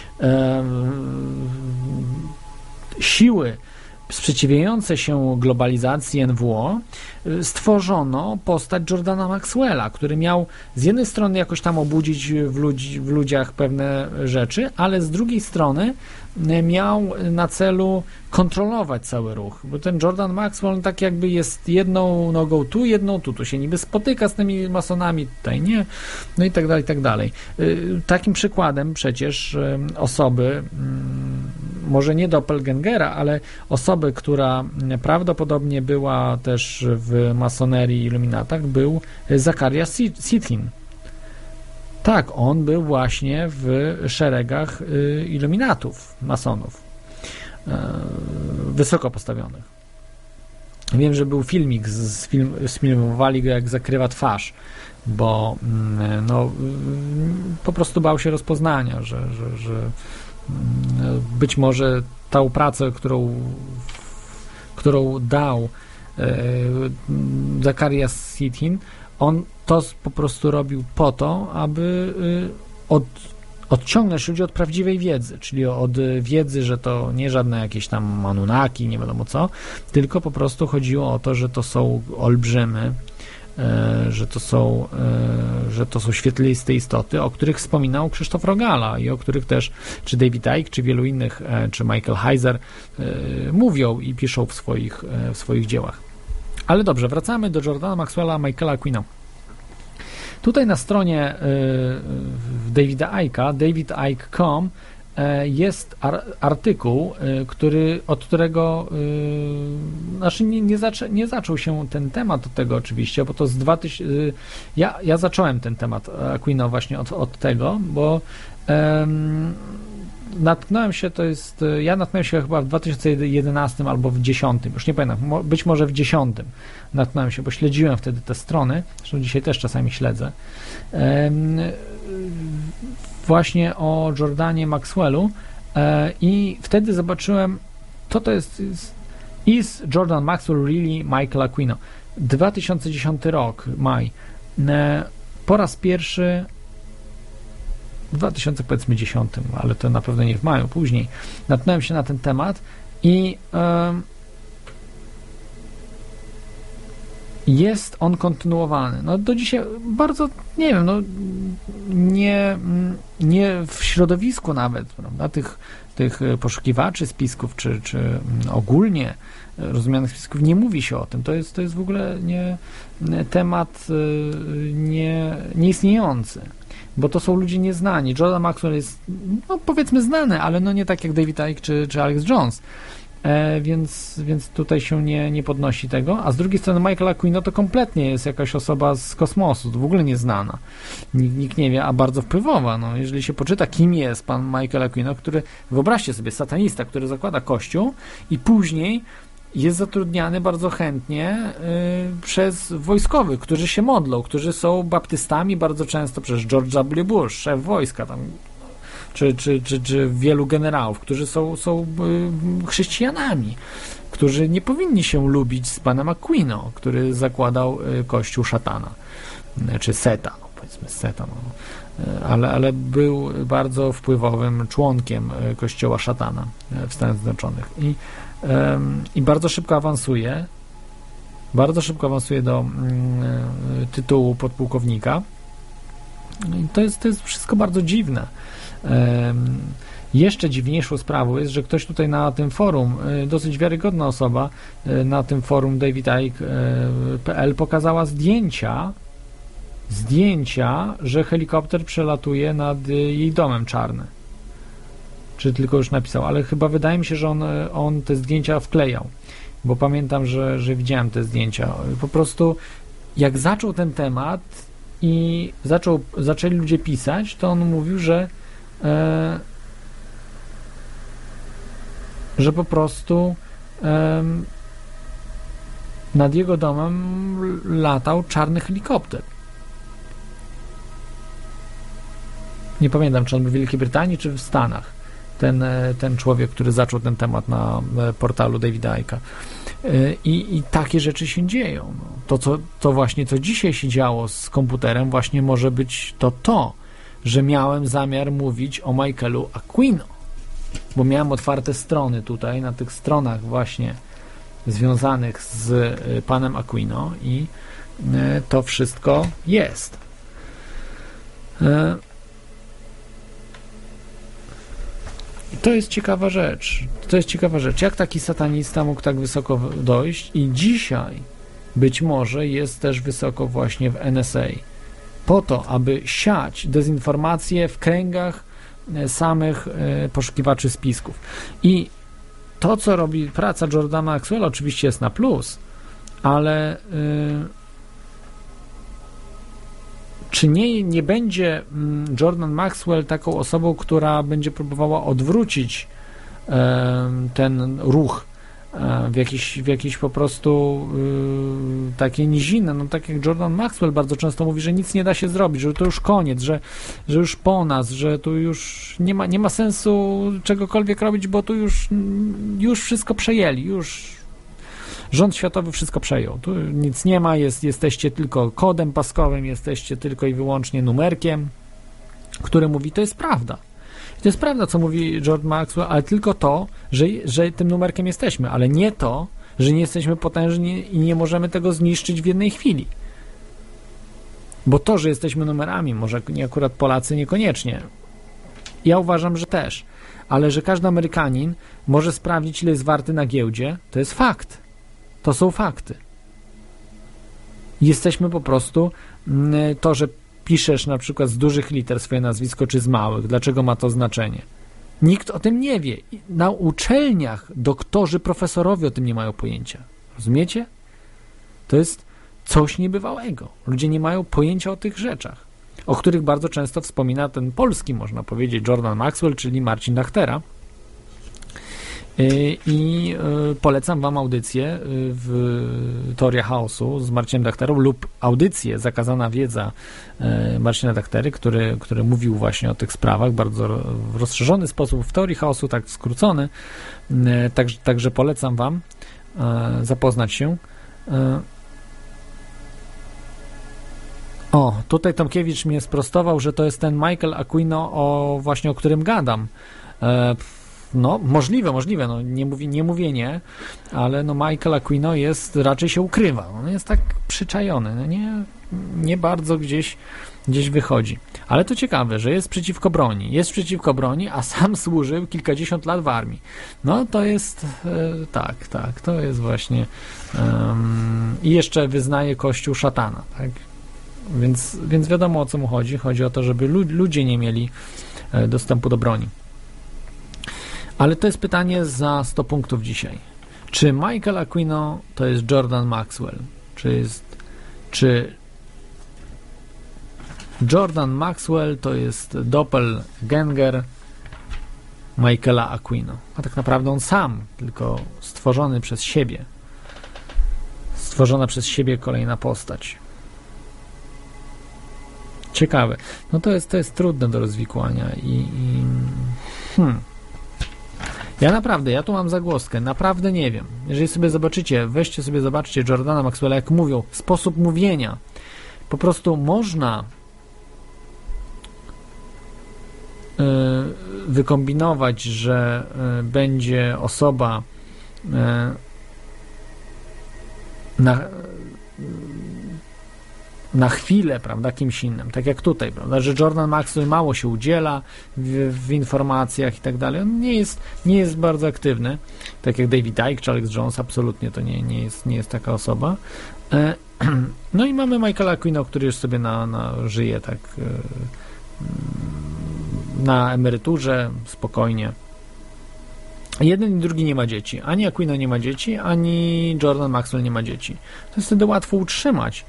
siły sprzeciwiające się globalizacji NWO, stworzono postać Jordana Maxwella, który miał z jednej strony jakoś tam obudzić w ludziach pewne rzeczy, ale z drugiej strony miał na celu kontrolować cały ruch, bo ten Jordan Maxwell tak jakby jest jedną nogą tu, jedną tu się niby spotyka z tymi masonami, tutaj nie, no i tak dalej, i tak dalej. Takim przykładem przecież osoby, może nie doppelgangera, ale osoby, która prawdopodobnie była też w masonerii i iluminatach, był Zacharias Sitchin. Tak, on był właśnie w szeregach iluminatów, masonów, wysoko postawionych. Wiem, że był filmik, sfilmowali go, jak zakrywa twarz, bo po prostu bał się rozpoznania, że być może tą pracę, którą dał Zacharias Sitchin, on to po prostu robił po to, aby odciągnąć ludzi od prawdziwej wiedzy, czyli od wiedzy, że to nie żadne jakieś tam Anunnaki, nie wiadomo co, tylko po prostu chodziło o to, że to są olbrzymy, że to są świetliste istoty, o których wspominał Krzysztof Rogala i o których też czy David Icke, czy wielu innych, czy Michael Heiser mówią i piszą w swoich dziełach. Ale dobrze, wracamy do Jordana Maxwella, Michaela Aquino. Tutaj na stronie Davida Icke'a, davidicke.com, jest artykuł, od którego znaczy nie zaczął się ten temat od tego oczywiście, bo to z 2000, ja zacząłem ten temat Aquino właśnie od tego, bo natknąłem się chyba w 2011 albo w 2010, już nie pamiętam, być może w 2010 natknąłem się, bo śledziłem wtedy te strony, zresztą dzisiaj też czasami śledzę, właśnie o Jordanie Maxwellu i wtedy zobaczyłem, to jest Is Jordan Maxwell really Michael Aquino? 2010 rok, maj. Po raz pierwszy w 2010, ale to na pewno nie w maju, później natknąłem się na ten temat i jest on kontynuowany. No do dzisiaj bardzo, nie wiem, nie w środowisku nawet, prawda, tych poszukiwaczy spisków, czy ogólnie rozumianych spisków, nie mówi się o tym. To jest w ogóle temat nieistniejący, bo to są ludzie nieznani. Jordan Maxwell jest, powiedzmy, znany, ale nie tak jak David Icke czy Alex Jones. Więc tutaj się nie podnosi tego, a z drugiej strony Michael Aquino to kompletnie jest jakaś osoba z kosmosu, to w ogóle nieznana, nikt nie wie, a bardzo wpływowa. Jeżeli się poczyta, kim jest pan Michael Aquino, który, wyobraźcie sobie, satanista, który zakłada kościół i później jest zatrudniany bardzo chętnie przez wojskowych, którzy się modlą, którzy są baptystami bardzo często, przez George W. Bush, szef wojska tam, czy wielu generałów, którzy są chrześcijanami, którzy nie powinni się lubić z panem Aquino, który zakładał kościół szatana, czy Seta, powiedzmy Seta, ale był bardzo wpływowym członkiem kościoła szatana w Stanach Zjednoczonych i bardzo szybko awansuje do tytułu podpułkownika. I to jest wszystko bardzo dziwne. Jeszcze dziwniejszą sprawą jest, że ktoś tutaj na tym forum, dosyć wiarygodna osoba, na tym forum davidicke.pl pokazała zdjęcia, że helikopter przelatuje nad jej domem czarny. Czy tylko już napisał, ale chyba wydaje mi się, że on te zdjęcia wklejał, bo pamiętam, że widziałem te zdjęcia. Po prostu jak zaczął ten temat i zaczęli ludzie pisać, to on mówił, że po prostu nad jego domem latał czarny helikopter. Nie pamiętam, czy on był w Wielkiej Brytanii, czy w Stanach. Ten człowiek, który zaczął ten temat na portalu Davida Icke'a. I takie rzeczy się dzieją. To właśnie, co dzisiaj się działo z komputerem, właśnie może być to, że miałem zamiar mówić o Michaelu Aquino, bo miałem otwarte strony tutaj, na tych stronach właśnie związanych z panem Aquino i to wszystko jest. To jest ciekawa rzecz. Jak taki satanista mógł tak wysoko dojść i dzisiaj być może jest też wysoko właśnie w NSA. Po to, aby siać dezinformację w kręgach samych poszukiwaczy spisków. I to, co robi praca Jordana Maxwella, oczywiście jest na plus, ale czy nie będzie Jordan Maxwell taką osobą, która będzie próbowała odwrócić ten ruch w jakiś po prostu takie niziny, no tak jak Jordan Maxwell bardzo często mówi, że nic nie da się zrobić, że to już koniec, że już po nas, że tu już nie ma sensu czegokolwiek robić, bo tu już wszystko przejęli, już rząd światowy wszystko przejął. Tu nic nie ma, jesteście tylko kodem paskowym, jesteście tylko i wyłącznie numerkiem, który mówi, to jest prawda. To jest prawda, co mówi George Maxwell, ale tylko to, że tym numerkiem jesteśmy, ale nie to, że nie jesteśmy potężni i nie możemy tego zniszczyć w jednej chwili. Bo to, że jesteśmy numerami, może nie akurat Polacy niekoniecznie. Ja uważam, że też. Ale że każdy Amerykanin może sprawdzić, ile jest warty na giełdzie, to jest fakt. To są fakty. Jesteśmy po prostu to, że piszesz na przykład z dużych liter swoje nazwisko, czy z małych. Dlaczego ma to znaczenie? Nikt o tym nie wie. Na uczelniach doktorzy, profesorowie o tym nie mają pojęcia. Rozumiecie? To jest coś niebywałego. Ludzie nie mają pojęcia o tych rzeczach, o których bardzo często wspomina ten polski, można powiedzieć, Jordan Maxwell, czyli Marcin Dachtera. I polecam wam audycję w Teoria Chaosu z Marcinem Dachterą lub audycję Zakazana Wiedza Marcina Dachtery, który mówił właśnie o tych sprawach bardzo w rozszerzony sposób, w Teorii Chaosu, tak skrócony, także polecam wam zapoznać się. O, tutaj Tomkiewicz mnie sprostował, że to jest ten Michael Aquino, o którym gadam. No, możliwe, no, nie mówię nie, ale no Michael Aquino raczej się ukrywa, on jest tak przyczajony, no nie bardzo gdzieś wychodzi. Ale to ciekawe, że jest przeciwko broni, a sam służył kilkadziesiąt lat w armii. No to jest, tak, to jest właśnie i jeszcze wyznaje kościół szatana, tak? Więc wiadomo, o co mu chodzi. Chodzi o to, żeby ludzie nie mieli dostępu do broni. Ale to jest pytanie za 100 punktów dzisiaj. Czy Michael Aquino to jest Jordan Maxwell? Czy Jordan Maxwell to jest doppelganger Michaela Aquino. A tak naprawdę on sam, tylko stworzony przez siebie. Stworzona przez siebie kolejna postać. Ciekawe. No to jest trudne do rozwikłania ja tu mam zagłoskę, naprawdę nie wiem. Jeżeli sobie zobaczycie, weźcie sobie, zobaczcie Jordana Maxwella, jak mówią, sposób mówienia. Po prostu można wykombinować, że będzie osoba na chwilę, prawda, kimś innym, tak jak tutaj, prawda, że Jordan Maxwell mało się udziela w informacjach i tak dalej, on nie jest bardzo aktywny, tak jak David Icke czy Alex Jones, absolutnie to nie jest taka osoba. No i mamy Michaela Aquino, który już sobie żyje tak na emeryturze, spokojnie. Jeden i drugi nie ma dzieci. Ani Aquino nie ma dzieci, ani Jordan Maxwell nie ma dzieci. To jest wtedy łatwo utrzymać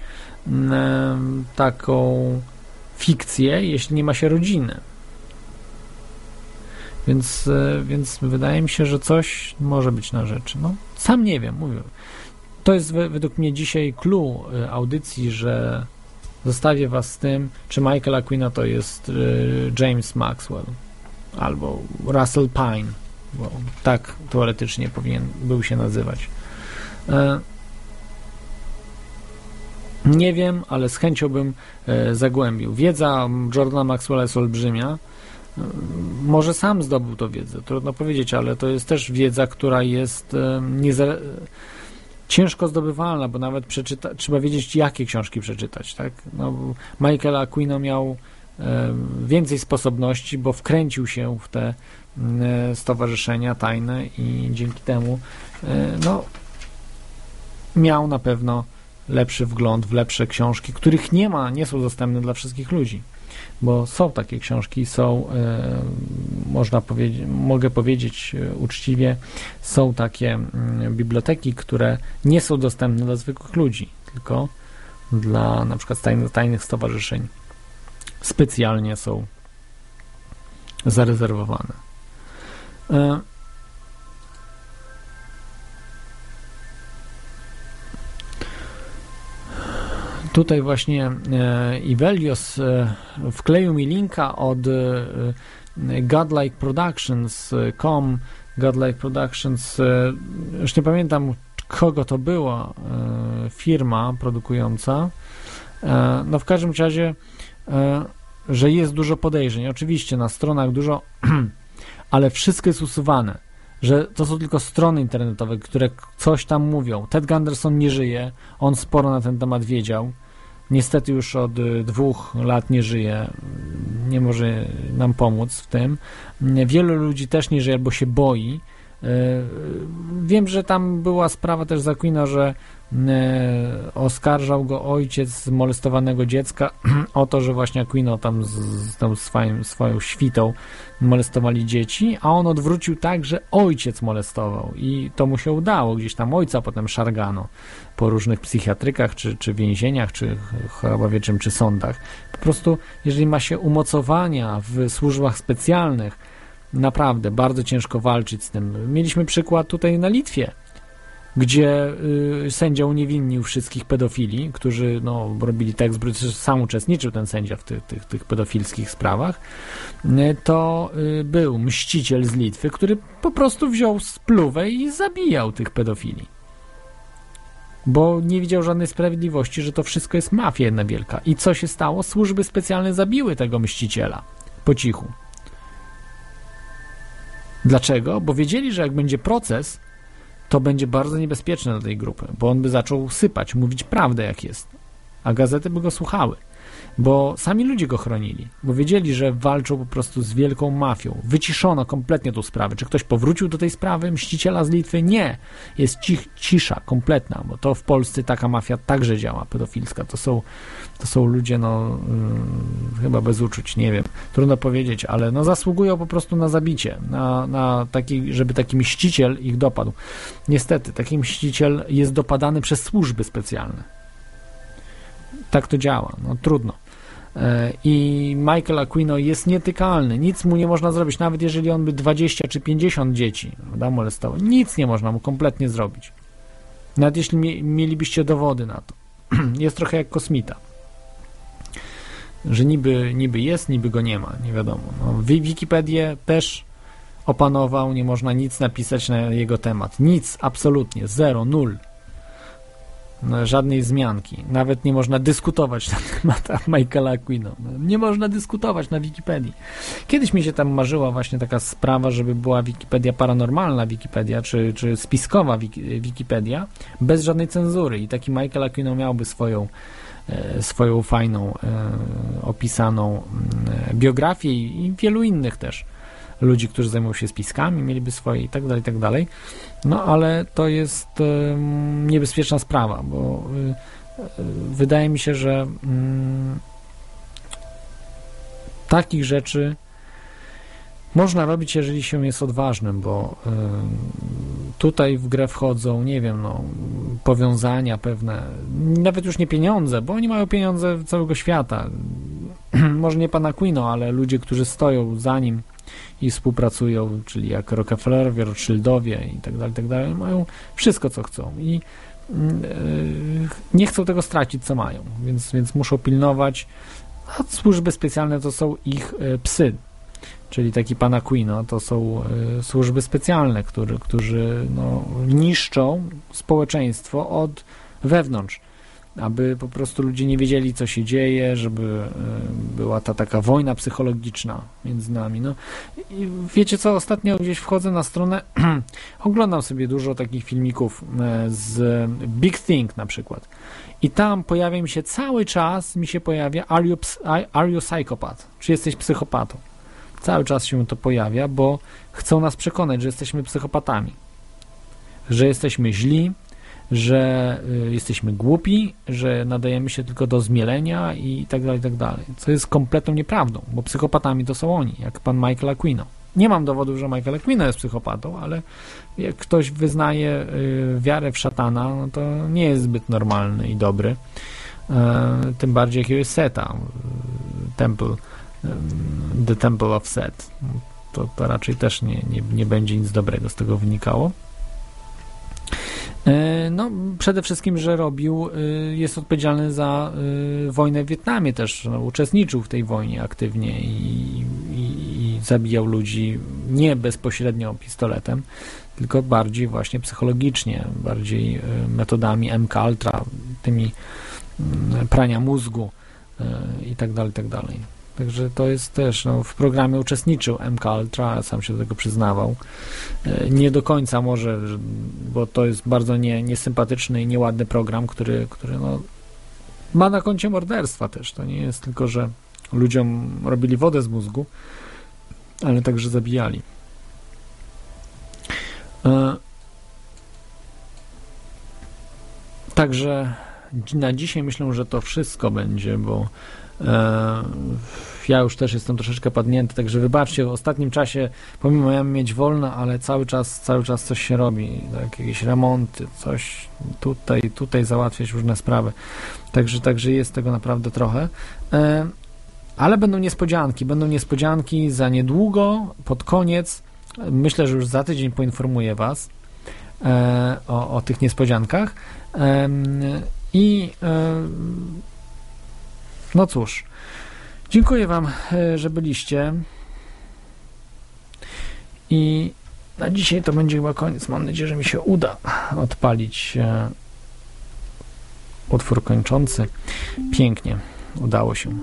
taką fikcję, jeśli nie ma się rodziny. Więc wydaje mi się, że coś może być na rzeczy. No, sam nie wiem, mówię. To jest według mnie dzisiaj clue audycji, że zostawię was z tym, czy Michael Aquino to jest James Maxwell albo Russell Pine, bo tak teoretycznie był się nazywać. Nie wiem, ale z chęcią bym zagłębił. Wiedza Jordana Maxwella jest olbrzymia. Może sam zdobył tą wiedzę, trudno powiedzieć, ale to jest też wiedza, która jest ciężko zdobywalna, bo nawet trzeba wiedzieć, jakie książki przeczytać, tak? No, Michael Aquino miał więcej sposobności, bo wkręcił się w te stowarzyszenia tajne i dzięki temu miał na pewno lepszy wgląd w lepsze książki, których nie są dostępne dla wszystkich ludzi, bo są takie książki, mogę powiedzieć uczciwie, są takie biblioteki, które nie są dostępne dla zwykłych ludzi, tylko dla na przykład tajnych stowarzyszeń specjalnie są zarezerwowane. Tutaj właśnie Ivelios wkleił mi linka od Godlike Productions.com. Godlike Productions, już nie pamiętam, kogo to była firma produkująca. No w każdym razie, że jest dużo podejrzeń. Oczywiście na stronach dużo, ale wszystko jest usuwane. Że to są tylko strony internetowe, które coś tam mówią. Ted Gunderson nie żyje, on sporo na ten temat wiedział. Niestety już od 2 lat nie żyje, nie może nam pomóc w tym. Wielu ludzi też nie żyje albo się boi. Wiem, że tam była sprawa też z Aquino, że oskarżał go ojciec molestowanego dziecka o to, że właśnie Aquino tam z tą swoją świtą molestowali dzieci, a on odwrócił tak, że ojciec molestował i to mu się udało. Gdzieś tam ojca potem szargano po różnych psychiatrykach, czy więzieniach, czy chorobowie czym, czy sądach. Po prostu, jeżeli ma się umocowania w służbach specjalnych, naprawdę bardzo ciężko walczyć z tym. Mieliśmy przykład tutaj na Litwie, gdzie sędzia uniewinnił wszystkich pedofili, którzy robili tekst, sam uczestniczył ten sędzia w tych pedofilskich sprawach. To był mściciel z Litwy, który po prostu wziął spluwę i zabijał tych pedofili. Bo nie widział żadnej sprawiedliwości, że to wszystko jest mafia jedna wielka. I co się stało? Służby specjalne zabiły tego mściciela po cichu. Dlaczego? Bo wiedzieli, że jak będzie proces, to będzie bardzo niebezpieczne dla tej grupy, bo on by zaczął sypać, mówić prawdę jak jest, a gazety by go słuchały, bo sami ludzie go chronili, bo wiedzieli, że walczą po prostu z wielką mafią. Wyciszono kompletnie tą sprawę. Czy ktoś powrócił do tej sprawy mściciela z Litwy? Nie. Jest cisza kompletna, bo to w Polsce taka mafia także działa, pedofilska. To są ludzie, chyba bez uczuć, nie wiem, trudno powiedzieć, ale zasługują po prostu na zabicie, na taki, żeby taki mściciel ich dopadł. Niestety, taki mściciel jest dopadany przez służby specjalne. Tak to działa, trudno. I Michael Aquino jest nietykalny, nic mu nie można zrobić, nawet jeżeli on by 20 czy 50 dzieci molestował, nic nie można mu kompletnie zrobić. Nawet jeśli mielibyście dowody na to. Jest trochę jak kosmita. Że niby jest, niby go nie ma, nie wiadomo. No, Wikipedię też opanował, nie można nic napisać na jego temat. Nic, absolutnie, zero, nul. No, żadnej wzmianki. Nawet nie można dyskutować na temat Michaela Aquino. Nie można dyskutować na Wikipedii. Kiedyś mi się tam marzyła właśnie taka sprawa, żeby była Wikipedia paranormalna Wikipedia, czy spiskowa Wikipedia, bez żadnej cenzury. I taki Michael Aquino miałby swoją fajną, opisaną biografię i wielu innych też ludzi, którzy zajmują się spiskami, mieliby swoje i tak dalej. No ale to jest niebezpieczna sprawa, bo wydaje mi się, że takich rzeczy można robić, jeżeli się jest odważnym, bo tutaj w grę wchodzą, nie wiem, powiązania pewne, nawet już nie pieniądze, bo oni mają pieniądze całego świata. Może nie pan Aquino, ale ludzie, którzy stoją za nim i współpracują, czyli jak Rockefellerowie, Rothschildowie i tak dalej, mają wszystko, co chcą i nie chcą tego stracić, co mają, więc muszą pilnować, a służby specjalne to są ich psy, czyli taki pan Aquino, to są służby specjalne, którzy niszczą społeczeństwo od wewnątrz, aby po prostu ludzie nie wiedzieli, co się dzieje, żeby była ta taka wojna psychologiczna między nami. No. I wiecie co, ostatnio gdzieś wchodzę na stronę, oglądam sobie dużo takich filmików z Big Think na przykład i tam pojawia mi się cały czas, are you psychopath? Czy jesteś psychopatą? Cały czas się to pojawia, bo chcą nas przekonać, że jesteśmy psychopatami, że jesteśmy źli, że jesteśmy głupi, że nadajemy się tylko do zmielenia i tak dalej, co jest kompletną nieprawdą, bo psychopatami to są oni, jak pan Michael Aquino. Nie mam dowodów, że Michael Aquino jest psychopatą, ale jak ktoś wyznaje wiarę w szatana, no to nie jest zbyt normalny i dobry, tym bardziej jakiegoś Seta, The Temple of Set. To raczej też nie będzie nic dobrego z tego wynikało. No, przede wszystkim, że jest odpowiedzialny za wojnę w Wietnamie też, uczestniczył w tej wojnie aktywnie i zabijał ludzi nie bezpośrednio pistoletem, tylko bardziej właśnie psychologicznie, bardziej metodami MKUltra, tymi prania mózgu i tak dalej. Także to jest też, w programie uczestniczył MKUltra, sam się do tego przyznawał. Nie do końca może, bo to jest bardzo niesympatyczny i nieładny program, który ma na koncie morderstwa też. To nie jest tylko, że ludziom robili wodę z mózgu, ale także zabijali. Także na dzisiaj myślę, że to wszystko będzie, bo ja już też jestem troszeczkę padnięty, także wybaczcie, w ostatnim czasie, pomimo ja mieć wolno, ale cały czas coś się robi, tak, jakieś remonty, coś tutaj załatwiać różne sprawy, także jest tego naprawdę trochę, ale będą niespodzianki za niedługo, pod koniec, myślę, że już za tydzień poinformuję Was o tych niespodziankach i no cóż, dziękuję Wam, że byliście i na dzisiaj to będzie chyba koniec. Mam nadzieję, że mi się uda odpalić utwór kończący. Pięknie, udało się.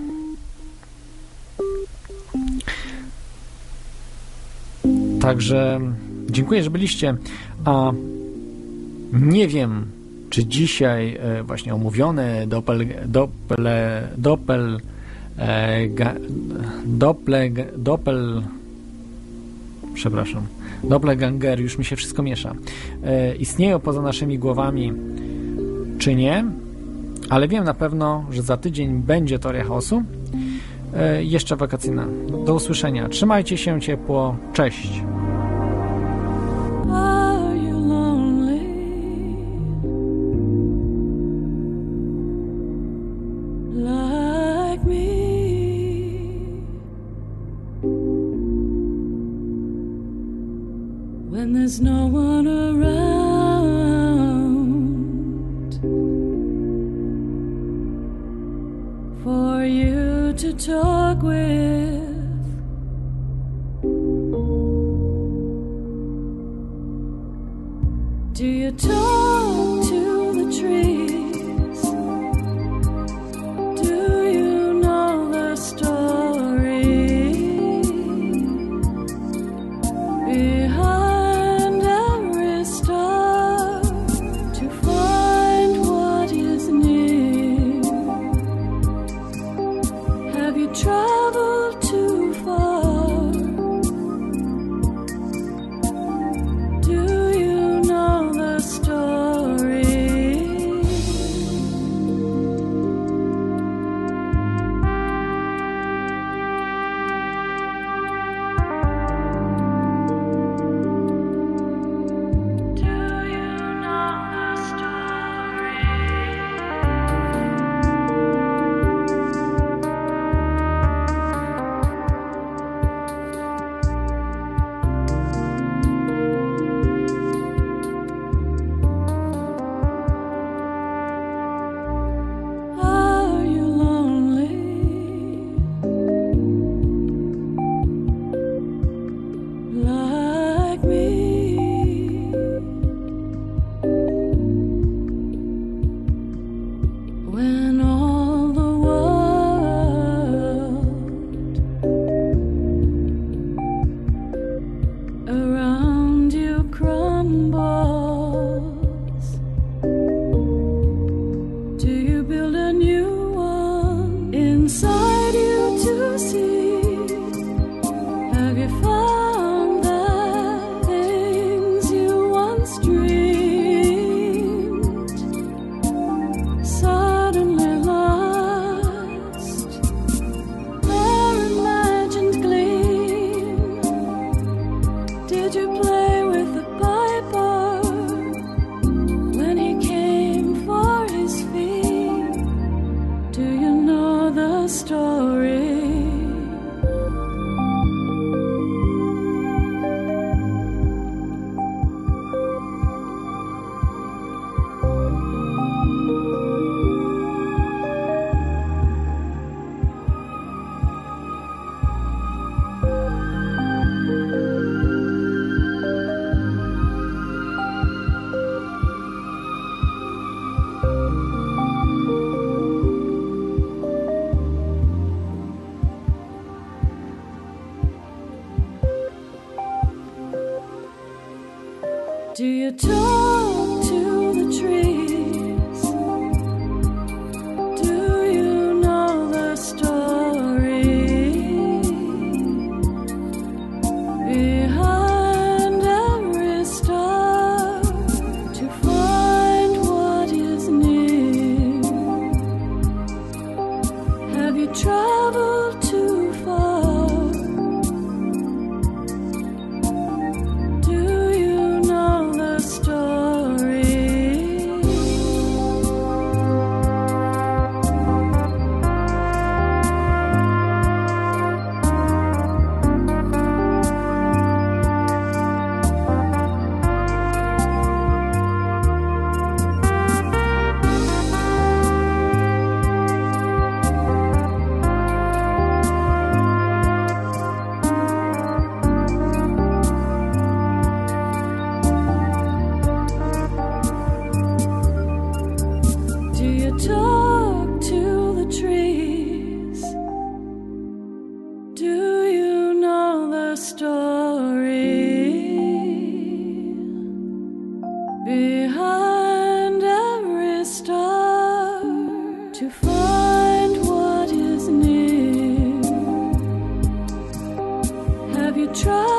Także dziękuję, że byliście, a nie wiem, czy dzisiaj właśnie omówione doppelgangery, już mi się wszystko miesza, istnieją poza naszymi głowami, czy nie, ale wiem na pewno, że za tydzień będzie teoria chaosu, jeszcze wakacyjna. Do usłyszenia. Trzymajcie się ciepło. Cześć. Like me. when there's no one around for you to talk with. Do you talk to the trees? Do you know the story behind every star to find what is near? Have you traveled too far? Do you know the story? Are you lonely? Like me? When all the world around you crumbles, do you build a new one inside you to see? Have you found the things you once dreamed suddenly lost? Their imagined gleam. Did you play with the piper when he came for his fee? Do you know the story? Do you talk to the trees? Do you know the story behind every star to find what is near? Have you traveled too far? Do you know the story? Do you talk to the trees? Do you know the story behind every star to find what is near? Have you tried?